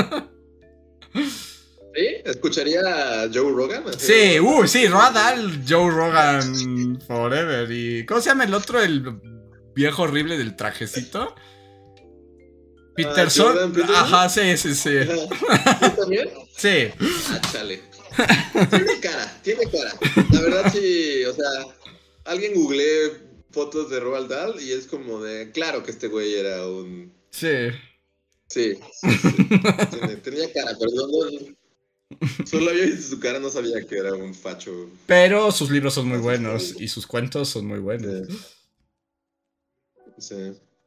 ¿Sí? ¿Escucharía a Joe Rogan? Sí, sí, Roald Dahl, Joe Rogan forever. Y ¿cómo se llama el otro? El viejo horrible del trajecito. Peterson. Ajá, sí. ¿Tú también? Sí. Chale. Tiene cara. La verdad sí, o sea, alguien googleé fotos de Roald Dahl y es como de, claro que este güey era un... Sí. Sí. Tenía cara, pero no... Solo había visto su cara, no sabía que era un facho. Pero sus libros son muy buenos y sus cuentos son muy buenos. Sí.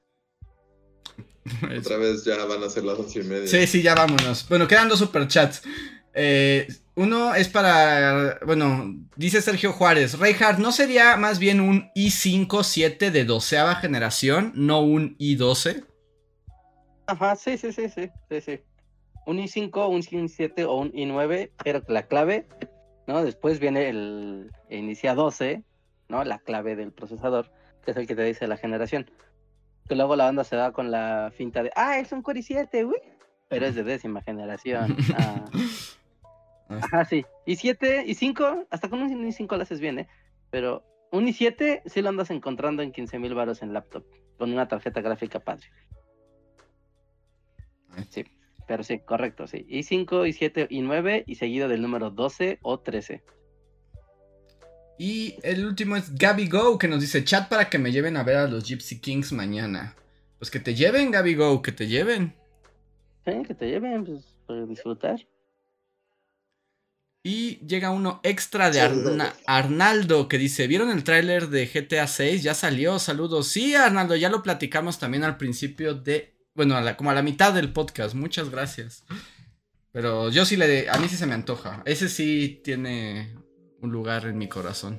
Otra vez ya van a ser las 8:30. Sí, ya vámonos. Bueno, quedan 2 superchats. Uno es para... Bueno, dice Sergio Juárez. Reinhardt, ¿no sería más bien un i5-7 de 12ª generación, no un i12? Ajá, sí. Un i5, un i7 o un i9, pero la clave, ¿no? Después viene el inicia 12, ¿no? La clave del procesador, que es el que te dice la generación. Que luego la banda se da con la finta de, es un Core i7, uy, pero es de 10ª generación. Ajá, sí. i7, i5, hasta con un i5 lo haces bien, ¿eh? Pero un i7 sí lo andas encontrando en 15,000 varos en laptop, con una tarjeta gráfica padre. Sí. Pero sí, correcto, sí. i5, i7, i9 y seguido del número 12 o 13. Y el último es Gabby Go, que nos dice: chat para que me lleven a ver a los Gypsy Kings mañana. Pues que te lleven, Gabby Go, que te lleven. Sí, que te lleven, pues, para disfrutar. Y llega uno extra de Arnaldo, que dice: ¿vieron el tráiler de GTA 6? Ya salió, saludos. Sí, Arnaldo, ya lo platicamos también al principio de... Bueno, como a la mitad del podcast, muchas gracias. Pero yo sí a mí sí se me antoja. Ese sí tiene un lugar en mi corazón.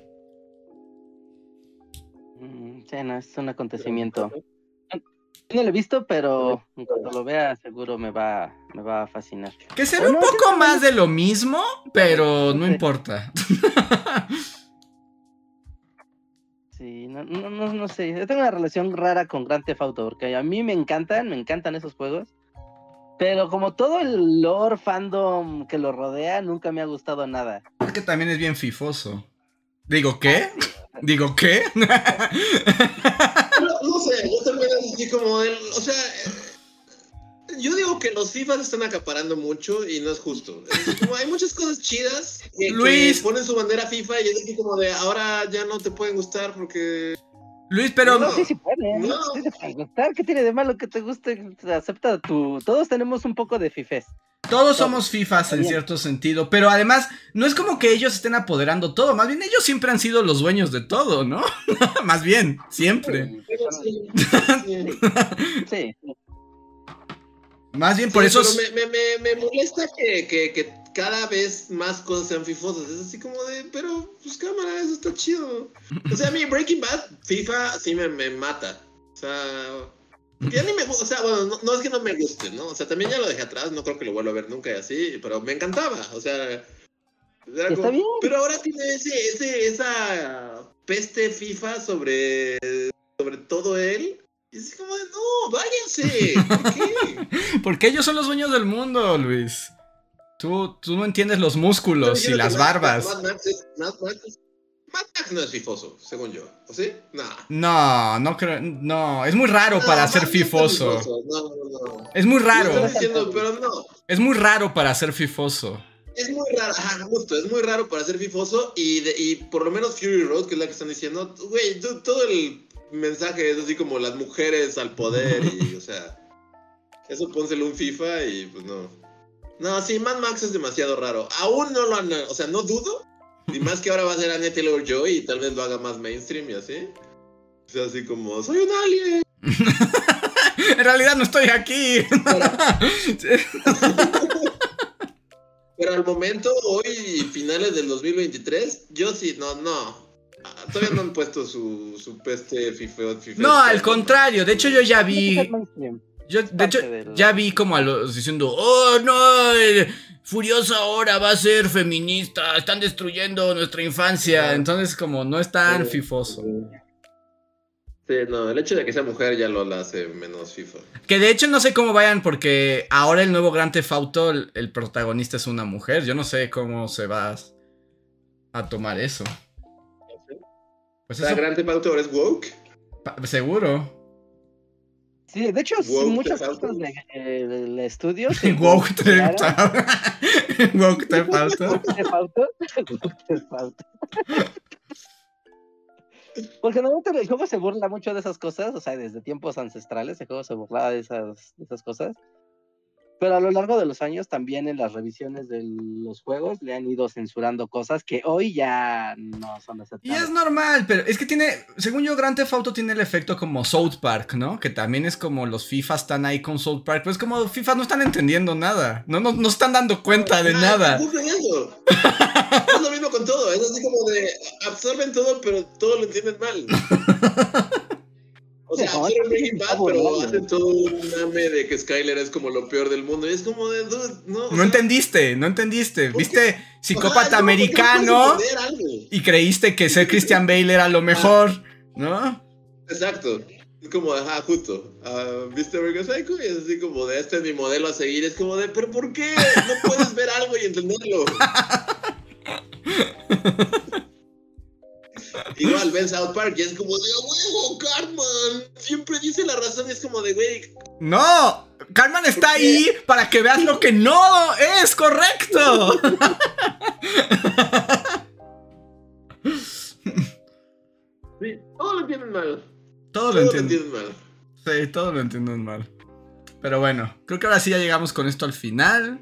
Sí, no, es un acontecimiento. No lo he visto, pero en cuanto lo vea seguro me va me va a fascinar. Que será un poco más de lo mismo, pero no importa. Sí, no sé. Yo tengo una relación rara con Grand Theft Auto, porque a mí me encantan esos juegos. Pero como todo el lore fandom que lo rodea, nunca me ha gustado nada. Es que también es bien fifoso. ¿Digo qué? ¿Digo qué? No sé, yo también así como él, o sea, yo digo que los FIFAs están acaparando mucho y no es justo. Es como hay muchas cosas chidas que ponen su bandera FIFA y es así como de ahora ya no te pueden gustar porque... Luis, pero... No, sí puede, no. Sí te puede gustar. ¿Qué tiene de malo que te guste? Acepta tu... Todos tenemos un poco de fifes. Todos somos FIFAs en cierto sentido, pero además no es como que ellos estén apoderando todo, más bien ellos siempre han sido los dueños de todo, ¿no? Más bien, siempre. Sí. Más bien por eso... Pero me molesta que cada vez más cosas sean fifosas. Es así como de, pero pues cámara, eso está chido. O sea, a mí Breaking Bad, FIFA sí me mata. O sea... Ya ni me, o sea, bueno, no es que no me guste, ¿no? O sea, también ya lo dejé atrás, no creo que lo vuelva a ver nunca y así, pero me encantaba, o sea, era Está bien. pero ahora tiene esa peste FIFA sobre todo él, y es como de, no, váyanse, ¿por qué? Porque ellos son los dueños del mundo, Luis. Tú no entiendes los músculos y las barbas. Mad Max no es fifoso, según yo, ¿o sí? No creo, no, es muy raro para ser fifoso. No. Es muy raro. Lo estoy diciendo, pero no. Es muy raro para ser fifoso. Es muy raro, justo, es muy raro para ser fifoso y por lo menos Fury Road, que es la que están diciendo, güey, todo el mensaje es así como las mujeres al poder y, o sea, eso pónselo un FIFA y pues no. No, sí, Mad Max es demasiado raro. Aún no lo han, o sea, no dudo. Y más que ahora va a ser Anya Taylor-Joy y tal vez lo haga más mainstream y así. O sea, así como, soy un alien. En realidad no estoy aquí. Pero al momento, hoy, finales del 2023, yo sí, no. Todavía no han puesto su peste FIFA. No, al contrario. De hecho, yo ya vi... ya vi como a los diciendo, oh no, Furiosa ahora va a ser feminista, están destruyendo nuestra infancia. Entonces como no es tan fifoso. Sí, no, el hecho de que sea mujer ya lo hace menos FIFA. Que de hecho no sé cómo vayan porque ahora el nuevo Grand Theft Auto, el protagonista es una mujer. Yo no sé cómo se va a tomar eso. Pues ¿La Grand Theft Auto ahora es woke? Seguro. Sí, de hecho, muchas cosas del estudio. Woke Theft Auto. Porque normalmente el juego se burla mucho de esas cosas, o sea, desde tiempos ancestrales el juego se burlaba de esas cosas. Pero a lo largo de los años también en las revisiones de los juegos le han ido censurando cosas que hoy ya no son aceptables. Y es normal, pero es que tiene, según yo, Grand Theft Auto tiene el efecto como South Park, ¿no? Que también es como los FIFA están ahí con South Park, pero es como FIFA no están entendiendo nada, no están dando cuenta de nada. Es lo mismo con todo, es así como de absorben todo, pero todo lo entienden mal. O sea, absorben Breaking Bad, pero hacen todo un mame de que Skyler es como lo peor del mundo. Y es como de, dude, no. No entendiste. Viste Psicópata Americano y creíste que ser Christian Bale era lo mejor, ¿no? Exacto. Es como, justo. ¿Viste American Psycho? Y es así como de, este es mi modelo a seguir. Es como de, ¿pero por qué? No puedes ver algo y entenderlo. Igual ven South Park y es como de, huevo, Cartman siempre dice la razón. Y es como de, güey, no, Cartman está ahí para que veas lo que no es correcto. Sí, todo lo entienden mal. Todo lo entienden mal. Sí, todo lo entienden mal. Pero bueno, creo que ahora sí ya llegamos con esto al final.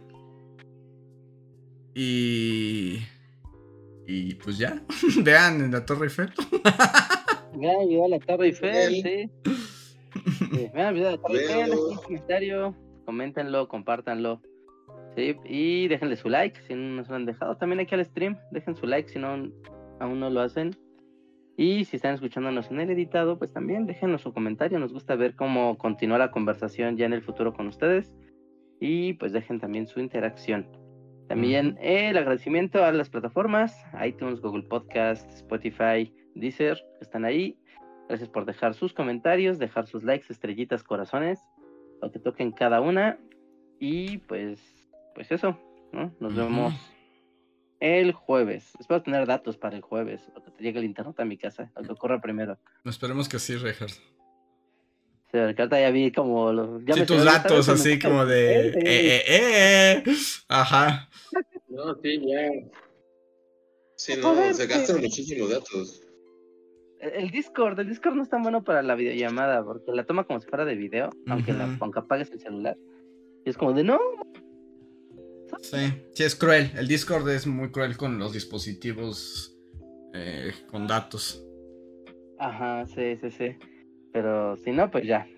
Y pues ya, vean en la Torre Eiffel. Ya llegó a la Torre Eiffel, sí. Vean el video de la Torre Eiffel, dejen un comentario, coméntenlo, compártanlo. Sí, y déjenle su like si no se lo han dejado. También aquí al stream, dejen su like si no aún no lo hacen. Y si están escuchándonos en el editado, pues también déjenos su comentario. Nos gusta ver cómo continúa la conversación ya en el futuro con ustedes. y pues dejen también su interacción. También el agradecimiento a las plataformas, iTunes, Google Podcast, Spotify, Deezer, que están ahí. Gracias por dejar sus comentarios, dejar sus likes, estrellitas, corazones, lo que toquen cada una. Y pues eso, ¿no? Nos vemos el jueves. Espero tener datos para el jueves, o que te llegue el internet a mi casa, lo que ocurra primero. Esperemos que sí, Reinhardt. Sí, ahorita ya vi como sí, tus datos así como de... Ajá. No, sí, ya. Sí, no, se gastan muchísimos datos. El Discord no es tan bueno para la videollamada, porque la toma como si fuera de video, aunque apagues el celular. Y es como de no. Sí, es cruel. El Discord es muy cruel con los dispositivos con datos. Ajá, sí. Pero si no, pues ya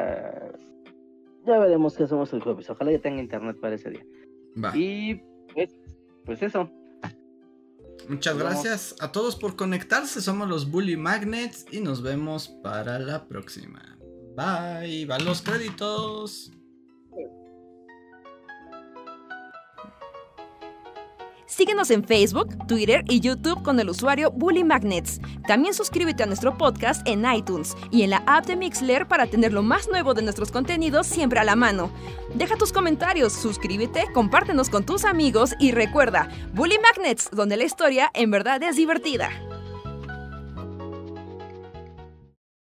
veremos qué hacemos el jueves. Ojalá ya tenga internet para ese día. Va. Y pues eso. Muchas gracias a todos por conectarse. Somos los Bully Magnets y nos vemos para la próxima. Bye. Van los créditos. Síguenos en Facebook, Twitter y YouTube con el usuario Bully Magnets. También suscríbete a nuestro podcast en iTunes y en la app de Mixler para tener lo más nuevo de nuestros contenidos siempre a la mano. Deja tus comentarios, suscríbete, compártenos con tus amigos y recuerda, Bully Magnets, donde la historia en verdad es divertida.